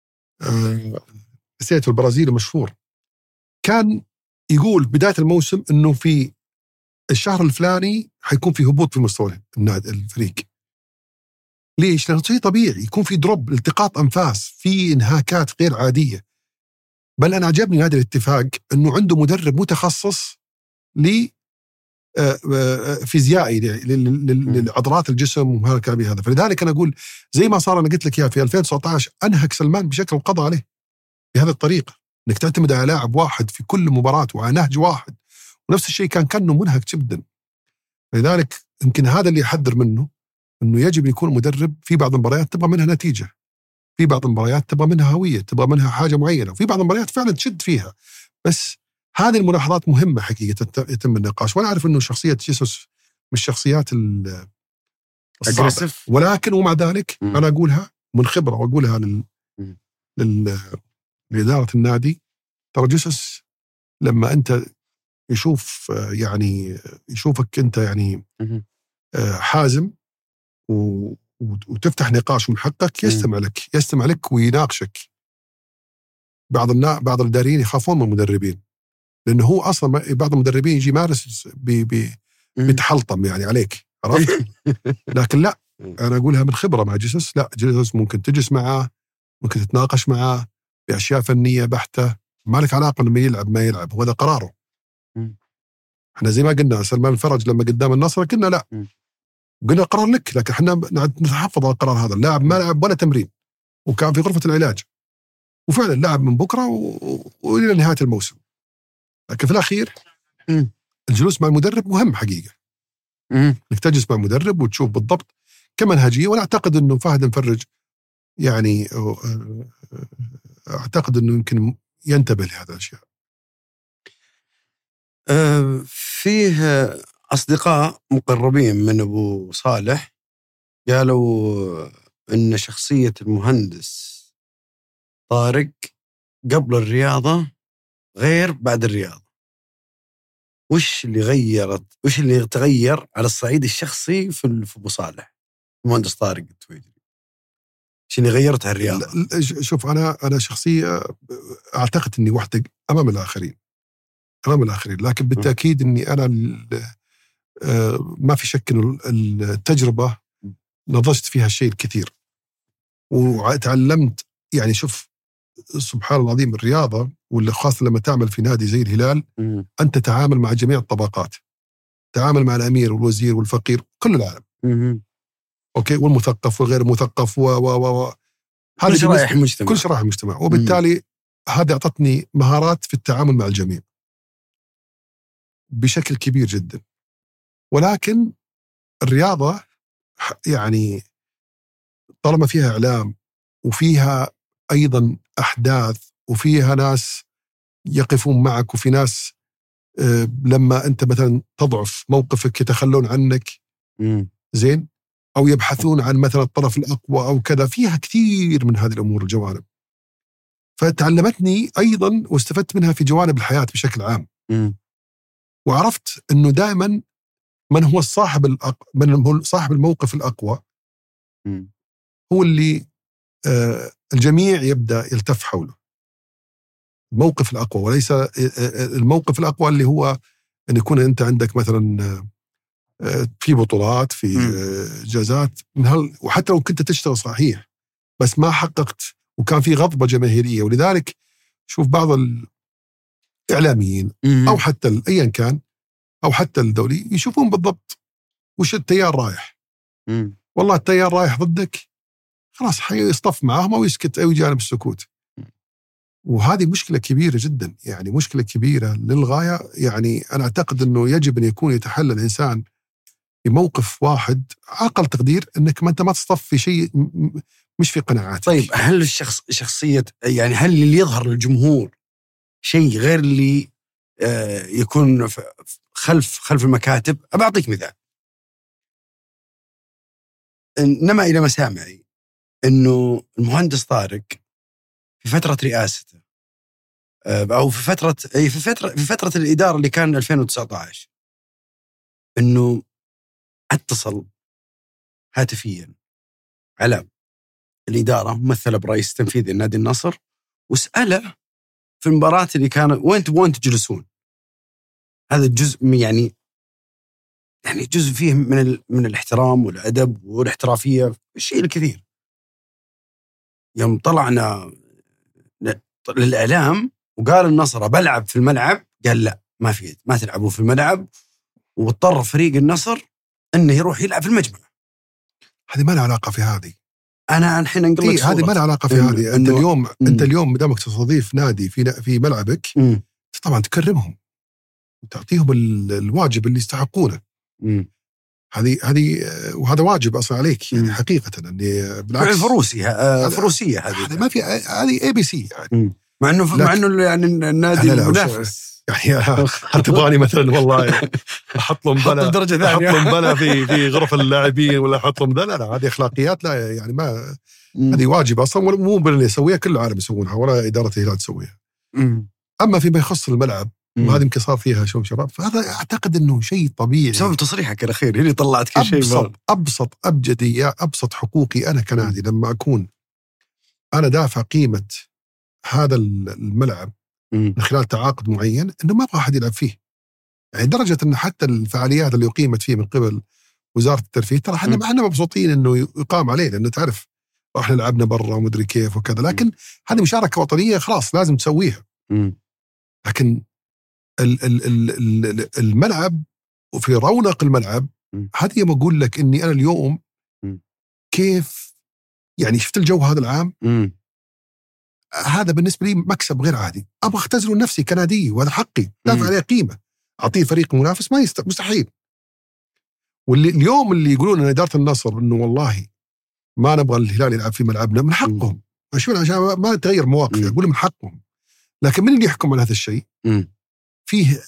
سيئة البرازيلي مشهور، كان يقول بداية الموسم إنه في الشهر الفلاني حيكون في هبوط في مستوى النادي الفريق. ليش؟ لأنه شيء طبيعي، يكون في دروب، التقاط أنفاس، في انهاكات غير عادية. بل أنا عجبني هذا الاتفاق إنه عنده مدرب متخصص ل فيزيائي لعضلات الجسم وهالكلام هذا. فلذلك أنا أقول زي ما صار، أنا قلت لك يا في ألفين وتسعة عشر أنهك سلمان بشكل وقضى عليه بهذه الطريقة، إنك تعتمد على لاعب واحد في كل مباراة وعلى نهج واحد، ونفس الشيء كان كأنه منهك جدا. لذلك يمكن هذا اللي يحذر منه، إنه يجب أن يكون مدرب في بعض المباريات تبغى منها نتيجة، في بعض المباريات تبغى منها هوية، تبغى منها حاجة معينة، وفي بعض المباريات فعلا تشد فيها. بس هذه الملاحظات مهمة حقيقة يتم النقاش. وأنا أعرف أنه شخصية جيسوس مش شخصيات الصعبة، ولكن ومع ذلك م. أنا أقولها من خبرة، وأقولها لل... لل... لإدارة النادي. ترى جيسوس لما أنت يشوف يعني يشوفك أنت يعني حازم و... وتفتح نقاش من حقك، يستمع لك يستمع لك ويناقشك. بعض النا... بعض الإداريين يخافون من المدربين، لأنه هو أصلا بعض المدربين يجي يمارس بيتحلطم يعني عليك، عرفت؟ لكن لا، أنا أقولها من خبرة مع جيسوس، لا جيسوس ممكن تجلس معاه، ممكن تتناقش معاه بأشياء فنية بحتة، ما لك علاقة إنه يلعب ما يلعب، هو هذا قراره. إحنا زي ما قلنا سلمان الفرج لما قدام النصر قلنا لا، قلنا قرار لك، لكن إحنا نتحفظ على القرار هذا. اللاعب ما لعب ولا تمرين، وكان في غرفة العلاج، وفعلا لعب من بكرة و... وإلى نهاية الموسم. لكن في الأخير م. الجلوس مع المدرب مهم حقيقة، إنك تجلس مع المدرب وتشوف بالضبط كمنهجية. وأنا أعتقد إنه فهد المفرج يعني أعتقد إنه يمكن ينتبه لهذا الأشياء. أه فيه أصدقاء مقربين من أبو صالح قالوا إن شخصية المهندس طارق قبل الرياضة غير بعد الرياضة. وش اللي غيرت وش اللي تغير على الصعيد الشخصي في أبو صالح المهندس طارق التويجري؟ وش اللي غيرتها الرياضة؟ شوف أنا أنا شخصية أعتقد إني وحدة أمام الآخرين أمام الآخرين لكن بالتأكيد إني أنا ما في شك إنه التجربة نضجت فيها الشيء الكثير وتعلمت. يعني شوف سبحان الله العظيم، الرياضة واللي خاصة لما تعمل في نادي زي الهلال م. أنت تتعامل مع جميع الطبقات، تعامل مع الأمير والوزير والفقير كل العالم م. أوكي، والمثقف وغير المثقف و و و كل شرائح المجتمع كل شرائح المجتمع وبالتالي هذا أعطتني مهارات في التعامل مع الجميع بشكل كبير جدا. ولكن الرياضة يعني طالما فيها إعلام وفيها أيضا أحداث وفيها ناس يقفون معك، وفي ناس لما أنت مثلا تضعف موقفك يتخلون عنك م. زين، أو يبحثون عن مثلا الطرف الأقوى أو كذا، فيها كثير من هذه الأمور الجوانب. فتعلمتني أيضا واستفدت منها في جوانب الحياة بشكل عام م. وعرفت أنه دائما من هو الصاحب الأق... من هو صاحب الموقف الأقوى م. هو اللي آه الجميع يبدأ يلتف حوله، الموقف الأقوى، وليس الموقف الأقوى اللي هو أن يكون أنت عندك مثلا في بطولات في جازات من هال، وحتى لو كنت تشتغل صحيح بس ما حققت وكان في غضبة جماهيرية. ولذلك شوف بعض الإعلاميين أو حتى أيا كان أو حتى الدولي يشوفون بالضبط وش التيار رايح. والله التيار رايح ضدك، خلاص حيصطف معهم أو يسكت أو يجانب السكوت. وهذه مشكلة كبيرة جدا، يعني مشكلة كبيرة للغاية. يعني أنا أعتقد أنه يجب أن يكون يتحلى الإنسان في موقف واحد، أقل تقدير أنك ما أنت ما تصطف في شيء مش في قناعاتك. طيب هل الشخص شخصية يعني هل اللي يظهر للجمهور شيء غير اللي آه يكون خلف خلف المكاتب؟ أبى أعطيك مثال. إنما إلى مسامعي إنه المهندس طارق في فترة رئاسته أو في فترة أي في فترة في فترة الإدارة اللي كان ألفين وتسعة عشر إنه اتصل هاتفيا على الإدارة ممثلة برئيس تنفيذي النادي النصر وسأله في المباراة اللي كان وين تبغون تجلسون. هذا الجزء يعني يعني جزء فيه من ال... من الاحترام والأدب والاحترافية، الشيء الكثير. يوم طلعنا للإعلام وقال النصر بلعب في الملعب، قال لا ما في ما تلعبوا في الملعب، واضطر فريق النصر انه يروح يلعب في المجمع. هذه ما لها علاقة في هذه. انا الحين انقل لك هذه ما لها علاقة في هذه. انت اليوم م. انت اليوم مدامك تستضيف نادي في في ملعبك م. طبعا تكرمهم وتعطيهم الواجب اللي يستحقونه. هذه هذه وهذا واجب اصلا عليك يعني حقيقة. اني بالعكس فروسية فروسية هذه ما في هذه اي بي سي يعني. مع انه مع انه يعني النادي المنافس يعني هتبغاني مثلا والله احط لهم بلا احط لهم بلا في في غرف اللاعبين ولا احط لهم لا لا هذه اخلاقيات لا يعني ما هذه واجب اصلا مو باللي يسويها كل العالم يسوونها ولا اداره الهلال تسويها. اما فيما يخص الملعب وهذا يمكن صار فيها شو شباب، فهذا اعتقد انه شيء طبيعي. بسبب تصريحك الاخير هي اللي طلعت كل شيء. ابسط ابسط ابجدي ابسط حقوقي انا كنادي لما اكون انا دافع قيمه هذا الملعب من خلال تعاقد معين انه ما ابغى احد يلعب فيه. يعني درجه ان حتى الفعاليات اللي اقيمت فيه من قبل وزاره الترفيه ترى احنا ما احنا مبسوطين انه يقام عليه، لانه تعرف احنا لعبنا برا ومدري كيف وكذا، لكن هذه مشاركه وطنيه خلاص لازم تسويها. لكن ال ال ال الملعب وفي رونق الملعب هذه ما اقول لك اني انا اليوم كيف يعني شفت الجو هذا العام. هذا بالنسبة لي مكسب غير عادي. أبغى أختزل نفسي كنادي وهذا حقي، دافع عليه قيمة، أعطيه فريق منافس ما يست... مستحيل. واللي اليوم اللي يقولون أن إدارة النصر إنه والله ما نبغى الهلال يلعب في ملعبنا، من حقهم. أشوف عشان ما تغير مواقفي أقول من حقهم. لكن من اللي يحكم على هذا الشيء؟ فيه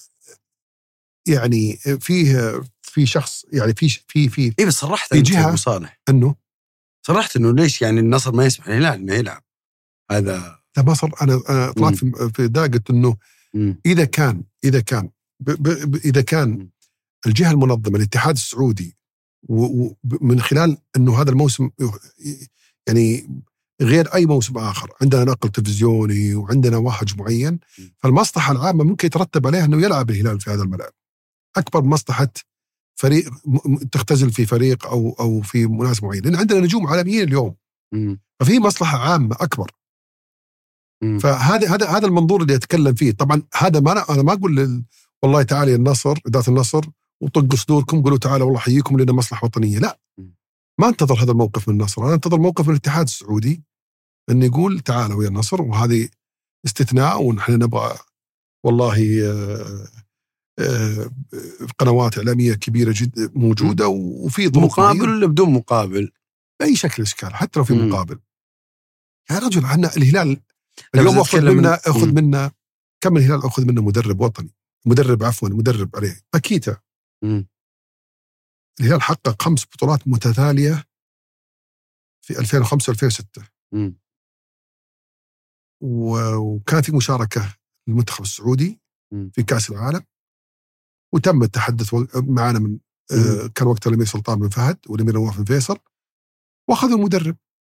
يعني فيه في شخص يعني في في في إيه بس صرحت أنت أبو صالح إنه صرحت إنه ليش يعني النصر ما يسمح للهلال إنه يلعب. هذا لا ما صار. أنا أنا طلعت في في داقة إنه مم. إذا كان إذا كان ب ب إذا كان الجهة المنظمة الاتحاد السعودي ومن خلال إنه هذا الموسم يعني غير أي موسم آخر عندنا نقل تلفزيوني وعندنا واحد معين، فالمصلحة العامة ممكن يترتب عليها إنه يلعب الهلال في هذا الملعب أكبر مصلحة فريق تختزل في فريق أو أو في مناسبة معينة، لأن عندنا نجوم عالميين اليوم. مم. ففي مصلحة عامة أكبر. فهذا هذا هذا المنظور اللي أتكلم فيه. طبعا هذا ما أنا أنا ما أقول والله تعالى النصر إدارة النصر وطقوا صدوركم قولوا تعالى والله حييكم لنا مصلحة وطنية. لا، ما انتظر هذا الموقف من النصر، أنا انتظر موقف من الاتحاد السعودي أن يقول تعالى ويا النصر وهذه استثناء ونحن نبغى والله آآ آآ قنوات إعلامية كبيرة جدا موجودة وفي مقابل ولا بدون مقابل بأي شكل إشكال حتى لو في م. مقابل. يا رجل عنا الهلال اليوم أخذ منا أخذ م. منا كم الهلال أخذ منا مدرب وطني مدرب عفوا مدرب عليه باكيتا. م. الهلال حقق خمس بطولات متتالية في ألفين وخمسة وألفين وستة م. وكان في مشاركة للمنتخب السعودي م. في كأس العالم، وتم التحدث معنا من آه كان وقتها الأمير سلطان بن فهد والأمير نواف بن فيصل وأخذوا المدرب.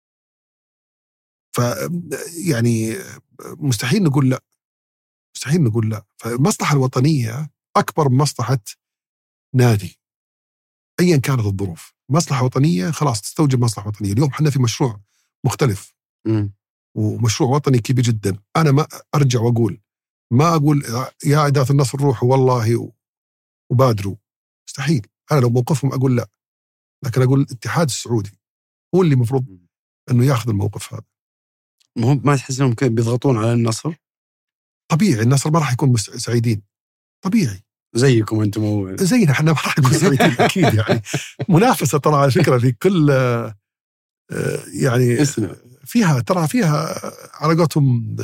ف يعني مستحيل نقول لا، مستحيل نقول لا. فالمصلحة الوطنية أكبر من مصلحة نادي أيا كانت الظروف. مصلحة وطنية خلاص تستوجب مصلحة وطنية. اليوم حنا في مشروع مختلف م. ومشروع وطني كبير جدا. أنا ما أرجع وأقول ما أقول يا إدارة النصر روحوا والله وبادروا، مستحيل. أنا لو موقفهم أقول لا، لكن أقول الاتحاد السعودي هو اللي مفروض أنه يأخذ الموقف هذا. مو ما تحس انهم بيضغطون على النصر؟ طبيعي النصر ما راح يكون سعيدين، طبيعي زيكم انتم و... زينا احنا ما راح نكون سعيدين اكيد. يعني منافسه ترى على فكره في كل يعني فيها ترى فيها على قولتهم.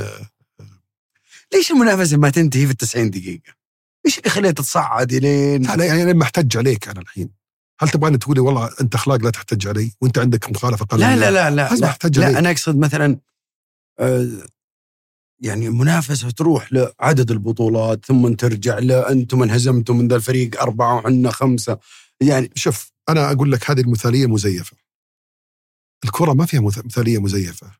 ليش المنافسه ما تنتهي في التسعين دقيقه؟ ايش اللي خليها تتصعد الين؟ لا يعني انا محتج عليك انا الحين. هل تبغاني تقولي والله انت اخلاق لا تحتج علي وانت عندك مخالفه قانونيه؟ لا لا لا لا, لا, لا انا اقصد مثلا آه يعني منافسه تروح لعدد البطولات ثم ترجع لانتم انهزمتم من ذا الفريق اربعه وعنا خمسه. يعني شوف انا اقول لك هذه المثاليه مزيفه. الكره ما فيها مثاليه مزيفه.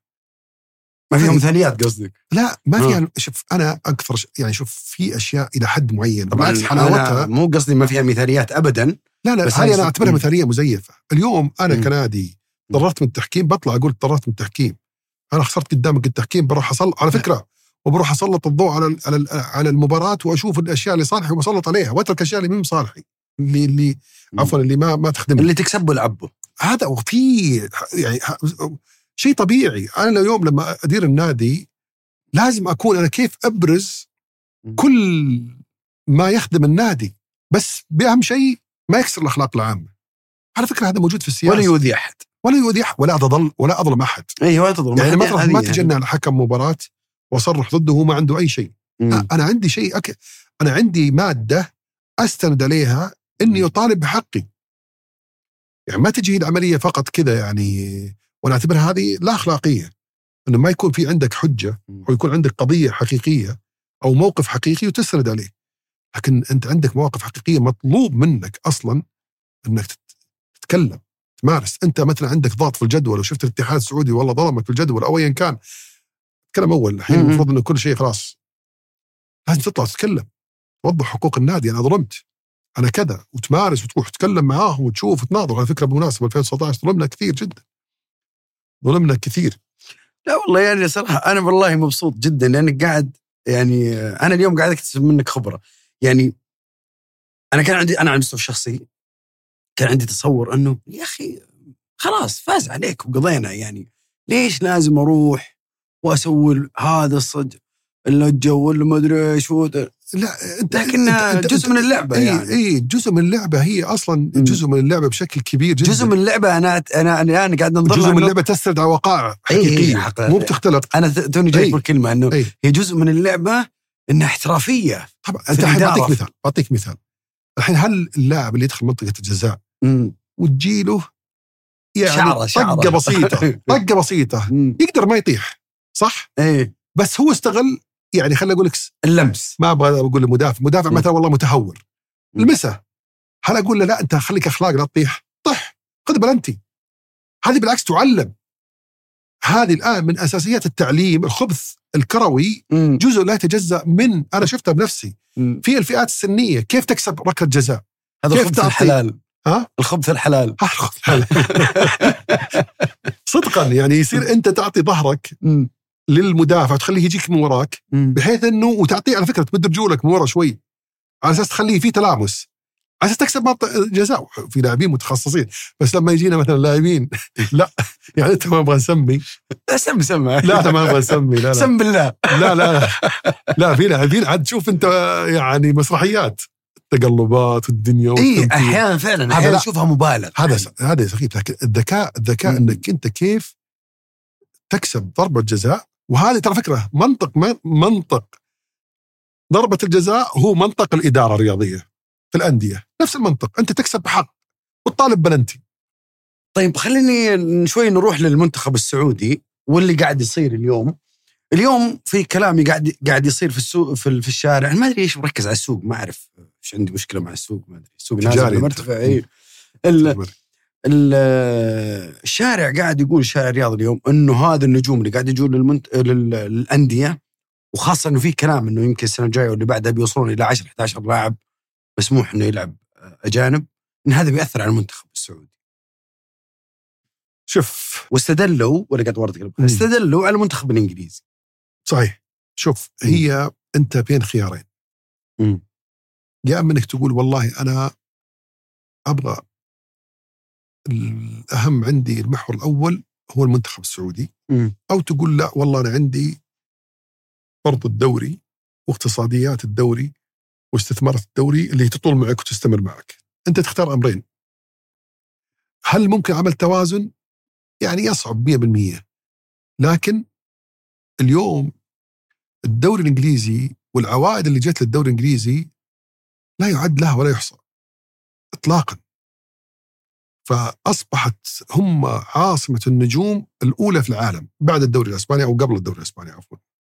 ما فيها مثاليات قصدك؟ لا ما فيها. شوف انا اكثر يعني شوف في اشياء الى حد معين بالعكس حلاوتها. مو قصدي ما فيها مثاليات ابدا. لا لا هذه انا اعتبرها مثاليه مزيفه. اليوم انا م. كنادي ضررت من التحكيم بطلع اقول ضررت من التحكيم. انا خسرت قدامك التحكيم بروح اصل على فكره وبروح اسلط الضوء على على على المباراه واشوف الاشياء اللي صالحي وبسلط عليها واترك الاشياء اللي مو صالحي اللي اللي عفوا اللي ما ما تخدمني اللي تكسبه العبه. هذا وفي يعني شيء طبيعي. انا اليوم لما ادير النادي لازم اكون انا كيف ابرز كل ما يخدم النادي بس باهم شيء ما يكسر الاخلاق العامه. على فكره هذا موجود في السياسه. ولا يؤذي احد ولا يؤذي احد ولا اضل ولا اظلم احد. ايوه ولا تظلم يعني مثلا ما تجنن على حكم مباراه واصرح ضده وهو ما عنده اي شيء. مم. انا عندي شيء أك... انا عندي ماده استند عليها اني اطالب بحقي. يعني ما تجي العمليه فقط كذا يعني. وانا اعتبرها هذه لا اخلاقيه انه ما يكون في عندك حجه ويكون عندك قضيه حقيقيه او موقف حقيقي وتسرد عليه. لكن انت عندك مواقف حقيقيه مطلوب منك اصلا انك تتكلم تمارس. انت مثلا عندك ضغط في الجدول وشفت الاتحاد السعودي والله ظلمك في الجدول او ايا كان تكلم اول. الحين المفروض انه كل شيء خلاص لازم تطلع تتكلم توضح حقوق النادي. انا ظلمت انا كذا وتمارس وتروح تتكلم معاهم وتشوف وتناظر. على فكره بالمناسبه ألفين وتسعة عشر ظلمنا كثير جدا ظلمنا كثير. لا والله يعني صراحه انا والله مبسوط جدا لانك قاعد يعني انا اليوم قاعد اكتسب منك خبره. يعني انا كان عندي انا على المستوى الشخصي كان عندي تصور انه يا اخي خلاص فاز عليك وقضينا. يعني ليش لازم اروح واسوي هذا الصج اللجه ولا ما ادري ايش. لا انت لكنها جزء من اللعبه. اي يعني اي جزء من اللعبه. هي اصلا جزء من اللعبه بشكل كبير جدا. جزء من اللعبه. انا انا انا, أنا قاعد انظر جزء من اللعبه تسرد على وقائع حقيقيه مو بتختلط. انا توني جايب الكلمه انه أي. هي جزء من اللعبه انها احترافيه. طبعا انت الحين بعطيك مثال بعطيك مثال الحين هل اللاعب اللي يدخل منطقه الجزاء وتجيله يعني شعرة شعرة. طقه بسيطه طقه بسيطه يقدر ما يطيح صح؟ ايه بس هو استغل يعني خليني اقول لك اللمس. ما ابغى اقول المدافع مدافع مثلا والله متهور المسه. هل اقول له لا انت خليك اخلاق لا تطيح طح خذ بلنتي؟ هذه بالعكس تعلم. هذه الان من اساسيات التعليم. الخبث الكروي مم. جزء لا يتجزأ من انا شفتها بنفسي مم. في الفئات السنيه كيف تكسب ركله جزاء. هذا كيف الخبث الحلال. ها الخبث الحلال. الخبث الحلال. صدقا يعني يصير انت تعطي ظهرك مم. للمدافع تخليه يجيك من وراك بحيث انه وتعطيه على فكره تمد رجولك من ورا شوي على اساس تخليه فيه تلامس على اساس تكسب جزاء. في لاعبين متخصصين بس لما يجينا مثلا لاعبين لا يعني انت ما ابغى نسمي لا سم سم لا ما ابغى نسمي لا لا سم بالله لا لا لا, لا في لاعبين عاد تشوف انت يعني مسرحيات تقلبات الدنيا اي احيانا فعلا احيانا اشوفها مبالغ. هذا هذا سخيف. لكن الذكاء الذكاء انك انت كيف تكسب ضربه جزاء. وهذه ترى فكرة منطق منطق ضربة الجزاء هو منطق الإدارة الرياضية في الأندية نفس المنطق. أنت تكسب بحق وتطالب بلنتي. طيب خليني شوي نروح للمنتخب السعودي واللي قاعد يصير اليوم. اليوم في كلامي قاعد قاعد يصير في السوق في, في الشارع. ما أدري إيش مركز على السوق ما أعرف إيش عندي مشكلة مع السوق. ما أدري السوق نازل مرتفع. إيه الشارع قاعد يقول الشارع الرياضي اليوم انه هذا النجوم اللي قاعد يجون للمنت... للانديه وخاصه انه في كلام انه يمكن السنه الجايه واللي بعدها بيوصلون الى عشرة إحدى عشر لاعب مسموح انه يلعب اجانب ان هذا بيأثر على المنتخب السعودي. شوف واستدلوا ولا قد ورد استدلوا على المنتخب الانجليزي. صحيح. شوف مم. هي انت بين خيارين. امم يا اما انك تقول والله انا ابغى الأهم عندي المحور الأول هو المنتخب السعودي، م. أو تقول لا والله أنا عندي فرض الدوري واقتصاديات الدوري واستثمارات الدوري اللي تطول معك وتستمر معك. أنت تختار أمرين. هل ممكن عمل توازن؟ يعني يصعب مية بالمية، لكن اليوم الدوري الإنجليزي والعوائد اللي جت للدوري الإنجليزي لا يعد لها ولا يحصى إطلاقا. فأصبحت هم عاصمة النجوم الأولى في العالم بعد الدوري الإسباني أو قبل الدوري الإسباني عفوا.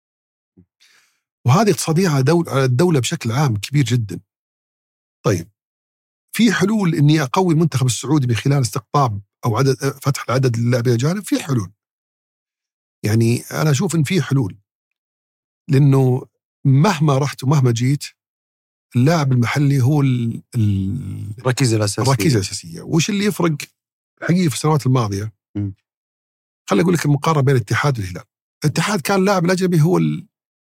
وهذه اقتصادية على الدولة بشكل عام كبير جدا. طيب في حلول إني أقوي المنتخب السعودي من خلال استقطاب أو عدد فتح العدد للاعبين الأجانب؟ في حلول، يعني أنا أشوف إن في حلول، لأنه مهما رحت ومهما جيت اللاعب المحلي هو الركيزة الأساسية. الركيزة الأساسية. وش اللي يفرق حقيقة في السنوات الماضية؟ خلي أقول لك المقارنة بين الاتحاد والهلال. الاتحاد كان اللاعب الأجنبي هو ال...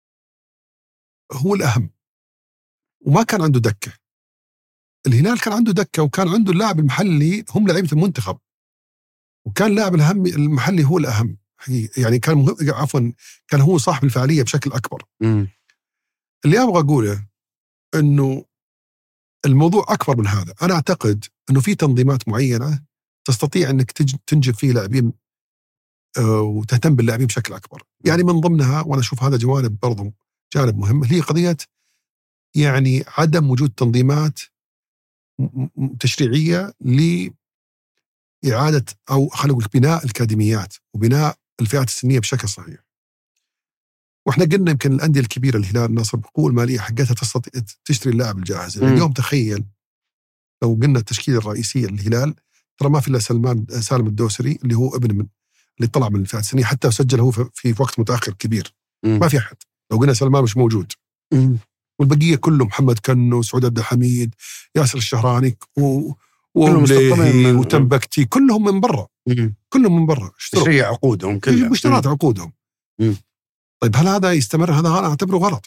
هو الأهم وما كان عنده دكة. الهلال كان عنده دكة وكان عنده اللاعب المحلي هم لاعيبة المنتخب، وكان اللاعب الأهم المحلي هو الأهم حقيقة. يعني كان مهم... عفوا كان هو صاحب الفعالية بشكل أكبر. م. اللي أبغى أقوله أنه الموضوع أكبر من هذا. أنا أعتقد أنه في تنظيمات معينة تستطيع أنك تنجب فيه لاعبين وتهتم باللاعبين بشكل أكبر. يعني من ضمنها، وأنا أشوف هذا جوانب برضو جانب مهم، هي قضية يعني عدم وجود تنظيمات تشريعية لإعادة أو خلينا نقول بناء الأكاديميات وبناء الفئات السنية بشكل صحيح. وإحنا قلنا يمكن الأندية الكبيرة الهلال النصر بقوة المالية حقتها تستطيع تشتري اللاعب الجاهز. اليوم تخيل لو قلنا التشكيلة الرئيسية للهلال ترى ما في إلا سلمان سالم الدوسري اللي هو ابن من اللي طلع من الفئات السنية، حتى سجل هو في وقت متأخر كبير. مم. ما في أحد. لو قلنا سلمان مش موجود. مم. والبقية كله محمد كنو، سعود عبد الحميد، ياسر الشهراني و ومليهي وتنبكتي، كلهم من برا. مم. كلهم من برا. تشريع عقودهم كلها. مشترات عقودهم. مم. طيب هل هذا يستمر؟ هذا أنا أعتبره غلط.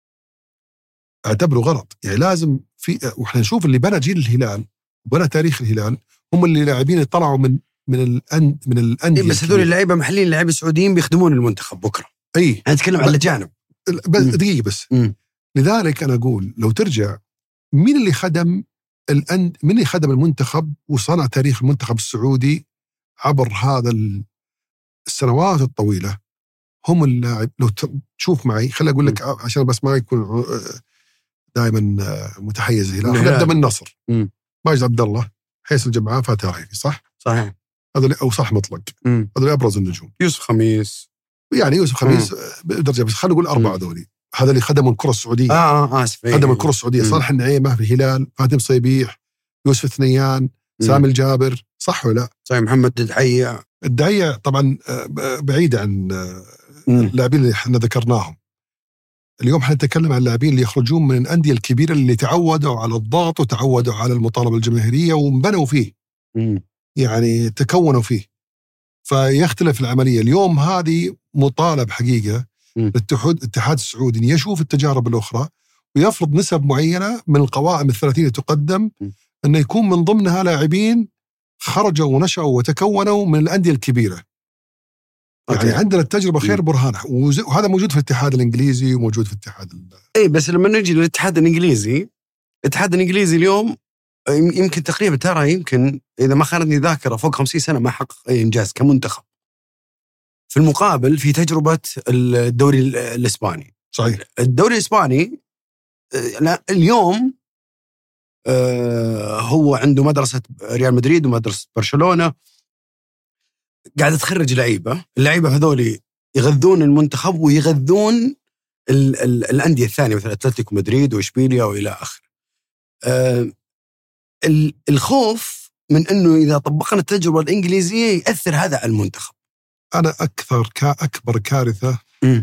أعتبره غلط. يعني لازم في، وإحنا نشوف اللي بنى جيل الهلال وبنى تاريخ الهلال هم اللي لاعبين طلعوا من من الأن من الأندية. إيه بس هذول اللعيبة محليين، اللعيبة السعوديين بيخدمون المنتخب بكرة. أي أنا أتكلم على الجانب. بس دقيقة بس. مم. لذلك أنا أقول لو ترجع مين اللي خدم الأند مين اللي خدم المنتخب وصنع تاريخ المنتخب السعودي عبر هذا السنوات الطويلة؟ هم اللاعب. لو تشوف معي خلي أقول لك عشان بس ما يكون دائما متحيز الهلال. نبدأ من النصر. ماجد عبد الله، حيس الجمعة، فاتح رهيفي، صح؟ صحيح. هذا أو صح مطلق. هذا أبرز النجوم. يوسف خميس، يعني يوسف خميس بدرجة، بس خلينا نقول أربعة ذولي. هذا اللي خدموا الكرة السعودية. آه آه آسف. خدموا الكرة السعودية. صالح النعيمة في الهلال، فاتم صيبيح، يوسف ثنيان، سامي الجابر، صح ولا؟ صحيح. محمد الدعية. الدعية طبعا بعيد عن اللاعبين اللي احنا ذكرناهم. اليوم احنا نتكلم عن اللاعبين اللي يخرجون من الأندية الكبيرة اللي تعودوا على الضغط وتعودوا على المطالبة الجماهيرية وانبنوا فيه. مم. يعني تكونوا فيه. فيختلف العملية. اليوم هذه مطالب حقيقة الاتحاد الاتحاد السعودي أن يشوف التجارب الأخرى ويفرض نسب معينة من القوائم الثلاثين اللي تقدم، أنه يكون من ضمنها لاعبين خرجوا ونشأوا وتكونوا من الأندية الكبيرة. يعني أوكي. عندنا التجربة خير برهانة، وهذا موجود في الاتحاد الإنجليزي وموجود في الاتحاد ال... إيه بس لما نجي للاتحاد الإنجليزي، الاتحاد الإنجليزي اليوم يمكن تقريبا ترى يمكن إذا ما خانتني ذاكرة فوق خمسين سنة ما حقق أي إنجاز كمنتخب. في المقابل في تجربة الدوري الإسباني. صحيح. الدوري الإسباني لا اليوم هو عنده مدرسة ريال مدريد ومدرسة برشلونة قاعدة تخرج لعيبة. اللعيبة هذول يغذون المنتخب ويغذون ال ال الأندية الثانية مثل أتلتيكو مدريد وإشبيليا وإلى آخر. الخوف من أنه إذا طبقنا التجربة الإنجليزية يأثر هذا على المنتخب. أنا أكثر كأكبر كارثة م.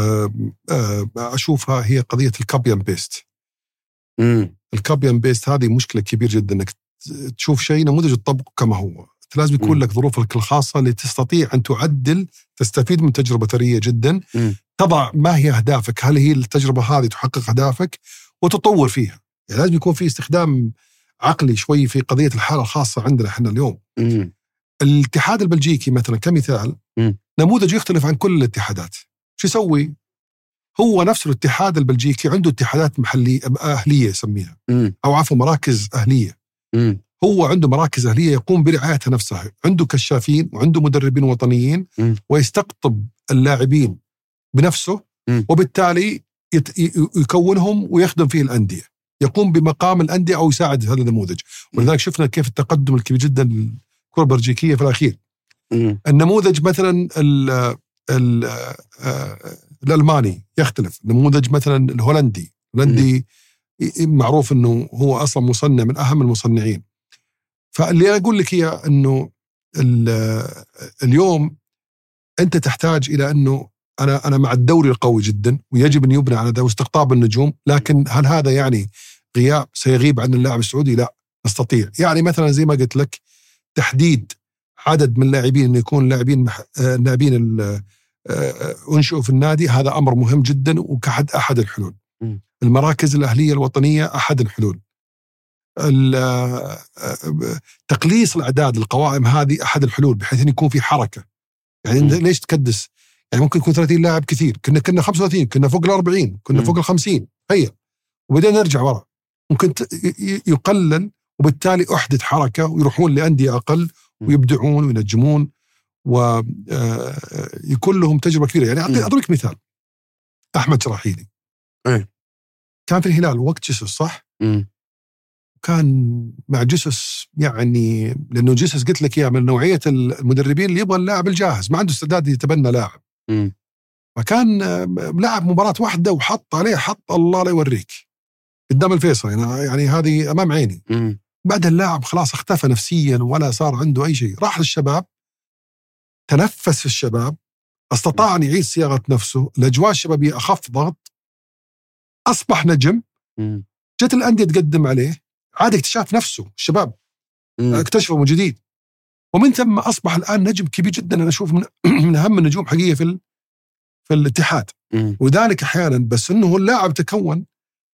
أشوفها هي قضية الكوبي اند بيست. الكوبي اند بيست هذه مشكلة كبيرة جدا، إنك تشوف شيء نموذج تطبقه كما هو. لازم يكون م. لك ظروفك الخاصة اللي تستطيع أن تعدل، تستفيد من تجربة ثرية جدا، م. تضع ما هي أهدافك، هل هي التجربة هذه تحقق أهدافك وتطور فيها. يعني لازم يكون في استخدام عقلي شوي في قضية الحالة الخاصة عندنا إحنا اليوم. م. الاتحاد البلجيكي مثلا كمثال م. نموذج يختلف عن كل الاتحادات. شو يسوي؟ هو نفس الاتحاد البلجيكي عنده اتحادات محلية أهلية يسميها، م. أو عفوا مراكز أهلية. م. هو عنده مراكز أهلية يقوم برعايتها نفسها، عنده كشافين وعنده مدربين وطنيين، م. ويستقطب اللاعبين بنفسه، م. وبالتالي يت... يكونهم ويخدم فيه الأندية، يقوم بمقام الأندية أو يساعد هذا النموذج. ولذلك شفنا كيف التقدم الكبير جدا للكرة البلجيكية في الأخير. م. النموذج مثلا ال ال الألماني يختلف، نموذج مثلا الهولندي الهولندي معروف أنه هو أصلا مصنع من أهم المصنعين. فاللي أنا أقول لك إياه أنه اليوم أنت تحتاج إلى أنه أنا أنا مع الدوري القوي جدا ويجب أن يبنى على ذا واستقطاب النجوم، لكن هل هذا يعني غياب سيغيب عن اللاعب السعودي؟ لا، نستطيع. يعني مثلا زي ما قلت لك تحديد عدد من اللاعبين أن يكون لاعبين مح... لاعبين أنشئوا في النادي، هذا أمر مهم جدا وكأحد أحد الحلول. م. المراكز الأهلية الوطنية أحد الحلول. تقليص الأعداد القوائم هذه أحد الحلول، بحيث أن يكون في حركة. يعني م. ليش تكدس؟ يعني ممكن يكون ثلاثين لاعب كثير، كنا كنا خمسة وثلاثين، كنا فوق الأربعين، كنا م. فوق الخمسين، هيا وبدأنا نرجع ورا. ممكن يقلل، وبالتالي أحدث حركة ويروحون لأندية أقل ويبدعون وينجمون ويكون لهم تجربة كبيرة. يعني أضربك مثال، أحمد شراحيلي م. كان في الهلال وقت جسس، صح؟ م. كان مع جسس، يعني لأنه جسس قلت لك يا من نوعية المدربين اللي يبغى اللاعب الجاهز، ما عنده استعداد يتبنى لاعب. م. فكان لاعب مباراة واحدة وحط عليه حط الله لا يوريك قدام الفيصل، يعني, يعني هذه أمام عيني. م. بعد اللاعب خلاص اختفى نفسيا ولا صار عنده أي شيء، راح للشباب، تنفس في الشباب، استطاع أن يعيد صياغة نفسه، الأجواء الشبابية أخف ضغط، أصبح نجم. م. جت الأندية تقدم عليه، عاد اكتشاف نفسه، الشباب م. اكتشفه من جديد، ومن ثم أصبح الآن نجم كبير جدا. أنا أشوف من, من أهم النجوم حقيقة في في الاتحاد. م. وذلك أحيانا بس أنه اللاعب تكون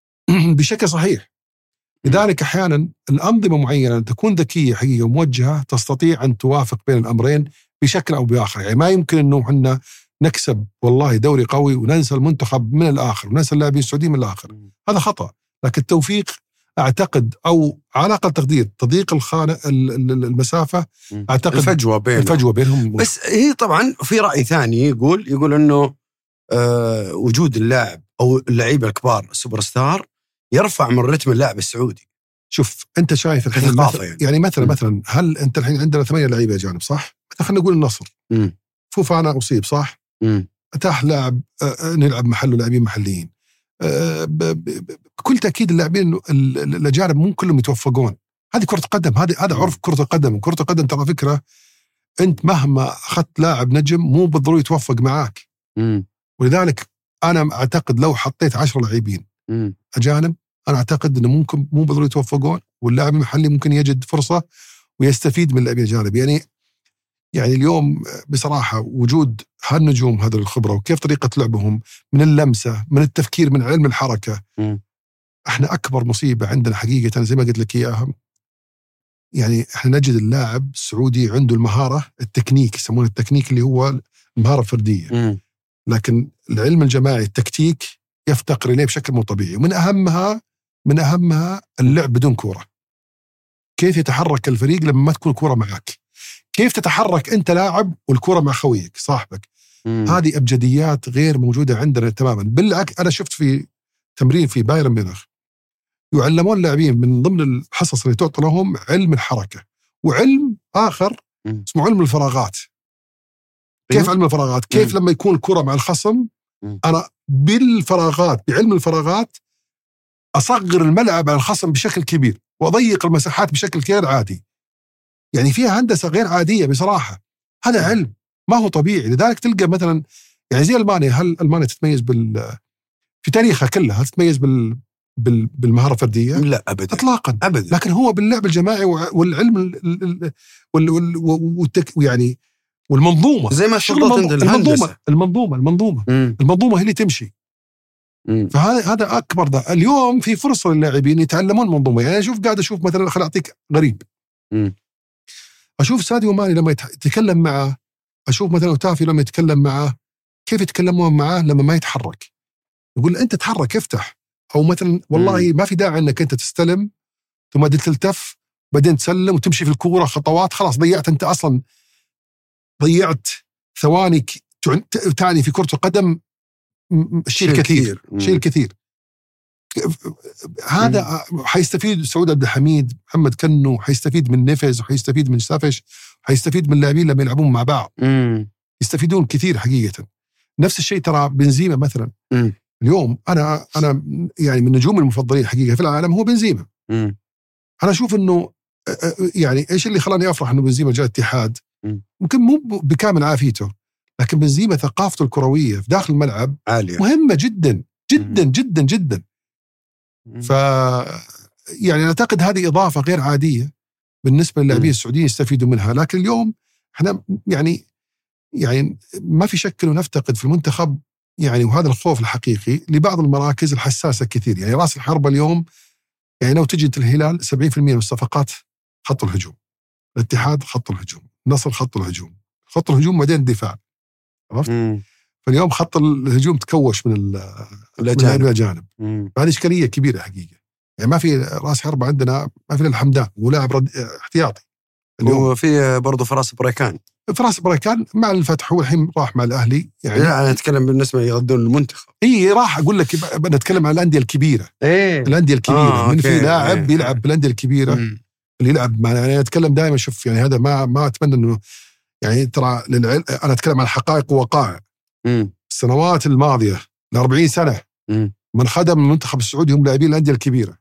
بشكل صحيح. لذلك أحيانا الأنظمة معينة تكون ذكية حقيقة وموجهة، تستطيع أن توافق بين الأمرين بشكل أو بآخر. يعني ما يمكن أنه إحنا نكسب والله دوري قوي وننسى المنتخب من الآخر وننسى اللاعبين السعوديين من الآخر، هذا خطأ. لكن التوفيق أعتقد، أو على أقل تقدير تضييق الخانة المسافة، أعتقد الفجوة بينهم الفجوة بينهم. بس هي طبعا في رأي ثاني يقول يقول أنه أه وجود اللاعب أو اللعيبة الكبار السوبر ستار يرفع من رتم اللاعب السعودي. شوف أنت شايف الحين مثلا يعني, يعني مثلا م. مثلا هل أنت الحين عندنا ثمانية لعيبة جانب، صح؟ خلينا نقول النصر م. فوفانا أصيب، صح؟ م. أتاح لاعب أه نلعب محله لاعبين محليين. أه بكل تأكيد اللاعبين الأجانب مو كلهم يتوفقون. هذه كرة قدم، هذا هذا عرف كرة القدم. كرة القدم ترى فكرة، أنت مهما أخذت لاعب نجم مو بالضروري يتوفق معاك. م. ولذلك أنا أعتقد لو حطيت عشر لاعبين م. أجانب، أنا أعتقد أنه ممكن مو بالضروري يتوفقون، واللاعب المحلي ممكن يجد فرصة ويستفيد من اللاعبين الأجانب. يعني يعني اليوم بصراحة وجود هالنجوم هذا الخبرة وكيف طريقة لعبهم، من اللمسة، من التفكير، من علم الحركة، م. احنا أكبر مصيبة عندنا حقيقة زي ما قلت لك إياها، يعني احنا نجد اللاعب السعودي عنده المهارة، التكنيك يسمونه التكنيك اللي هو المهارة الفردية، م. لكن العلم الجماعي التكتيك يفتقر إليه بشكل مو طبيعي. ومن أهمها من أهمها اللعب بدون كورة، كيف يتحرك الفريق لما ما تكون الكورة معك، كيف تتحرك أنت لاعب والكورة مع خويك صاحبك. م. هذه أبجديات غير موجودة عندنا تماما. بالعكس أنا شفت في تمرين في بايرن ميونخ يعلمون اللاعبين من ضمن الحصص اللي تعطى لهم علم الحركة، وعلم آخر م. اسمه علم الفراغات. كيف علم الفراغات؟ كيف م. لما يكون الكرة مع الخصم م. أنا بالفراغات، بعلم الفراغات أصغر الملعب على الخصم بشكل كبير وأضيق المساحات بشكل غير عادي. يعني فيها هندسة غير عادية بصراحة. هذا علم ما هو طبيعي. لذلك تلقى مثلا يعني زي ألمانيا، هل ألمانيا تتميز بال في تاريخها كلها تتميز بال بال بالمهارة الفردية؟ لا أبدا إطلاقا أبدا. لكن هو باللعب الجماعي والعلم وال وال والتك يعني والمنظومة، زي ما المنظومة المنظومة المنظومة المنظومة, المنظومة هي اللي تمشي. مم. فهذا هذا أكبر ده. اليوم في فرصة للاعبين يتعلمون منظومة. يعني أشوف قاعد أشوف مثلا، خليني أعطيك غريب. مم. اشوف ساديو ماني لما يتكلم معه، اشوف مثلا اوتافي لما يتكلم معه كيف يتكلمون معه لما ما يتحرك، يقول انت تحرك افتح، او مثلا والله ما في داعي انك انت تستلم ثم تلتف بعدين تسلم وتمشي في الكوره خطوات، خلاص ضيعت انت اصلا، ضيعت ثواني تعني في كرة القدم شيء الكثير، شيء الكثير. هذا حيستفيد سعود عبد الحميد، محمد كنو، حيستفيد من نفز، وحيستفيد من سافش، حيستفيد من اللاعبين لما يلعبون مع بعض، مم. يستفيدون كثير حقيقة. نفس الشيء ترى بنزيما مثلا، مم. اليوم أنا أنا يعني من نجوم المفضلين حقيقة في العالم هو بنزيما. مم. أنا أشوف إنه يعني إيش اللي خلاني أفرح إنه بنزيما جاء الاتحاد، ممكن مو بكامل عافيته، لكن بنزيما ثقافته الكروية في داخل الملعب عالية، مهمة جدا جدا مم. جدا جدا. ف يعني أعتقد هذه إضافة غير عادية بالنسبة للاعبين السعوديين يستفيدوا منها. لكن اليوم إحنا يعني يعني ما في شك إنه نفتقد في المنتخب يعني، وهذا الخوف الحقيقي لبعض المراكز الحساسة كثير. يعني رأس الحربة اليوم يعني لو تجد الهلال سبعين بالمئة من الصفقات خط الهجوم، الاتحاد خط الهجوم، النصر خط الهجوم، خط الهجوم بعدين الدفاع، عرفت؟ فاليوم خط الهجوم تكوش من الأجانب، هذه إشكالية كبيرة حقيقة. يعني ما في رأس حربة عندنا، ما في الحمدان ولاعب احتياطي اليوم. وفي برضو فراس بريكان، فراس بريكان مع الفتح، هو الحين راح مع الأهلي. يعني لا أنا أتكلم بالنسبة يغدون المنتخب. إيه راح أقول لك نتكلم عن الأندية الكبيرة. إيه الأندية الكبيرة آه من في لاعب إيه. بيلعب بالأندية الكبيرة مم. اللي يلعب مع، يعني أتكلم دائما، شوف يعني هذا ما ما أتمنى إنه يعني ترى للعلم أنا أتكلم عن حقائق ووقائع. مم. السنوات الماضية لأربعين سنة مم. من خدم المنتخب السعودي هم لاعبين الأندية الكبيرة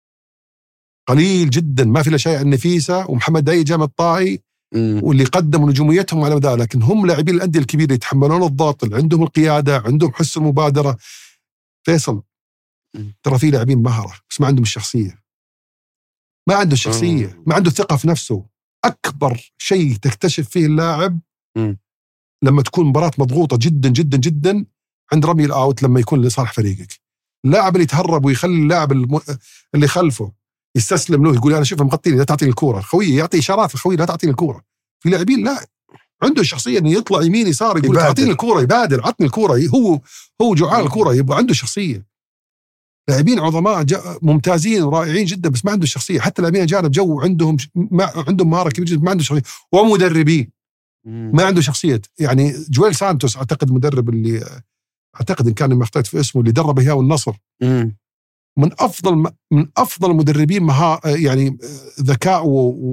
قليل جدا، ما في إلا شيء عن نفيسة ومحمد داي جامع الطائي واللي قدموا نجوميتهم على مدى، لكن هم لاعبين الأندية الكبيرة يتحملون الضغط، عندهم القيادة، عندهم حس المبادرة. فيصل ترى في لاعبين مهرة بس ما عندهم الشخصية، ما عنده الشخصية، ما عنده ثقة في نفسه. أكبر شيء تكتشف فيه اللاعب لما تكون مباراة مضغوطة جدا جدا جدا عند رمي الأوت، لما يكون لصالح فريقك. اللاعب اللي يتهرب ويخلي اللاعب اللي خلفه يستسلم له، يقول أنا شوف مغطيني لا تعطيني الكورة، خوي يعطي إشارات الخوي لا تعطيني الكورة. في لاعبين لا عنده الشخصية إنه يطلع يمين يسار يقول تعطيني الكورة، يبادر عطني الكورة، هو هو جوعان الكورة، يبقى عنده شخصية. لاعبين عظماء ممتازين ورائعين جدا بس ما عنده شخصية. حتى لاعبين أجانب جو عندهم ما عندهم مهارة كبيرة جدا ما عنده شخصية، ومدربين ما عنده شخصية. يعني جويل سانتوس أعتقد مدرب اللي أعتقد إن كان ما اختلفت في اسمه اللي درب إياه والنصر، من أفضل من أفضل المدربين مها يعني ذكاء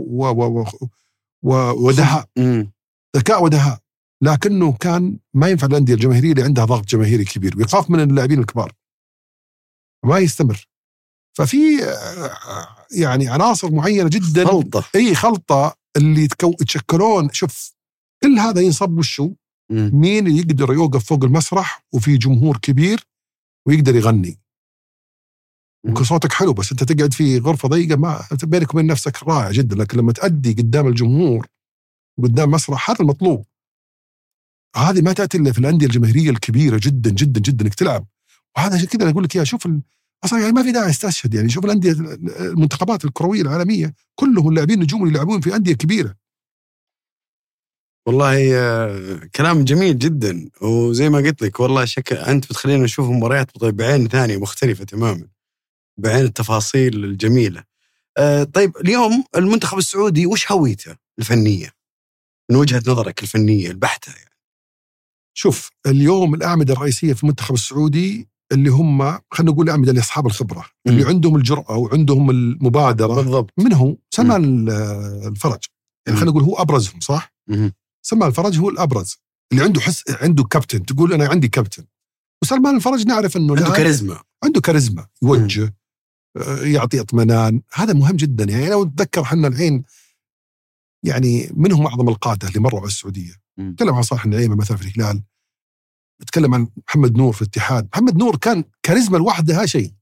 ودهاء، ذكاء ودهاء، لكنه كان ما ينفع الأندية الجماهيرية اللي عندها ضغط جماهيري كبير ويخاف من اللاعبين الكبار ما يستمر. ففي يعني عناصر معينة جدا خلطة، أي خلطة اللي يتشكلون. شوف كل هذا ينصب وشو مين اللي يقدر يوقف فوق المسرح وفي جمهور كبير ويقدر يغني. ممكن صوتك حلو بس أنت تقعد في غرفة ضيقة، ما بينك وبين نفسك رائع جدا، لكن لما تأدي قدام الجمهور وقدام مسرح هذا المطلوب. هذه ما تأتي إلا في الأندية الجماهيرية الكبيرة جدا جدا جدا إنك تلعب. وهذا كذا أقول لك يا شوف أصلا يعني ما في داعي استشهد. يعني شوف الأندية المنتخبات الكروية العالمية كلهم اللاعبين نجوم اللي يلعبون في أندية كبيرة. والله كلام جميل جدا، وزي ما قلت لك والله شك أنت بتخلينا نشوف مباريات بعين ثانية مختلفة تماما، بعين التفاصيل الجميلة. أه طيب اليوم المنتخب السعودي وش هويته الفنية من وجهة نظرك الفنية البحتة؟ يعني شوف اليوم الأعمدة الرئيسية في المنتخب السعودي اللي هم خلينا نقول الأعمدة اللي أصحاب الخبرة م. اللي عندهم الجرأة وعندهم المبادرة بالضبط. منهم سلمان الفرج، يعني خلينا نقول هو أبرزهم صح؟ م. سلمان الفرج هو الأبرز اللي عنده حس، عنده كابتن، تقول أنا عندي كابتن. وسلمان الفرج نعرف أنه عنده كاريزما، عنده كاريزما يوجه م. يعطي اطمئنان، هذا مهم جدا. يعني لو نتذكر حنا الحين يعني منهم أعظم القادة اللي مروا على السعودية، نتكلم عن صالح النعيمة مثلا في الهلال، نتكلم عن محمد نور في الاتحاد. محمد نور كان كاريزما لوحدها شيء،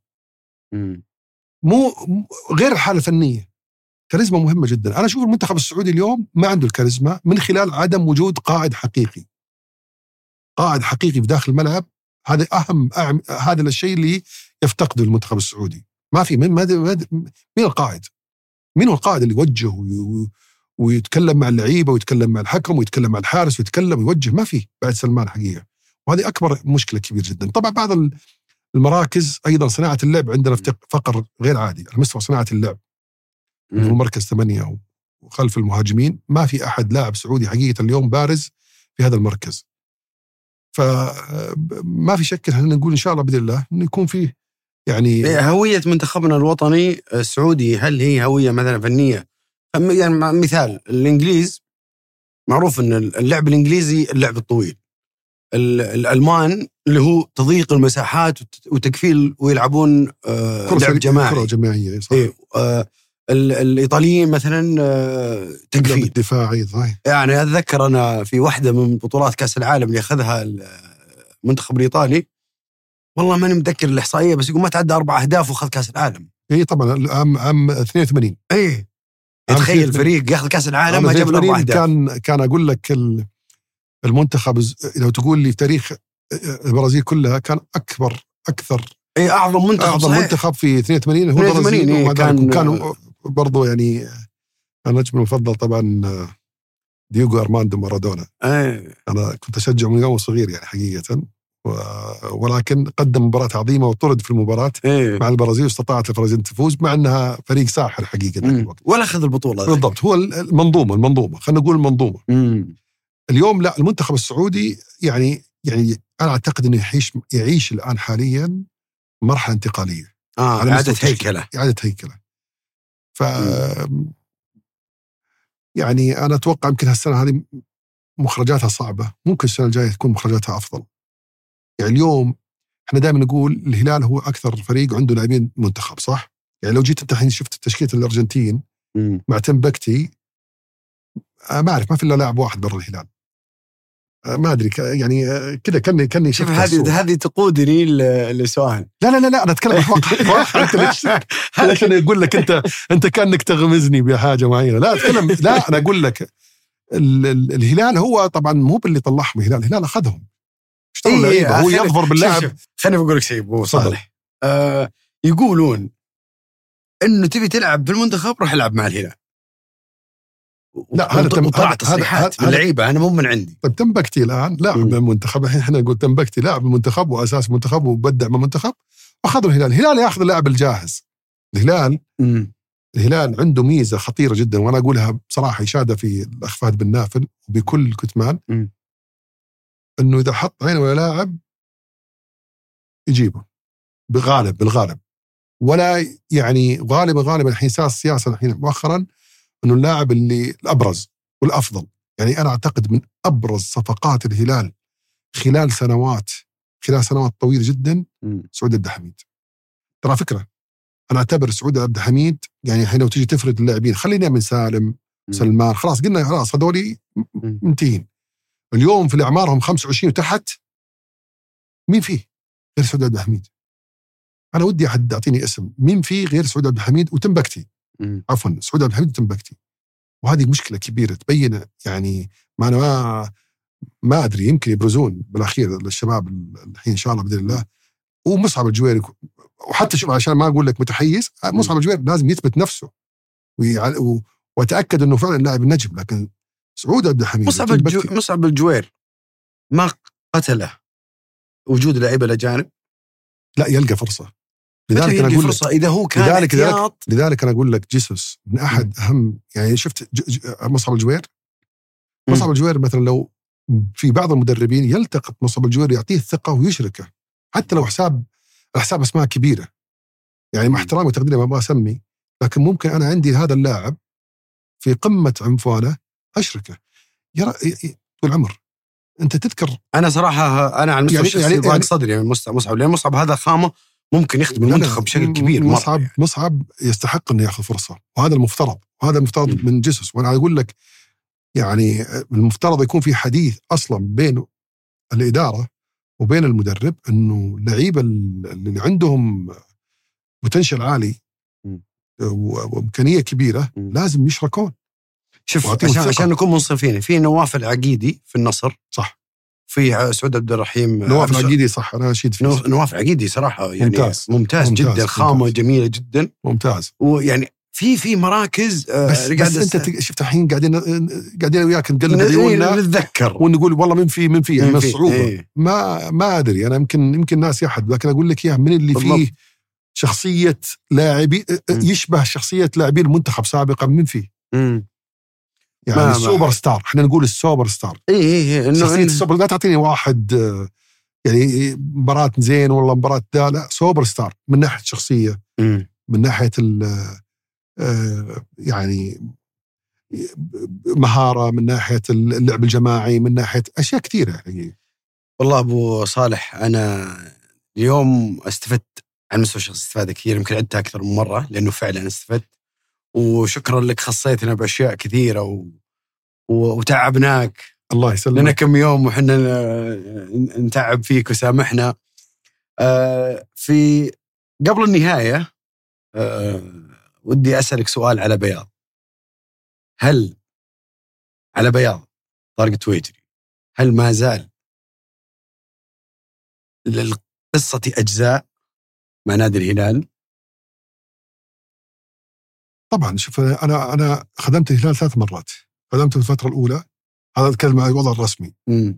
مو غير الحالة الفنية، كاريزما مهمة جدا. أنا أشوف المنتخب السعودي اليوم ما عنده الكاريزما من خلال عدم وجود قائد حقيقي، قائد حقيقي في داخل الملعب. هذا أهم, أهم هذا الشيء اللي يفتقده المنتخب السعودي. ما في من مين القائد؟ مين هو القائد اللي يوجه ويتكلم مع اللعيبه ويتكلم مع الحكم ويتكلم مع الحارس ويتكلم ويوجه، ما في بعد سلمان حقيقه. وهذه اكبر مشكله كبيره جدا. طبعا بعض المراكز ايضا صناعه اللعب عندنا فقر غير عادي على مستوى صناعه اللعب، اللي هو مركز ثمانية وخلف المهاجمين ما في احد لاعب سعودي حقيقه اليوم بارز في هذا المركز. فما في شك ان نقول ان شاء الله باذن الله انه يكون فيه يعني هويه منتخبنا الوطني السعودي. هل هي هويه مثلا فنيه؟ يعني مثال الانجليز معروف ان اللعب الانجليزي اللعب الطويل، الالمان اللي هو تضييق المساحات وتكفيل ويلعبون آه لعب جماعي كرة جماعيه صح. إيه آه الايطاليين مثلا آه تكفيل دفاعي صحيح. يعني اتذكر انا في واحده من بطولات كاس العالم اللي اخذها المنتخب الايطالي، والله ماني متذكر الاحصائيه بس يقول ما تعدى اربع اهداف واخذ كاس العالم. اي طبعا عام عام اثنين وثمانين. اي تخيل فريق ياخذ كاس العالم ما جاب اربع اهداف. كان كان اقول لك المنتخب لو تقول لي في تاريخ البرازيل كلها كان اكبر اكثر اي اعظم منتخب اعظم صحيح. منتخب في اثنين وثمانين هو البرازيل. إيه كان كانوا برضو يعني النجم المفضل طبعا دييغو أرماندو مارادونا. أيه. انا كنت اشجع من يوم صغير يعني حقيقه، ولكن قدم مباراة عظيمة وطرد في المباراة إيه. مع البرازيل واستطاعت البرازيل تفوز مع أنها فريق ساحر حقيقة ولا أخذ البطولة. بالضبط هو المنظومة المنظومة خلينا نقول المنظومة. مم. اليوم لا المنتخب السعودي يعني يعني أنا أعتقد أنه يعيش يعيش الآن حاليا مرحلة انتقالية. آه إعادة هيكلة. إعادة هيكلة. ف مم. يعني أنا أتوقع يمكن هالسنة هذه مخرجاتها صعبة، ممكن السنة الجاية تكون مخرجاتها أفضل. يعني اليوم احنا دائما نقول الهلال هو اكثر فريق عنده لاعبين منتخب صح؟ يعني لو جيت انت الحين شفت تشكيله الارجنتين مم. مع تمبكتي ما اعرف ما في الا لاعب واحد برا الهلال. ما ادري يعني كذا كاني كاني شوف هذه هذه تقودني لسؤال. لا لا لا لا انا اتكلم عن واقع. انت ليش ليش انا اقول لك انت انت كانك تغمزني بحاجه معينه؟ لا اتكلم لا انا اقول لك ال ال الهلال هو طبعا مو باللي طلعهم الهلال، الهلال اخذهم. إيه هو يظفر باللاعب. خليني بقول لك شيء ابو صالح. آه يقولون انه تبي تلعب بالمنتخب روح العب مع الهلال. لا هذا طلعت تصريحات من اللعيبه انا مو من عندي. طيب تمبكتي الان لاعب بالمنتخب، الحين احنا نقول تمبكتي لاعب بالمنتخب واساس منتخب وبدع من المنتخب واخذوا الهلال. الهلال ياخذ اللاعب الجاهز. الهلال م. الهلال عنده ميزه خطيره جدا وانا اقولها بصراحه اشاده في الاخ فهد بن نافل وبكل كتمان م. انه اذا حط عينه ولا لاعب يجيبه بغالب بالغالب، ولا يعني غالبا غالبا الحين صار السياسه الحين مؤخرا انه اللاعب اللي الابرز والافضل. يعني انا اعتقد من ابرز صفقات الهلال خلال سنوات خلال سنوات طويله جدا م. سعود عبد الحميد. ترى فكره انا اعتبر سعود عبد الحميد يعني الحين لو تيجي تفرد اللاعبين خلينا من سالم م. سلمان خلاص قلنا خلاص هذول منتهين. اليوم في الاعمارهم خمسة وعشرين وتحت مين فيه غير سعود عبد الحميد؟ انا ودي احد يعطيني اسم مين فيه غير سعود عبد الحميد وتمبكتي. عفوا سعود عبد الحميد وتمبكتي. وهذه مشكله كبيره تبين يعني ما انا ما ما ادري يمكن يبرزون بالاخير للشباب الحين ان شاء الله باذن الله. ومصعب الجويري وحتى شوف عشان ما اقول لك متحيز مصعب الجويري لازم يثبت نفسه واتاكد انه فعلا لاعب النجم. لكن سعود عبد الحميد مصعب الجو... مصعب الجوير ما قتله وجود لاعيبه الاجانب. لا يلقى فرصه. لذلك انا اقول فرصه اذا هو كان لذلك لذلك, لذلك انا اقول لك جيسوس من احد م. اهم يعني شفت ج... ج... مصعب الجوير م. مصعب الجوير مثلا لو في بعض المدربين يلتقط مصعب الجوير يعطيه الثقه ويشركه حتى لو حساب الحساب اسماء كبيره يعني مع احترامي وتقديري ما ابغى اسمي، لكن ممكن انا عندي هذا اللاعب في قمه عنفوانه اشركه. يرى طول العمر انت تذكر انا صراحه انا على المستوى الشخصي يعني ضاق يعني صدري يعني مصعب لان مصعب هذا خامه ممكن يخدم المنتخب بشكل كبير. مصعب يعني. مصعب يستحق انه ياخذ فرصه وهذا المفترض وهذا المفترض م. من جيسوس. وانا اقول لك يعني المفترض يكون في حديث اصلا بين الاداره وبين المدرب انه اللعيبه اللي عندهم بوتنشل عالي وامكانيه كبيره م. لازم يشركون. شوف عشان, عشان نكون منصفين في نواف العقيدي في النصر صح، في سعود عبد الرحيم نواف العقيدي صح انا اشيد فيه. نواف العقيدي صراحه يعني ممتاز ممتاز, ممتاز جدا خامه ممتاز. جميله جدا ممتاز ويعني في في مراكز بس, بس انت شفت الحين قاعدين قاعدين وياك نقلب عيوننا نتذكر ونقول والله من في من في يعني من الصعوبه ايه. ما ما ادري انا يمكن يمكن ناس يحد، لكن اقول لك اياه من اللي بالضبط. فيه شخصيه لاعبي يشبه شخصيه لاعبين المنتخب سابقا من فيه مم. يعني السوبر ستار، احنا نقول السوبر ستار. اي اي انه شخصيه السوبر، لا تعطيني واحد يعني مباراة زين والله مباراة دا، لا سوبر ستار من ناحيه شخصيه مم. من ناحيه يعني مهارة، من ناحية اللعب الجماعي، من ناحية أشياء كثيرة يعني. والله أبو صالح أنا اليوم استفدت عن مستوى الشخص استفادة كثير، يمكن عدتها أكثر من مرة لأنه فعلا استفدت، وشكرا لك خصيتنا بأشياء كثيرة و... و... وتعبناك. الله يسلمك. لنا كم يوم وحنا نتعب فيك وسامحنا. آه في قبل النهاية آه ودي أسألك سؤال على بياض. هل على بياض طارق التويجري هل ما زال للقصة أجزاء مع نادي الهلال؟ طبعا شوف أنا أنا خدمت الهلال ثلاث مرات. خدمت في الفترة الأولى، هذا أتكلم عن الوضع الرسمي. م.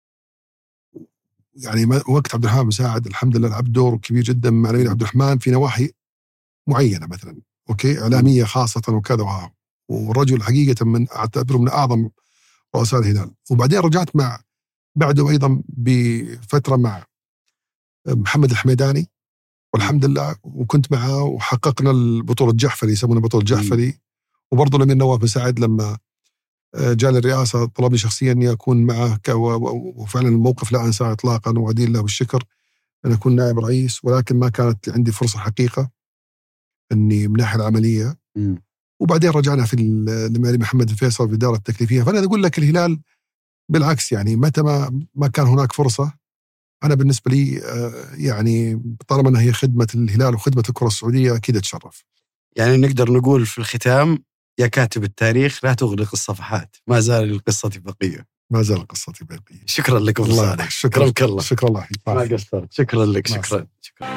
يعني وقت عبد الرحمن مساعد الحمد لله لعب دور كبير جدا مع نبيل عبد الرحمن في نواحي معينة مثلا أوكي إعلامية خاصة وكذا وها. والرجل حقيقة من أعتبره من أعظم رؤساء الهلال. وبعدين رجعت مع بعده أيضا بفترة مع محمد الحميداني والحمد لله، وكنت معه وحققنا البطولة جحفري يسمونها بطولة جحفري. وبرضه الأمير نواف مساعد لما جاء للرئاسة طلبني شخصيا أني أكون معه، وفعلا الموقف لا أنساه إطلاقا وأدين له بالشكر أن أكون نائب رئيس، ولكن ما كانت عندي فرصة حقيقة أني من ناحية العملية. م. وبعدين رجعنا في المالي محمد الفيصل في الإدارة التكليفية. فأنا أقول لك الهلال بالعكس يعني متى ما ما كان هناك فرصة، أنا بالنسبة لي يعني طالما أنها هي خدمة الهلال وخدمة الكرة السعودية أكيد أتشرف. يعني نقدر نقول في الختام يا كاتب التاريخ لا تغلق الصفحات، ما زال القصة بقية. ما زال القصة بقية. شكرا لك أبو صالح. شكرا الله. شكرا الله. ما قصرت. شكرا لك. شكرا شكرا.